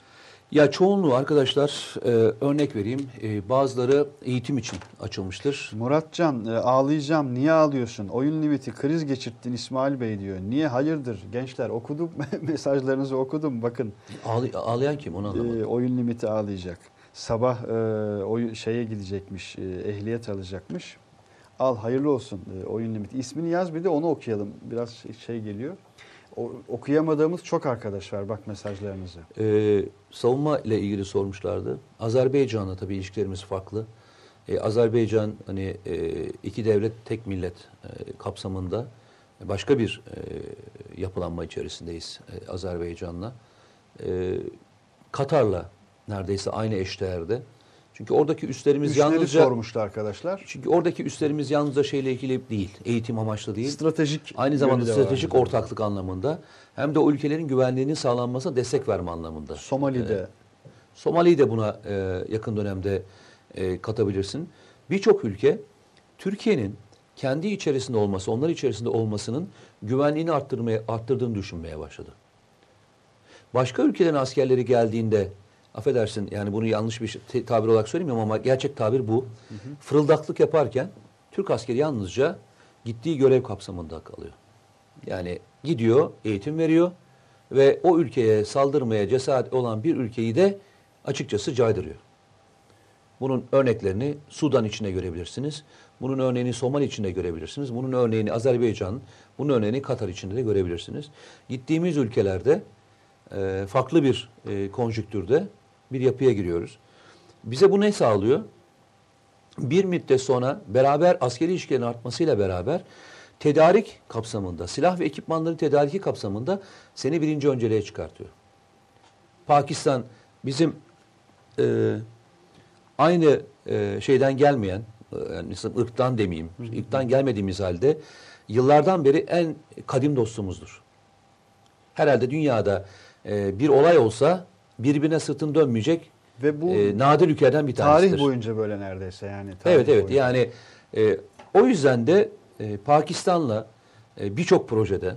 Ya çoğunluğu arkadaşlar e, örnek vereyim. E, bazıları eğitim için açılmıştır. Muratcan e, ağlayacağım, niye ağlıyorsun? Oyun limiti kriz geçirttin İsmail Bey diyor. Niye? Hayırdır gençler, okudum mesajlarınızı okudum bakın. Ağlay- ağlayan kim, onu anlamadım. E, oyun limiti ağlayacak. Sabah e, oy, şeye gidecekmiş, e, ehliyet alacakmış. Al hayırlı olsun e, oyun limiti. İsmini yaz, bir de onu okuyalım. Biraz şey geliyor. O, okuyamadığımız çok arkadaş var, bak mesajlarınızı. Ee, savunma ile ilgili sormuşlardı. Azerbaycan'la tabii ilişkilerimiz farklı. Ee, Azerbaycan hani e, iki devlet tek millet e, kapsamında başka bir e, yapılanma içerisindeyiz e, Azerbaycan'la. E, Katar'la neredeyse aynı eşdeğerde. Çünkü oradaki üslerimiz Üstleri yalnızca sormuştu arkadaşlar. çünkü oradaki üslerimiz yalnızca şeyle ilgili değil, eğitim amaçlı değil. Stratejik Aynı zamanda yönü de var. stratejik ortaklık anlamında hem de o ülkelerin güvenliğinin sağlanmasına destek verme anlamında. Somali'de. Ee, Somali'yi de buna e, yakın dönemde e, katabilirsin. Birçok ülke Türkiye'nin kendi içerisinde olması, onlar içerisinde olmasının güvenliğini arttırmaya, arttırdığını düşünmeye başladı. Başka ülkelerin askerleri geldiğinde, affedersin yani bunu yanlış bir te- tabir olarak söylemiyorum ama gerçek tabir bu. Hı hı. Fırıldaklık yaparken Türk askeri yalnızca gittiği görev kapsamında kalıyor. Yani gidiyor, eğitim veriyor ve o ülkeye saldırmaya cesaret olan bir ülkeyi de açıkçası caydırıyor. Bunun örneklerini Sudan içinde görebilirsiniz. Bunun örneğini Somali içinde görebilirsiniz. Bunun örneğini Azerbaycan, bunun örneğini Katar içinde de görebilirsiniz. Gittiğimiz ülkelerde e, farklı bir e, konjüktürde bir yapıya giriyoruz. Bize bu ne sağlıyor? Bir müddet sonra beraber askeri ilişkilerin artmasıyla beraber tedarik kapsamında, silah ve ekipmanların tedariki kapsamında seni birinci önceliğe çıkartıyor. Pakistan bizim e, aynı e, şeyden gelmeyen, yani mesela ırktan demeyeyim, hı hı. ırktan gelmediğimiz halde yıllardan beri en kadim dostumuzdur. Herhalde dünyada e, bir olay olsa birbirine sırtın dönmeyecek ve bu e, nadir ülkelerden bir tanesidir. Tarih boyunca böyle neredeyse yani. Tarih Evet evet boyunca. yani e, o yüzden de e, Pakistan'la e, birçok projede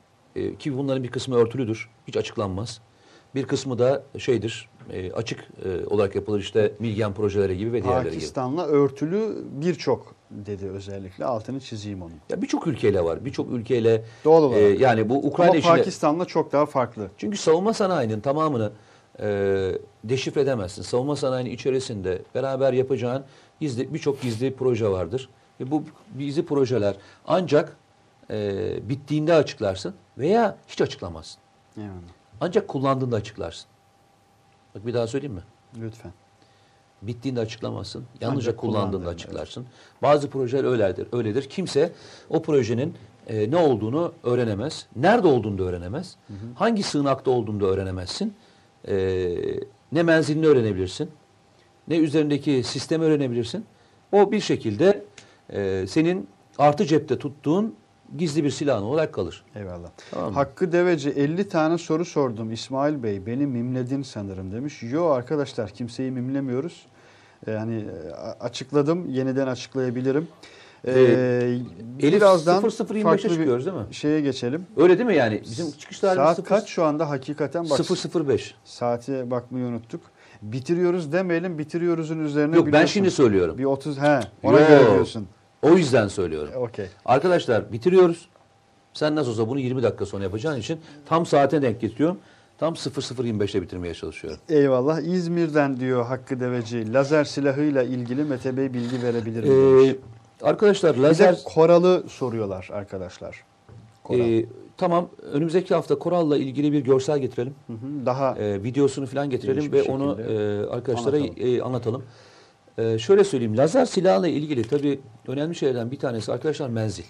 e, ki bunların bir kısmı örtülüdür, hiç açıklanmaz. Bir kısmı da şeydir, e, açık e, olarak yapılır işte Milgen projeleri gibi ve diğerleri gibi. Pakistan'la örtülü birçok dedi özellikle, altını çizeyim onu. Ya birçok ülkeyle var, birçok ülkeyle. Doğal olarak. E, yani bu Ukrayna Ama işine, Pakistan'la çok daha farklı. çünkü savunma sanayinin tamamını e, deşifre edemezsin. Savunma sanayinin içerisinde beraber yapacağın gizli birçok gizli proje vardır. Ve bu gizli projeler ancak e, bittiğinde açıklarsın veya hiç açıklamazsın. Yani. Ancak kullandığında açıklarsın. Bak bir daha söyleyeyim mi? Lütfen. Bittiğinde açıklamazsın. Yalnızca Ancak kullandığında kullandığında, açıklarsın. Evet. Bazı projeler öyledir. Öyledir. Kimse o projenin e, ne olduğunu öğrenemez. Nerede olduğunu da öğrenemez. Hı hı. Hangi sığınakta olduğunu da öğrenemezsin. E, ne menzilini öğrenebilirsin. Ne üzerindeki sistemi öğrenebilirsin. O bir şekilde e, senin artı cepte tuttuğun gizli bir silahın olarak kalır. Eyvallah. Tamam. Hakkı Deveci elli tane soru sordum İsmail Bey. Beni mimledin sanırım demiş. Yo arkadaşlar, kimseyi mimlemiyoruz. Yani açıkladım, yeniden açıklayabilirim. Ee, ee, Elif birazdan sıfır sıfır yirmi beşe çıkıyoruz değil mi? Şeye geçelim. Öyle değil mi yani? Bizim çıkış tarihimiz Saat kaç şu anda hakikaten? Bak, sıfır sıfır beş. Saate bakmayı unuttuk. Bitiriyoruz demeyelim, bitiriyoruzun üzerine Yok, ben biliyorsun. şimdi söylüyorum. Bir otuz he ona Yo, göre diyorsun. O yüzden söylüyorum. Okey. Arkadaşlar bitiriyoruz. Sen nasıl olsa bunu yirmi dakika sonra yapacağın için tam saate denk getiriyorum. Tam sıfır sıfır yirmi beşte bitirmeye çalışıyorum. Eyvallah. İzmir'den diyor Hakkı Deveci. Lazer silahıyla ilgili Mete Bey bilgi verebilir mi? Ee, demiş. arkadaşlar Bir lazer... de Koral'ı soruyorlar arkadaşlar. Koral. Ee, tamam. Önümüzdeki hafta Koral'la ilgili bir görsel getirelim. Hı hı, daha Ee, videosunu falan getirelim geniş ve bir onu şekilde e, arkadaşlara anlatalım. e, anlatalım. Ee, şöyle söyleyeyim. Lazer silahla ilgili tabii önemli şeylerden bir tanesi arkadaşlar menzil.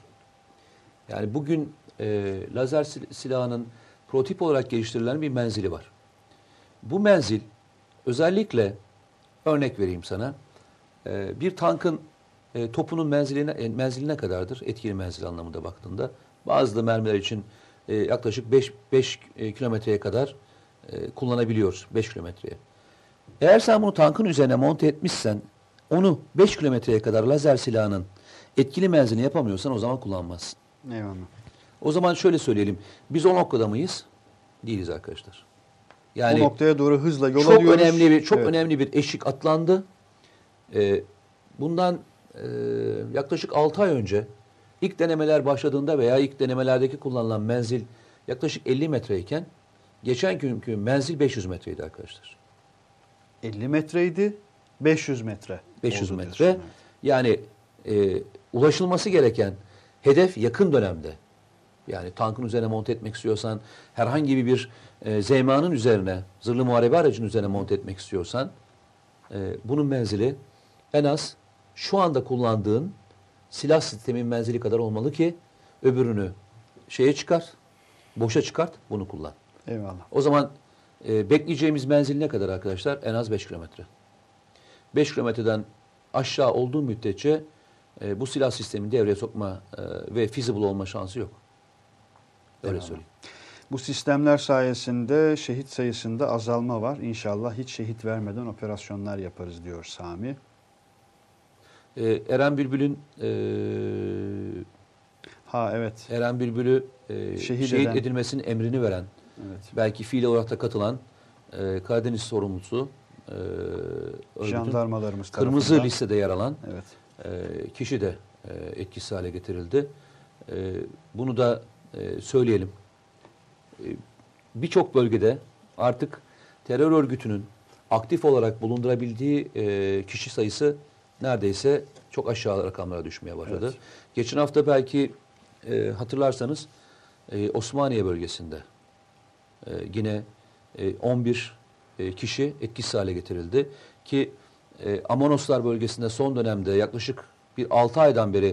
Yani bugün e, lazer sil- silahının prototip olarak geliştirilen bir menzili var. Bu menzil özellikle örnek vereyim sana. E, bir tankın e, topunun menziline, e, menziline kadardır. Etkili menzil anlamında baktığında. Bazı mermiler için e, yaklaşık beş kilometreye kadar e, kullanabiliyoruz. beş kilometreye. Eğer sen bunu tankın üzerine monte etmişsen onu beş kilometreye kadar lazer silahının etkili menzilini yapamıyorsan o zaman kullanmazsın. eyvallah. O zaman şöyle söyleyelim. Biz o noktada mıyız? Değiliz arkadaşlar. Yani o noktaya doğru hızla yol çok alıyoruz. önemli bir çok Evet. önemli bir eşik atlandı. Ee, bundan e, yaklaşık altı ay önce ilk denemeler başladığında veya ilk denemelerdeki kullanılan menzil yaklaşık elli metreyken geçen günkü menzil beş yüz metreydi arkadaşlar. elli metreydi, beş yüz metre. beş yüz oldu metre. diyorsun, evet. Yani e, ulaşılması gereken hedef yakın dönemde. Yani tankın üzerine monte etmek istiyorsan, herhangi bir e, zeymanın üzerine, zırhlı muharebe aracının üzerine monte etmek istiyorsan, e, bunun menzili en az şu anda kullandığın silah sistemin menzili kadar olmalı ki öbürünü şeye çıkart, boşa çıkart, bunu kullan. Eyvallah. O zaman e, bekleyeceğimiz menzil ne kadar arkadaşlar? En az beş kilometre. beş kilometreden aşağı olduğu müddetçe e, bu silah sistemini devreye sokma e, ve feasible olma şansı yok. Öyle Eyvallah. söyleyeyim. Bu sistemler sayesinde şehit sayısında azalma var. İnşallah hiç şehit vermeden operasyonlar yaparız diyor Sami. Ee, Eren Bülbül'ün e, Ha evet. Eren Bülbül'ü e, Şehit şehit eden. edilmesinin emrini veren, Evet. belki fiil olarak da katılan e, Karadeniz sorumlusu, e, örgütün Jandarmalarımız kırmızı tarafından. listede yer alan Evet. e, kişi de e, etkisiz hale getirildi. E, bunu da e, söyleyelim. E, Birçok bölgede artık terör örgütünün aktif olarak bulundurabildiği e, kişi sayısı neredeyse çok aşağı rakamlara düşmeye başladı. Evet. Geçen hafta belki e, hatırlarsanız e, Osmaniye bölgesinde e, yine e, on bir e, kişi etkisiz hale getirildi. Ki e, Amonoslar bölgesinde son dönemde yaklaşık bir altı aydan beri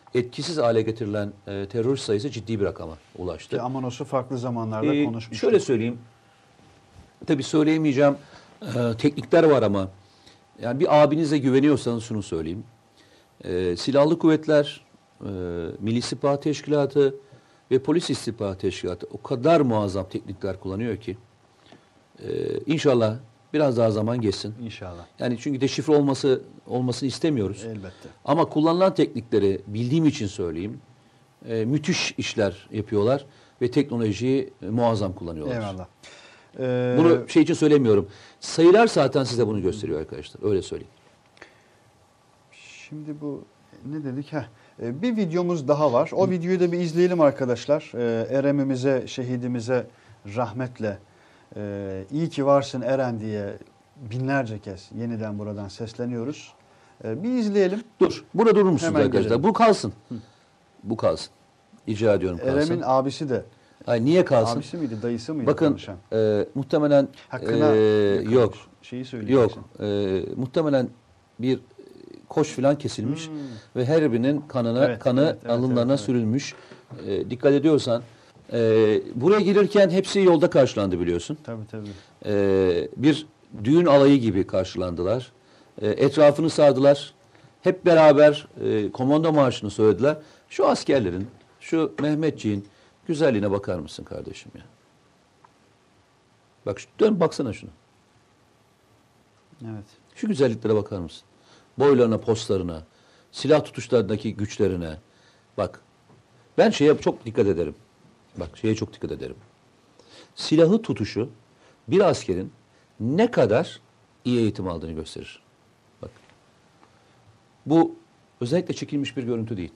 etkisiz hale getirilen e, terörist sayısı ciddi bir rakama ulaştı. Ki Amanos'u farklı zamanlarda Ee, konuşmuştuk. şöyle söyleyeyim. Tabii söyleyemeyeceğim e, teknikler var ama yani bir abinize güveniyorsanız şunu söyleyeyim. E, Silahlı Kuvvetler, e, Milli İstihbarat Teşkilatı ve Polis İstihbarat Teşkilatı o kadar muazzam teknikler kullanıyor ki e, inşallah biraz daha zaman geçsin. İnşallah. Yani çünkü deşifre olması olmasını istemiyoruz. Elbette. Ama kullanılan teknikleri bildiğim için söyleyeyim. E, müthiş işler yapıyorlar ve teknolojiyi e, muazzam kullanıyorlar. Eyvallah. Ee, Bunu şey için söylemiyorum. Sayılar zaten size bunu gösteriyor arkadaşlar. Öyle söyleyeyim. Şimdi bu ne dedik? Heh. Ee, bir videomuz daha var. O videoyu da bir izleyelim arkadaşlar. Ee, Erem'imize, şehidimize rahmetle e, iyi ki varsın Eren diye binlerce kez yeniden buradan sesleniyoruz. Ee, bir izleyelim. Dur. Burada durur musunuz Hemen arkadaşlar? gelelim. Bu kalsın. Bu kalsın. Rica ediyorum kalsın. Erem'in abisi de. Ay, niye kalsın? Abisi miydi, dayısı mıydı Bakın konuşan? e, muhtemelen Ha, kına e, yakılmış. yok. Şeyi Yok. söyleyeceksin. E, muhtemelen bir koş filan kesilmiş Hmm. ve her birinin kanına Evet, kanı evet, evet, alınlarına evet, evet. sürülmüş. E, dikkat ediyorsan e, buraya gelirken hepsi yolda karşılandı biliyorsun. Tabii tabii. E, bir düğün alayı gibi karşılandılar. E, etrafını sardılar. Hep beraber e, komando marşını söylediler. Şu askerlerin, şu Mehmetçiğin güzelliğine bakar mısın kardeşim ya? Bak şu- dön baksana şuna. Evet. Şu güzelliklere bakar mısın? Boylarına, postlarına, silah tutuşlarındaki güçlerine. Bak ben şeye çok dikkat ederim. Bak şeye çok dikkat ederim. Silahı tutuşu bir askerin ne kadar iyi eğitim aldığını gösterir. Bak. Bu özellikle çekilmiş bir görüntü değil.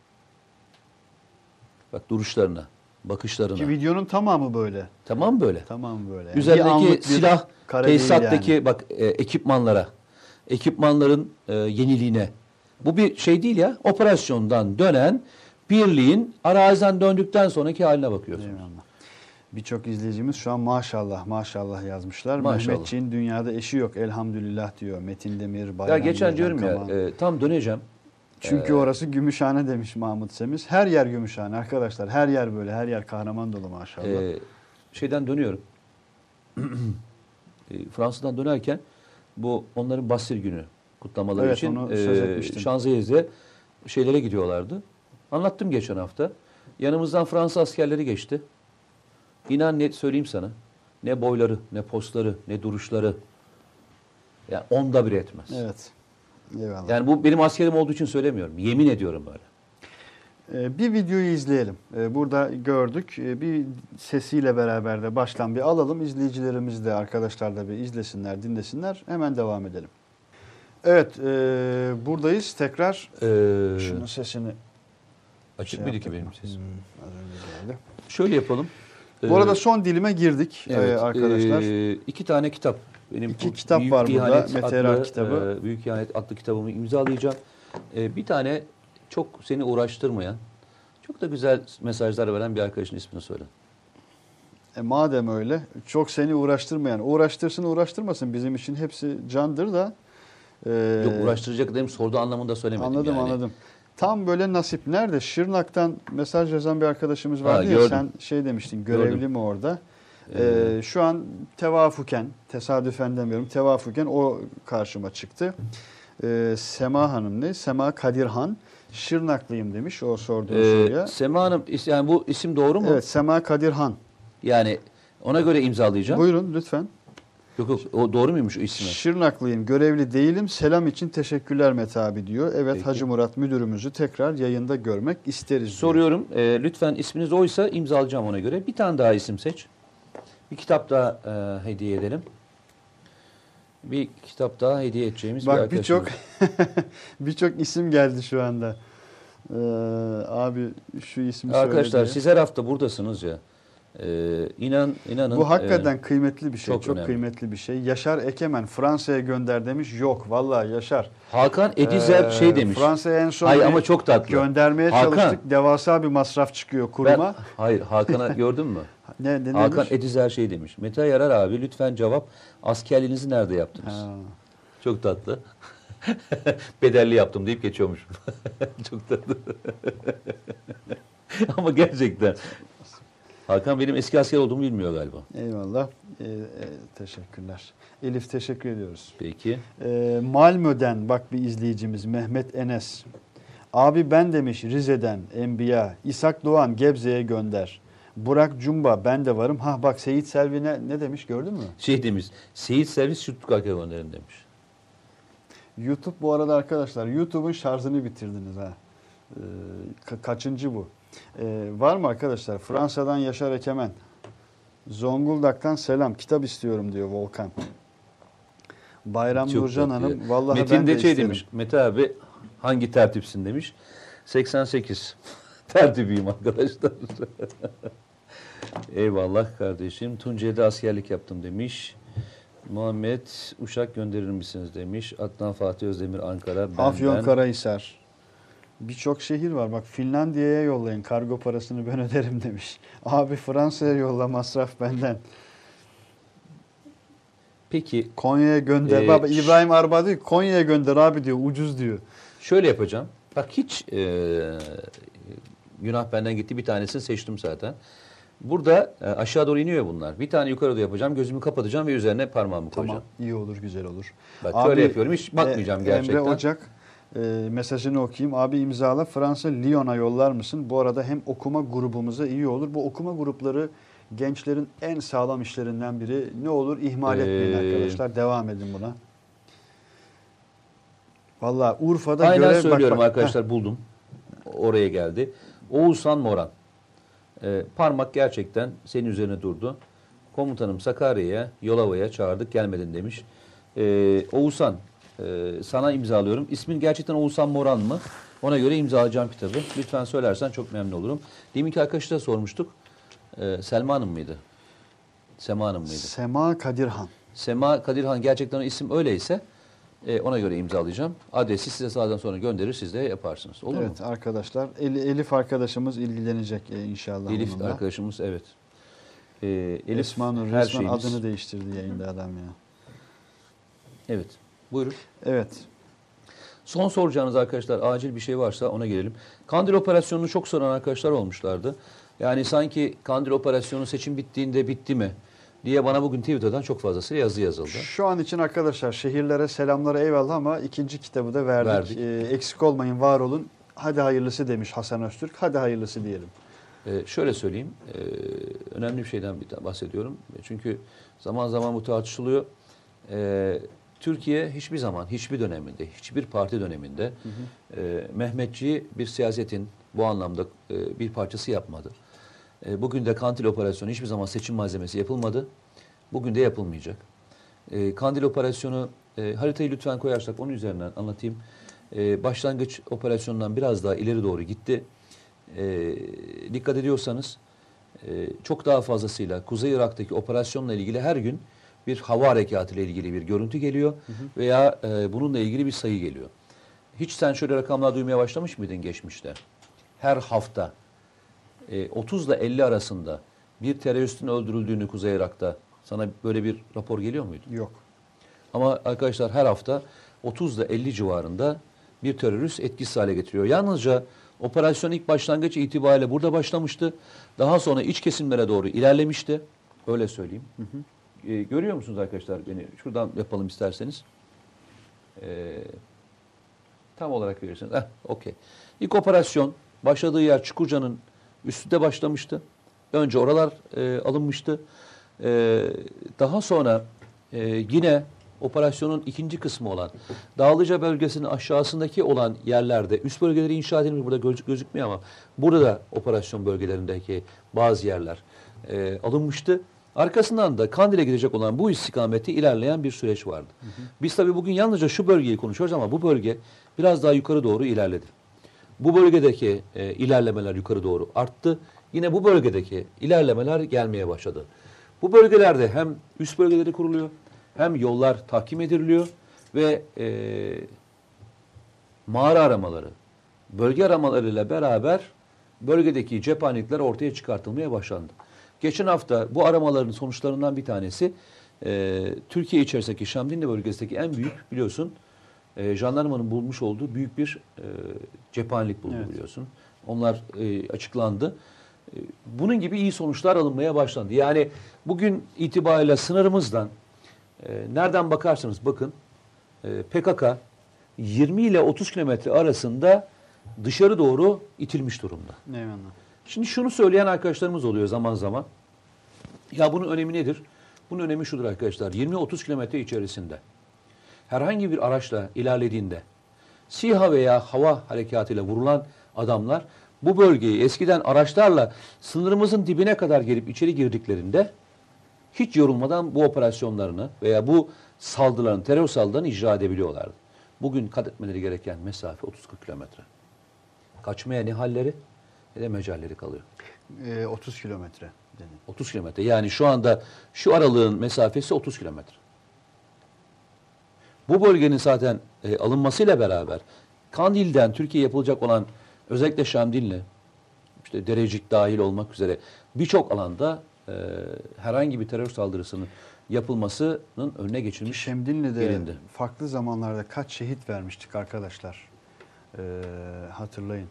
Bak duruşlarına, bakışlarına. Ki videonun tamamı böyle. Tamam böyle. Tamam böyle. Yani bir anlık Üzerindeki bir silah, kare değil tesisattaki yani. bak e, ekipmanlara, ekipmanların e, yeniliğine. Bu bir şey değil ya. Operasyondan dönen birliğin araziden döndükten sonraki haline bakıyorsunuz. Eyvallah. Birçok izleyicimiz şu an maşallah maşallah yazmışlar. Maşallah. Mehmetçiğin dünyada eşi yok elhamdülillah diyor. Metin Demir, Bayram Ya geçen Gürcan diyorum Kaman. ya e, tam döneceğim. Çünkü orası Gümüşhane demiş Mahmut Semiz. Her yer Gümüşhane arkadaşlar. Her yer böyle. Her yer kahraman dolu maşallah. E, şeyden dönüyorum. e, Fransa'dan dönerken bu onların Bastir günü kutlamaları Evet, için onu söz e, etmiştim. Şanzelize'de şeylere gidiyorlardı. Anlattım geçen hafta. Yanımızdan Fransız askerleri geçti. İnan net söyleyeyim sana. Ne boyları, ne postları, ne duruşları. Yani onda bir etmez. Evet. Eyvallah. Yani bu benim askerim olduğu için söylemiyorum. Yemin ediyorum böyle. Ee, bir videoyu izleyelim. Ee, burada gördük. Ee, bir sesiyle beraber de baştan bir alalım. İzleyicilerimiz de arkadaşlar da bir izlesinler, dinlesinler. Hemen devam edelim. Evet, e, buradayız. Tekrar Ee, şunun sesini açık şey mıydı ki yaptık benim mı? sesim? Hmm, az önce geldi. Şöyle yapalım. Bu arada Ee, son dilime girdik e, evet, arkadaşlar. e, iki tane kitap. Benim İki bu kitap Büyük var burada. İhanet Mete adlı, Erar kitabı. e, Büyük İhanet adlı kitabımı imzalayacağım. E, bir tane çok seni uğraştırmayan, çok da güzel mesajlar veren bir arkadaşın ismini söyle. E, madem öyle, çok seni uğraştırmayan, uğraştırsın uğraştırmasın bizim için hepsi candır da. e, Yok uğraştıracak dedim sorduğu anlamında söylemedim. Anladım yani. anladım. Tam böyle nasip nerede? Şırnak'tan mesaj yazan bir arkadaşımız Ha, vardı ya gördüm. sen şey demiştin görevli Gördüm. mi orada? Ee, Ee, şu an tevafuken, tesadüfen demiyorum, tevafuken o karşıma çıktı. Ee, Sema Hanım ne? Sema Kadirhan. Şırnaklıyım demiş o sorduğu Ee, soruya. Sema Hanım is- yani bu isim doğru mu? Evet Sema Kadirhan. Yani ona göre imzalayacağım. Buyurun lütfen. Yok yok o doğru muymuş o ismi? Şırnaklıyım, görevli değilim. Selam için teşekkürler Mete abi diyor. Evet Peki. Hacı Murat müdürümüzü tekrar yayında görmek isteriz diyor. Soruyorum. E, lütfen isminiz oysa imzalayacağım ona göre. Bir tane daha isim seç. Bir kitap daha e, hediye edelim. Bir kitap daha hediye edeceğimiz bir Bak arkadaşımız. birçok birçok isim geldi şu anda. Ee, abi şu ismi Arkadaşlar söyle diye. siz her hafta buradasınız ya. E, inan inanın. Bu hakikaten e, kıymetli bir şey. çok Çok, önemli. kıymetli bir şey. Yaşar Ekemen Fransa'ya gönder demiş. Yok vallahi Yaşar. Hakan Edizer Ee, şey demiş. Fransa'ya en son Hayır bir ama çok tatlı. göndermeye Hakan. çalıştık. Devasa bir masraf çıkıyor Ben- kuruma. hayır Hakan'a gördün mü? Ne, ne Hakan demiş? Edizer şey demiş. Mete Yarar abi lütfen cevap askerliğinizi nerede yaptınız? Ha. Çok tatlı. Bedelli yaptım deyip geçiyormuşum. Çok tatlı. Ama gerçekten. Hakan benim eski asker olduğumu bilmiyor galiba. Eyvallah. Ee, e, teşekkürler. Elif teşekkür ediyoruz. Peki. Ee, Malmö'den bak bir izleyicimiz Mehmet Enes. Abi ben demiş Rize'den Enbiya. İshak Doğan Gebze'ye gönder. Burak Cumba ben de varım. Ha bak Seyit Selvi ne, ne demiş gördün mü? Şey demiş. Seyit Servis Stuttgart'a gönderin demiş. YouTube bu arada arkadaşlar YouTube'un şarjını bitirdiniz ha. Ee, ka- kaçıncı bu? Ee, var mı arkadaşlar? Fransa'dan Yaşar Ekemen. Zonguldak'tan selam. Kitap istiyorum diyor Volkan. Bayram Çok Nurcan tatlı Hanım. ya. Vallahi Metin ben de de şey isterim. demiş. Mete abi hangi tertipsin demiş. seksen sekiz. Tertibiyim arkadaşlar. Eyvallah kardeşim. Tunceli'de askerlik yaptım demiş. Muhammed Uşak gönderir misiniz demiş. Adnan Fatih Özdemir Ankara. Benden. Afyonkarahisar. Birçok şehir var. Bak Finlandiya'ya yollayın. Kargo parasını ben öderim demiş. Abi Fransa'ya yolla masraf benden. Peki Konya'ya gönder. Ee, Baba İbrahim Arba diyor Konya'ya gönder abi diyor. Ucuz diyor. şöyle yapacağım. Bak hiç e, günah benden gitti. Bir tanesini seçtim zaten. Burada e, aşağı doğru iniyor bunlar. Bir tane yukarı doğru yapacağım. Gözümü kapatacağım ve üzerine parmağımı Tamam. koyacağım. İyi olur, güzel olur. Bak Abi, şöyle yapıyorum. Hiç bakmayacağım e, gerçekten. Emre Ocak e, mesajını okuyayım. Abi imzala Fransa Lyon'a yollar mısın? Bu arada hem okuma grubumuza iyi olur. Bu okuma grupları gençlerin en sağlam işlerinden biri. Ne olur ihmal etmeyin Ee, arkadaşlar. Devam edin buna. Vallahi Urfa'da Aynen görev söylüyorum bak, bak. arkadaşlar, buldum. Oraya geldi. Oğuzhan Moran. Ee, parmak gerçekten senin üzerine durdu. Komutanım Sakarya'ya, Yolova'ya çağırdık gelmedin demiş. Ee, Oğuzhan e, sana imzalıyorum. İsmin gerçekten Oğuzhan Moran mı? Ona göre imzalayacağım kitabı. Lütfen söylersen çok memnun olurum. Deminki arkadaşa da sormuştuk. Ee, Selma Hanım mıydı? Sema Hanım mıydı? Sema Kadirhan. Sema Kadirhan gerçekten o isim öyleyse e, ona göre imzalayacağım. Adresi size sağdan sonra gönderir, siz de yaparsınız. Olur Evet mu? arkadaşlar. El- Elif arkadaşımız ilgilenecek e, inşallah. Elif onunla. arkadaşımız, evet. Ee, Elif Esma Nur her resmen şeyimiz. adını değiştirdi yayında adam ya. Evet. Buyurun. Evet. Son soracağınız arkadaşlar, acil bir şey varsa ona gelelim. Kandil operasyonunu çok soran arkadaşlar olmuşlardı. Yani sanki Kandil operasyonu seçim bittiğinde bitti mi diye bana bugün Twitter'dan çok fazlasıyla yazı yazıldı. Şu an için arkadaşlar şehirlere selamlara eyvallah ama ikinci kitabı da verdik. Verdik. Ee, eksik olmayın, var olun. Hadi hayırlısı demiş Hasan Öztürk. Hadi hayırlısı diyelim. Ee, şöyle söyleyeyim, ee, önemli bir şeyden bir bahsediyorum. Çünkü zaman zaman bu tartışılıyor. Ee, Türkiye hiçbir zaman, hiçbir döneminde, hiçbir parti döneminde hı hı. E, Mehmetçiği bir siyasetin bu anlamda e, bir parçası yapmadı. E, bugün de Kandil operasyonu hiçbir zaman seçim malzemesi yapılmadı. Bugün de yapılmayacak. E, Kandil operasyonu, e, haritayı lütfen koyarsak onun üzerinden anlatayım. E, başlangıç operasyonundan biraz daha ileri doğru gitti. E, dikkat ediyorsanız e, çok daha fazlasıyla Kuzey Irak'taki operasyonla ilgili her gün bir hava harekatı ile ilgili bir görüntü geliyor hı hı. veya e, bununla ilgili bir sayı geliyor. Hiç sen şöyle rakamlar duymaya başlamış mıydın geçmişte? Her hafta e, otuz ile elli arasında bir teröristin öldürüldüğünü Kuzey Irak'ta sana böyle bir rapor geliyor muydu? Yok. Ama arkadaşlar her hafta otuz ile elli civarında bir terörist etkisiz hale getiriyor. Yalnızca operasyon ilk başlangıç itibariyle burada başlamıştı. Daha sonra iç kesimlere doğru ilerlemişti. Öyle söyleyeyim. Hı hı. Ee, görüyor musunuz arkadaşlar beni? Şuradan yapalım isterseniz. Ee, tam olarak görüyorsunuz. Heh, okey. İlk operasyon başladığı yer Çukurca'nın üstünde başlamıştı. Önce oralar e, alınmıştı. Ee, daha sonra e, yine operasyonun ikinci kısmı olan Dağlıca bölgesinin aşağısındaki olan yerlerde üst bölgeleri inşa edilmiş, burada göz, gözükmüyor ama burada da operasyon bölgelerindeki bazı yerler e, alınmıştı. Arkasından da Kandil'e gidecek olan bu istikamette ilerleyen bir süreç vardı. Hı hı. Biz tabii bugün yalnızca şu bölgeyi konuşuyoruz ama bu bölge biraz daha yukarı doğru ilerledi. Bu bölgedeki e, ilerlemeler yukarı doğru arttı. Yine bu bölgedeki ilerlemeler gelmeye başladı. Bu bölgelerde hem üst bölgeleri kuruluyor, hem yollar tahkim ediliyor ve e, mağara aramaları, bölge aramalarıyla beraber bölgedeki cephanelikler ortaya çıkartılmaya başlandı. Geçen hafta bu aramaların sonuçlarından bir tanesi e, Türkiye içerisindeki Şamdinli bölgesindeki en büyük biliyorsun e, jandarmanın bulmuş olduğu büyük bir e, cephanelik buldu, Evet. biliyorsun. Onlar e, açıklandı. E, bunun gibi iyi sonuçlar alınmaya başlandı. Yani bugün itibariyle sınırımızdan e, nereden bakarsanız bakın e, P K K yirmi ile otuz kilometre arasında dışarı doğru itilmiş durumda. Eyvallah. Şimdi şunu söyleyen arkadaşlarımız oluyor zaman zaman. Ya bunun önemi nedir? Bunun önemi şudur arkadaşlar. yirmi otuz kilometre içerisinde herhangi bir araçla ilerlediğinde SİHA veya hava harekatıyla vurulan adamlar bu bölgeyi eskiden araçlarla sınırımızın dibine kadar gelip içeri girdiklerinde hiç yorulmadan bu operasyonlarını veya bu saldırıların, terör saldırılarını icra edebiliyorlardı. Bugün kat etmeleri gereken mesafe otuz kırk kilometre. Kaçmaya ne halleri ne de mecalleri kalıyor. E, otuz kilometre. otuz kilometre. Yani şu anda şu aralığın mesafesi otuz kilometre. Bu bölgenin zaten e, alınmasıyla beraber Kandil'den Türkiye yapılacak olan özellikle Şamdinli, işte Derecik dahil olmak üzere birçok alanda e, herhangi bir terör saldırısının yapılmasının önüne geçilmiş. Şemdinli'de gelindi. farklı zamanlarda kaç şehit vermiştik arkadaşlar. Ee, hatırlayın.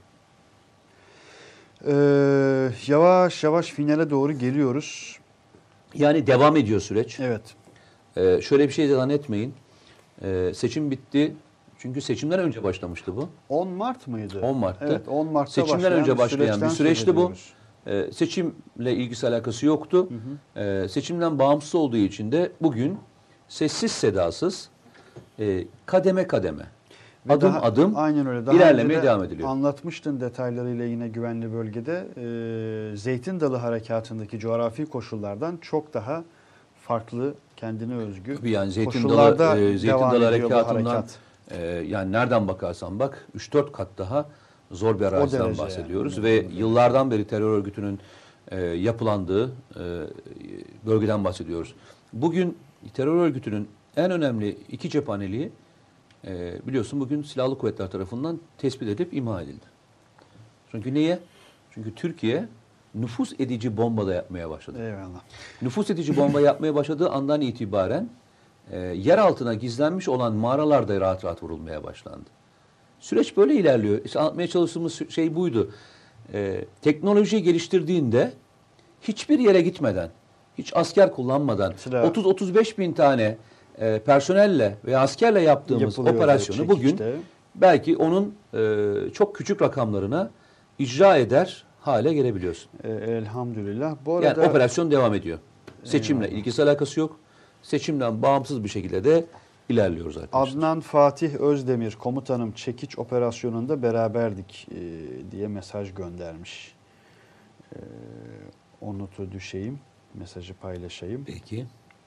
Ee, yavaş yavaş finale doğru geliyoruz. Yani devam ediyor süreç. Evet. Ee, şöyle bir şey de zannetmeyin. Ee, seçim bitti. Çünkü seçimden önce başlamıştı bu. on Mart mıydı? on Mart'ta. Evet, on Mart'ta Seçimden başlayan önce bir başlayan süreçten bir süreçti söz bu. ediyoruz. Ee, seçimle ilgisi alakası yoktu. Hı hı. Ee, seçimden bağımsız olduğu için de bugün sessiz sedasız e, kademe kademe Ve adım daha- adım aynen öyle. Daha ilerlemeye önce de devam ediliyor. Anlatmıştın detaylarıyla yine güvenli bölgede. Ee, Zeytin Dalı Harekatı'ndaki coğrafi koşullardan çok daha farklı, kendine özgü Tabii yani Zeytin koşullarda Dalı, e, Zeytin devam Dalı ediyor bu harekatından harekat. e, yani nereden bakarsan bak üç dört kat daha zor bir araziden derece bahsediyoruz yani. ve Evet. yıllardan beri terör örgütünün e, yapılandığı e, bölgeden bahsediyoruz. Bugün terör örgütünün en önemli iki cephaneliği e, biliyorsun bugün silahlı kuvvetler tarafından tespit edip imha edildi. Çünkü niye? Çünkü Türkiye nüfus edici bomba da yapmaya başladı. Eyvallah. Nüfus edici bomba yapmaya başladığı andan itibaren e, yer altına gizlenmiş olan mağaralarda rahat rahat vurulmaya başlandı. Süreç böyle ilerliyor. İşte anlatmaya çalıştığımız şey buydu. E, teknolojiyi geliştirdiğinde hiçbir yere gitmeden, hiç asker kullanmadan Silah- otuz otuz beş bin tane e, personelle veya askerle yaptığımız Yapılıyor operasyonu tabii, bugün çekişte. belki onun e, çok küçük rakamlarına icra eder hale gelebiliyorsun. Ee, elhamdülillah. Bu arada Yani operasyon devam ediyor. Seçimle Eyvallah. ilgisi alakası yok. Seçimden bağımsız bir şekilde de ilerliyoruz arkadaşlar. Adnan Fatih Özdemir komutanım çekiç operasyonunda beraberdik e, diye mesaj göndermiş. E, o notu düşeyim. Mesajı paylaşayım. Peki.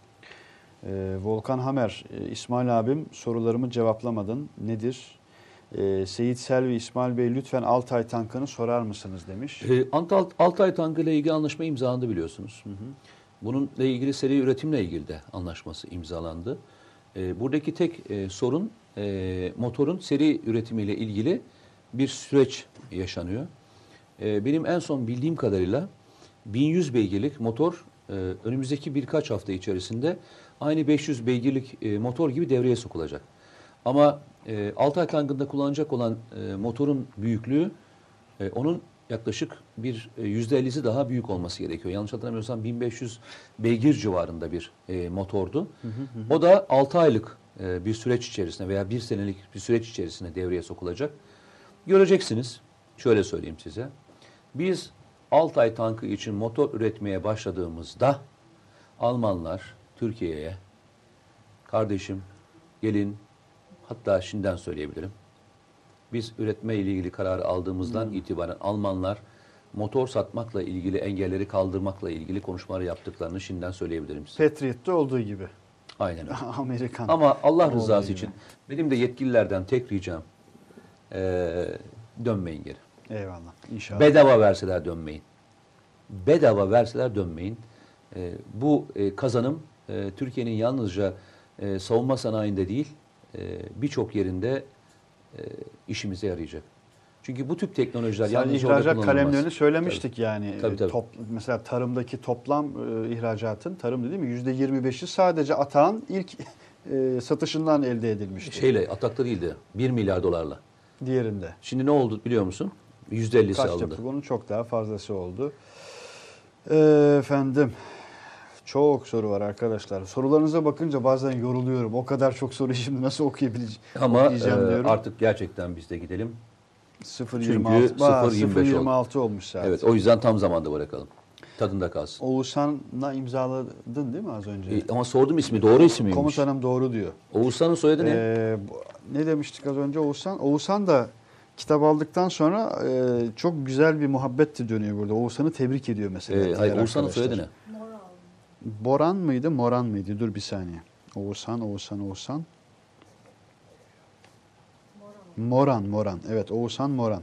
E, Volkan Hamer, e, İsmail abim sorularımı cevaplamadın. Nedir? E, Seyit Selvi, İsmail Bey lütfen Altay tankını sorar mısınız demiş. Ee, Antal, Altay tankı ile ilgili anlaşma imzalandı biliyorsunuz. Hı hı. Bununla ilgili seri üretimle ilgili de anlaşması imzalandı. Ee, buradaki tek e, sorun e, motorun seri üretimiyle ilgili bir süreç yaşanıyor. Ee, benim en son bildiğim kadarıyla bin yüz beygirlik motor e, önümüzdeki birkaç hafta içerisinde aynı beş yüz beygirlik e, motor gibi devreye sokulacak. Ama e, Altay tankında kullanacak olan e, motorun büyüklüğü e, onun yaklaşık bir e, yüzde ellisi daha büyük olması gerekiyor. Yanlış hatırlamıyorsam bin beş yüz beygir civarında bir e, motordu. Hı hı hı. O da altı aylık e, bir süreç içerisinde veya bir senelik bir süreç içerisinde devreye sokulacak. Göreceksiniz, şöyle söyleyeyim size. Biz Altay tankı için motor üretmeye başladığımızda Almanlar Türkiye'ye kardeşim gelin, hatta şimdiden söyleyebilirim. Biz üretme ile ilgili kararı aldığımızdan hmm. itibaren Almanlar motor satmakla ilgili engelleri kaldırmakla ilgili konuşmalar yaptıklarını şimdiden söyleyebilirim size. Patriot'ta olduğu gibi. Aynen öyle. Amerikan. Ama Allah rızası olduğu için gibi. benim de yetkililerden tek ricam ee, dönmeyin geri. Eyvallah. İnşallah. Bedava verseler dönmeyin. Bedava verseler dönmeyin. Ee, bu e, kazanım e, Türkiye'nin yalnızca e, savunma sanayinde değil e, birçok yerinde e, işimize yarayacak. Çünkü bu tip teknolojiler Sadece yalnızca orada ihracat kullanılmaz. kalemlerini söylemiştik yani. Tabii, tabii. Top, mesela tarımdaki toplam e, ihracatın, tarım değil mi? yüzde yirmi beşi sadece Atağan ilk e, satışından elde edilmişti. Şeyle, Atak'ta değildi. bir milyar dolarla. Diğerinde. Şimdi ne oldu biliyor musun? yüzde ellisi Kaç alındı. yaptı? Bunun çok daha fazlası oldu. Ee, efendim çok soru var arkadaşlar. Sorularınıza bakınca bazen yoruluyorum. O kadar çok soru şimdi nasıl okuyabileceğim Ama okuyacağım e, diyorum. artık gerçekten biz de gidelim. sıfır Çünkü yirmi altı Bak, sıfır yirmi beş sıfır yirmi altı olmuş saat. Evet, o yüzden tam zamanda bırakalım. Tadında kalsın. Oğuzhan'la imzaladın değil mi az önce? E, ama sordum ismi, doğru ismi miymiş? Komutanım doğru diyor. Oğuzhan'ın soyadı ne? Ee, bu- ne demiştik az önce Oğuzhan? Oğuzhan da kitap aldıktan sonra e, çok güzel bir muhabbet de dönüyor burada. Oğuzhan'ı tebrik ediyor mesela. E, diğer hayır, Oğuzhan'ın arkadaşlar. soyadı ne? Boran mıydı, Moran mıydı? Dur bir saniye. Oğuzhan, Oğuzhan, Oğuzhan. Moran, Moran. Evet, Oğuzhan Moran.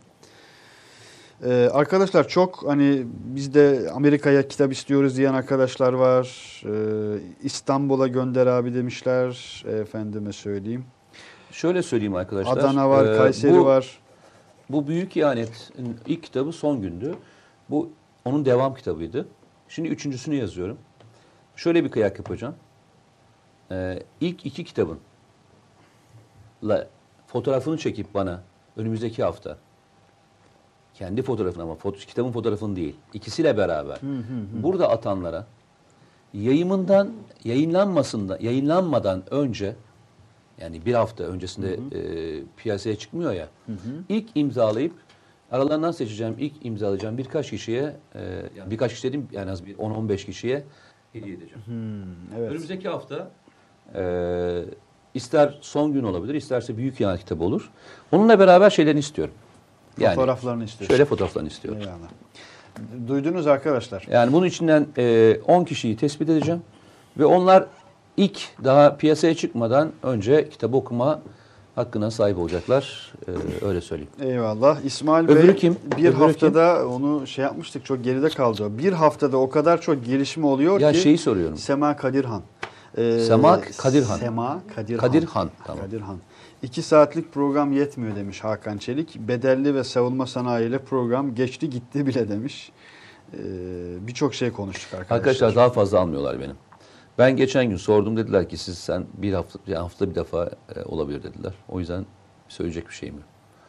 Ee, arkadaşlar çok hani biz de Amerika'ya kitap istiyoruz diyen arkadaşlar var. Ee, İstanbul'a gönder abi demişler. Efendime söyleyeyim. Şöyle söyleyeyim arkadaşlar. Adana var, e, Kayseri bu, var. Bu Büyük İhanet'in ilk kitabı Son Gündü. Bu onun devam kitabıydı. Şimdi üçüncüsünü yazıyorum. Şöyle bir kıyak yapacağım. Ee, ilk iki kitabın la fotoğrafını çekip bana önümüzdeki hafta kendi fotoğrafını ama foto, kitabın fotoğrafını değil, ikisiyle beraber Hı hı hı. burada atanlara yayımından yayınlanmasında yayınlanmadan önce yani bir hafta öncesinde Hı hı. e, piyasaya çıkmıyor ya. Hı hı. İlk imzalayıp aralarından seçeceğim, ilk imzalayacağım birkaç kişiye e, yani birkaç kişi dedim yani az bir on on beş kişiye hediye edeceğim. Hmm, evet. Önümüzdeki hafta e, ister Son Gün olabilir, isterse Büyük İhanet kitabı olur. Onunla beraber şeylerini istiyorum. Yani Fotoğraflarını istiyorsun. şöyle fotoğraflarını istiyorum. Eyvallah. Duydunuz arkadaşlar. Yani bunun içinden e, on kişiyi tespit edeceğim ve onlar ilk daha piyasaya çıkmadan önce kitabı okuma hakkına sahip olacaklar. E, öyle söyleyeyim. Eyvallah. İsmail Öbürü Bey kim? bir Öbürü haftada onu şey yapmıştık, çok geride kaldı. Bir haftada o kadar çok gelişme oluyor Ya ki. şeyi soruyorum. Sema Kadirhan. Ee, Sema Kadirhan. Sema Kadirhan. Kadirhan, tamam. Kadirhan. İki saatlik program yetmiyor demiş Hakan Çelik. Bedelli ve savunma sanayiyle program geçti gitti bile demiş. Ee, Birçok şey konuştuk arkadaşlar. Arkadaşlar daha fazla almıyorlar benim. Ben geçen gün sordum, dediler ki siz sen bir hafta bir hafta bir defa e, olabilir dediler. O yüzden söyleyecek bir şeyim yok.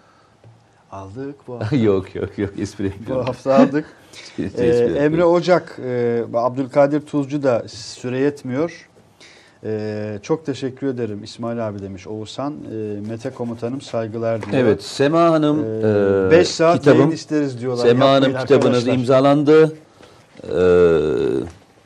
Aldık bu hafta. yok yok yok espri bu yapıyorum. hafta aldık. Espri- Ee, espri yapıyorum. Emre Ocak, e, Abdülkadir Tuzcu da süre yetmiyor. Ee, çok teşekkür ederim İsmail abi demiş Oğuzhan. Ee, Mete komutanım saygılar diyor. Evet, Sema Hanım beş e, saat kitabım, yayın isteriz diyorlar. Sema Hanım Yapmayın kitabınız arkadaşlar. imzalandı. Ee,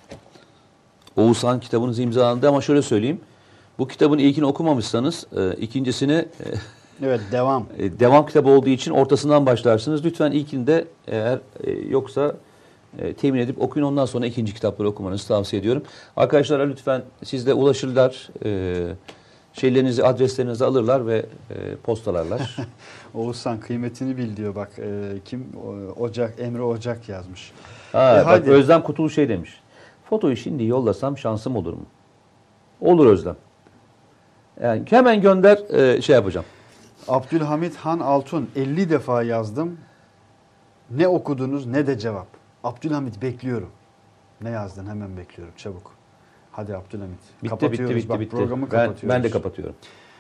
Oğuzhan kitabınız imzalandı ama şöyle söyleyeyim. Bu kitabın ilkini okumamışsanız e, ikincisini e, Evet, devam. e, devam kitabı olduğu için ortasından başlarsınız. Lütfen ilkinde eğer e, yoksa e, temin edip okuyun, ondan sonra ikinci kitapları okumanızı tavsiye ediyorum. Arkadaşlara lütfen siz de ulaşırlar. E, şeylerinizi, adreslerinizi alırlar ve e, postalarlar. Oğuzhan kıymetini bil diyor bak. e, kim? O- Ocak, Emre Ocak yazmış. Ha, E, bak hadi. Özlem Kutulu şey demiş. Fotoyu şimdi yollasam şansım olur mu? Olur Özlem. Yani hemen gönder, e, şey yapacağım. Abdülhamit Han Altun elli defa yazdım. Ne okudunuz ne de cevap. Abdülhamit bekliyorum. Ne yazdın hemen bekliyorum çabuk. Hadi Abdülhamit. Bitti Kapatıyoruz. bitti bitti Bak, bitti. programı Ben, kapatıyoruz. ben de kapatıyorum.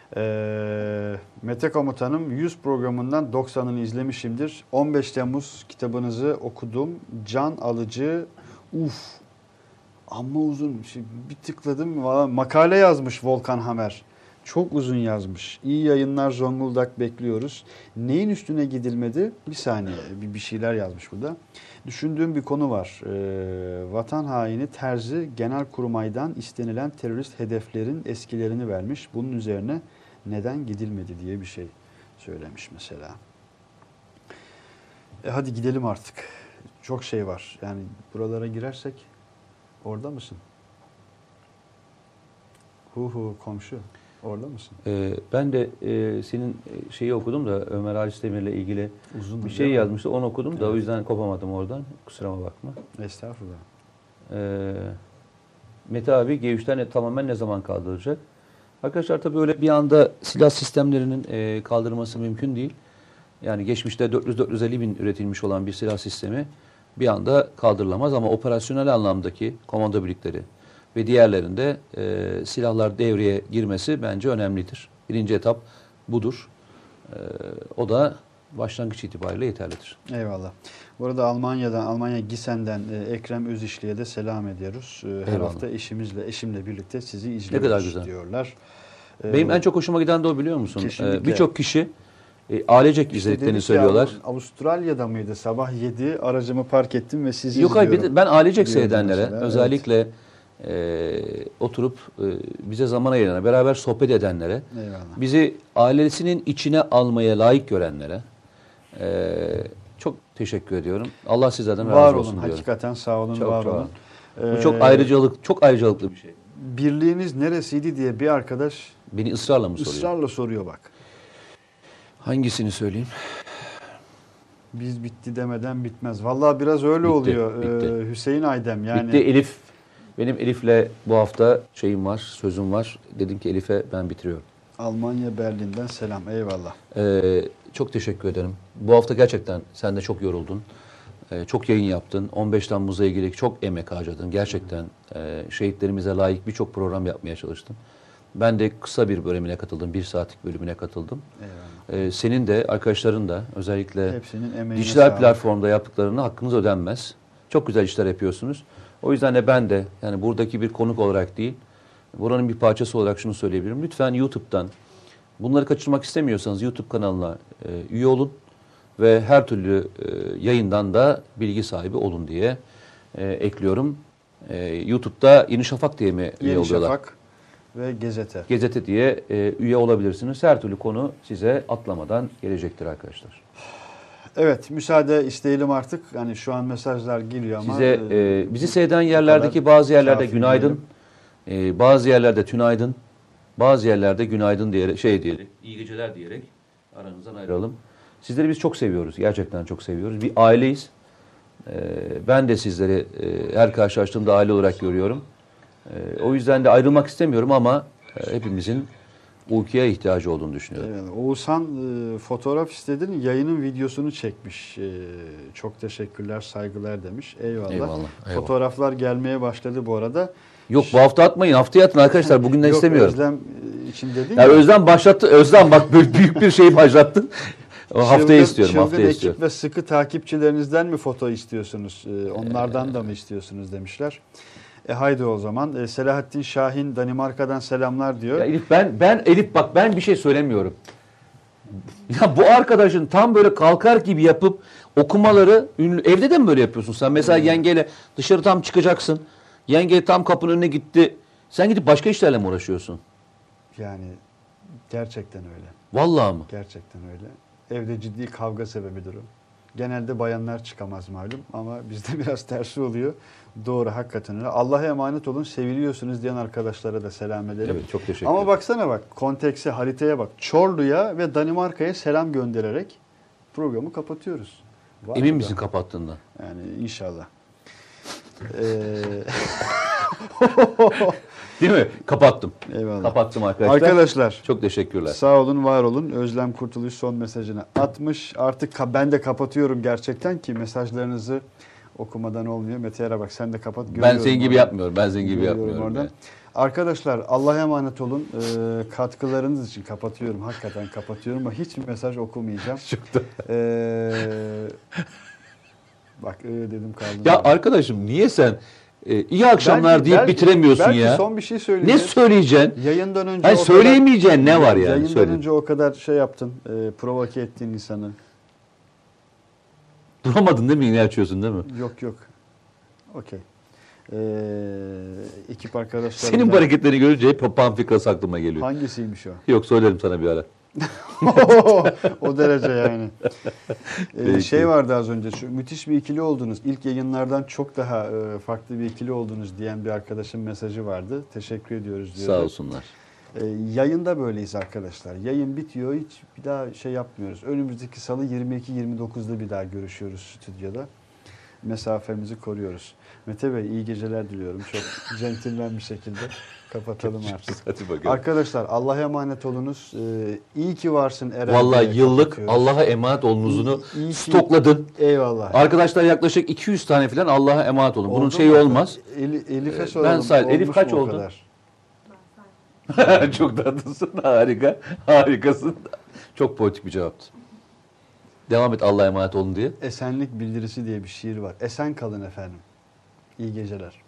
Ee, Mete Komutanım yüz programından doksanını izlemişimdir. on beş Temmuz kitabınızı okudum. Can alıcı. Uf. Amma uzun. Şey, bir tıkladım. Valla makale yazmış Volkan Hamer. Çok uzun yazmış. İyi yayınlar Zonguldak bekliyoruz. Neyin üstüne gidilmedi? Bir saniye. Bir, bir şeyler yazmış burada. Düşündüğüm bir konu var. Ee, vatan haini Terzi Genelkurmay'dan istenilen terörist hedeflerin eskilerini vermiş. Bunun üzerine neden gidilmedi diye bir şey söylemiş mesela. E hadi gidelim artık. Çok şey var. Yani buralara girersek orada mısın? Hu hu komşu. Orada mısın? Ee, ben de e, senin e, şeyi okudum da Ömer Halis Demir'le ilgili Uzun bir şey yazmıştı. Onu okudum da Evet. o yüzden kopamadım oradan. Kusuruma bakma. Estağfurullah. Ee, Mete abi G üç'ten tamamen ne zaman kaldırılacak? Arkadaşlar tabii öyle bir anda silah sistemlerinin e, kaldırılması mümkün değil. Yani geçmişte dört yüz dört yüz elli bin üretilmiş olan bir silah sistemi bir anda kaldırılamaz ama operasyonel anlamdaki komando birlikleri, ve diğerlerinde e, silahlar devreye girmesi bence önemlidir. Birinci etap budur. E, o da başlangıç itibariyle yeterlidir. Eyvallah. Bu arada Almanya'dan, Almanya Gisen'den e, Ekrem Özişli'ye de selam ediyoruz. E, her Eyvallah. hafta eşimizle, eşimle birlikte sizi izliyoruz Ne kadar güzel diyorlar. E, Benim en çok hoşuma giden de o, biliyor musun? Kesinlikle. E, Birçok kişi e, ailecek işte izlediklerini dedik söylüyorlar. Ya, Avustralya'da mıydı? Sabah yedi aracımı park ettim ve sizi Yok hayır, izliyorum. bir de ben ailecek Diyordu seyredenlere mesela, özellikle e, oturup e, bize zaman ayırana, beraber sohbet edenlere, Eyvallah. bizi ailesinin içine almaya layık görenlere e, çok teşekkür ediyorum. Allah sizlerden Var razı olun. olsun diyorum. Hakikaten sağ olun, Çok var çok olun. Bu Ee, çok ayrıcalık, çok ayrıcalıklı bir şey. Birliğiniz neresiydi diye bir arkadaş Beni ısrarla mı soruyor? ısrarla soruyor bak. Hangisini söyleyeyim? Biz bitti demeden bitmez. Vallahi biraz öyle Bitti, oluyor. bitti. Ee, Hüseyin Aydem yani. Bitti Elif. Benim Elif'le bu hafta şeyim var, sözüm var. Dedim ki Elif'e ben bitiriyorum. Almanya Berlin'den selam. Eyvallah. Ee, çok teşekkür ederim. Bu hafta gerçekten sen de çok yoruldun. Ee, çok yayın yaptın. on beş Temmuz'la ilgili çok emek harcadın. Gerçekten e, şehitlerimize layık birçok program yapmaya çalıştın. Ben de kısa bir bölümüne katıldım. Bir saatlik bölümüne katıldım. Eyvallah. Ee, senin de arkadaşların da özellikle Hepsinin emeğine dijital sağlık. platformda yaptıklarını hakkınız ödenmez. Çok güzel işler yapıyorsunuz. O yüzden de ben de yani buradaki bir konuk olarak değil, buranın bir parçası olarak şunu söyleyebilirim. Lütfen YouTube'dan bunları kaçırmak istemiyorsanız YouTube kanalına e, üye olun ve her türlü e, yayından da bilgi sahibi olun diye e, ekliyorum. E, YouTube'da Yeni Şafak diye mi üye Yeni oluyorlar? Şafak ve Gezete. Gezete diye e, üye olabilirsiniz. Her türlü konu size atlamadan gelecektir arkadaşlar. Evet, müsaade isteyelim artık. Hani şu an mesajlar geliyor ama Size e, e, bizi seyreden yerlerdeki bazı yerlerde günaydın, e, bazı yerlerde tünaydın, bazı yerlerde günaydın diyerek, şey diyerek, iyi geceler diyerek aranızdan ayrılalım. Sizleri biz çok seviyoruz. Gerçekten çok seviyoruz. Bir aileyiz. E, ben de sizleri e, her karşılaştığımda aile olarak görüyorum. E, o yüzden de ayrılmak istemiyorum ama e, hepimizin uykuya ihtiyacı olduğunu düşünüyorum. Evet, Oğuzhan e, fotoğraf istedin, yayının videosunu çekmiş. E, çok teşekkürler, saygılar demiş. Eyvallah. Eyvallah, eyvallah. Fotoğraflar gelmeye başladı bu arada. Yok bu hafta atmayın. Haftaya atın arkadaşlar. Bugünden Yok, istemiyorum. Özlem e, için dedin Ya ya. Özlem başlattı. Özlem bak böyle büyük bir şey başlattın. O haftaya Çılgın- istiyorum. çılgın Haftaya ekip istiyorum. ve sıkı takipçilerinizden mi foto istiyorsunuz? E, onlardan da mı istiyorsunuz demişler. E haydi o zaman. E, Selahattin Şahin Danimarka'dan selamlar diyor. Ya Elif ben ben Elif bak ben bir şey söylemiyorum. Ya bu arkadaşın tam böyle kalkar gibi yapıp okumaları ünlü. Evde de mi böyle yapıyorsun sen? Mesela yengeyle dışarı tam çıkacaksın. Yenge tam kapının önüne gitti. Sen gidip başka işlerle mi uğraşıyorsun? Yani gerçekten öyle. Vallahi mı? Gerçekten öyle. Evde ciddi kavga sebebidir o. Genelde bayanlar çıkamaz malum ama bizde biraz tersi oluyor. Doğru, hakikaten öyle. Allah'a emanet olun, seviliyorsunuz diyen arkadaşlara da selam edelim. Evet, çok teşekkür Ama ederim. baksana bak, kontekse, haritaya bak. Çorlu'ya ve Danimarka'ya selam göndererek programı kapatıyoruz. Vay Emin be. misin kapattığından? Yani inşallah. Ee, Değil mi? Kapattım. Eyvallah. Kapattım arkadaşlar. Arkadaşlar. Çok teşekkürler. Sağ olun, var olun. Özlem Kurtuluş son mesajını atmış. Artık ka- ben de kapatıyorum gerçekten ki mesajlarınızı okumadan olmuyor. Mete Yara bak sen de kapat. Ben Görüyorum senin gibi oradan. yapmıyorum. Ben senin gibi Görüyorum yapmıyorum. oradan. yani. Arkadaşlar Allah'a emanet olun. Ee, katkılarınız için kapatıyorum. Hakikaten kapatıyorum ama hiçbir mesaj okumayacağım. Çok da- Ee, bak ee dedim kaldım. Ya arkadaşım niye sen e, iyi akşamlar Belki- deyip belki- bitiremiyorsun belki ya? son bir şey Ne söyleyeceğim. söyleyeceksin? Yayından önce Hayır, o söyleyemeyeceğin ne var yani? Yayından Söyle. önce o kadar şey yaptın. E, provoke ettin insanı. Duramadın değil mi? Yine açıyorsun değil mi? Yok yok. Okey. Ee, ekip arkadaşlar. Senin bu hareketlerini görünce hep Pan fikrası aklıma geliyor. Hangisiymiş o? Yok söylerim sana bir ara. O derece yani. Ee, Peki. şey vardı az önce. Şu müthiş bir ikili oldunuz. İlk yayınlardan çok daha e, farklı bir ikili oldunuz diyen bir arkadaşın mesajı vardı. Teşekkür ediyoruz diyordu. Sağ olsunlar. Ee, yayında böyleyiz arkadaşlar. Yayın bitiyor, hiç bir daha şey yapmıyoruz. Önümüzdeki salı yirmi iki yirmi dokuzda bir daha görüşüyoruz stüdyoda. mesafemizi koruyoruz. Mete Bey iyi geceler diliyorum. Çok centilmen bir şekilde kapatalım artık. Hadi bakalım. Arkadaşlar Allah'a emanet olunuz. Ee, iyi ki varsın Eren. Vallahi diye yıllık kapatıyoruz. Allah'a emanet olunuzunu İyi- iyi ki- stokladın. Eyvallah. Arkadaşlar yaklaşık iki yüz tane falan Allah'a emanet olun. Bunun Oldu şeyi mu? olmaz. Eli, Elif'e Ben soralım. say- Elif Olmuş kaç mu o oldu? kadar? Çok tatlısın. Harika. Harikasın. Çok politik bir cevaptı. Devam et Allah'a emanet olun diye. Esenlik bildirisi diye bir şiir var. Esen kalın efendim. İyi geceler.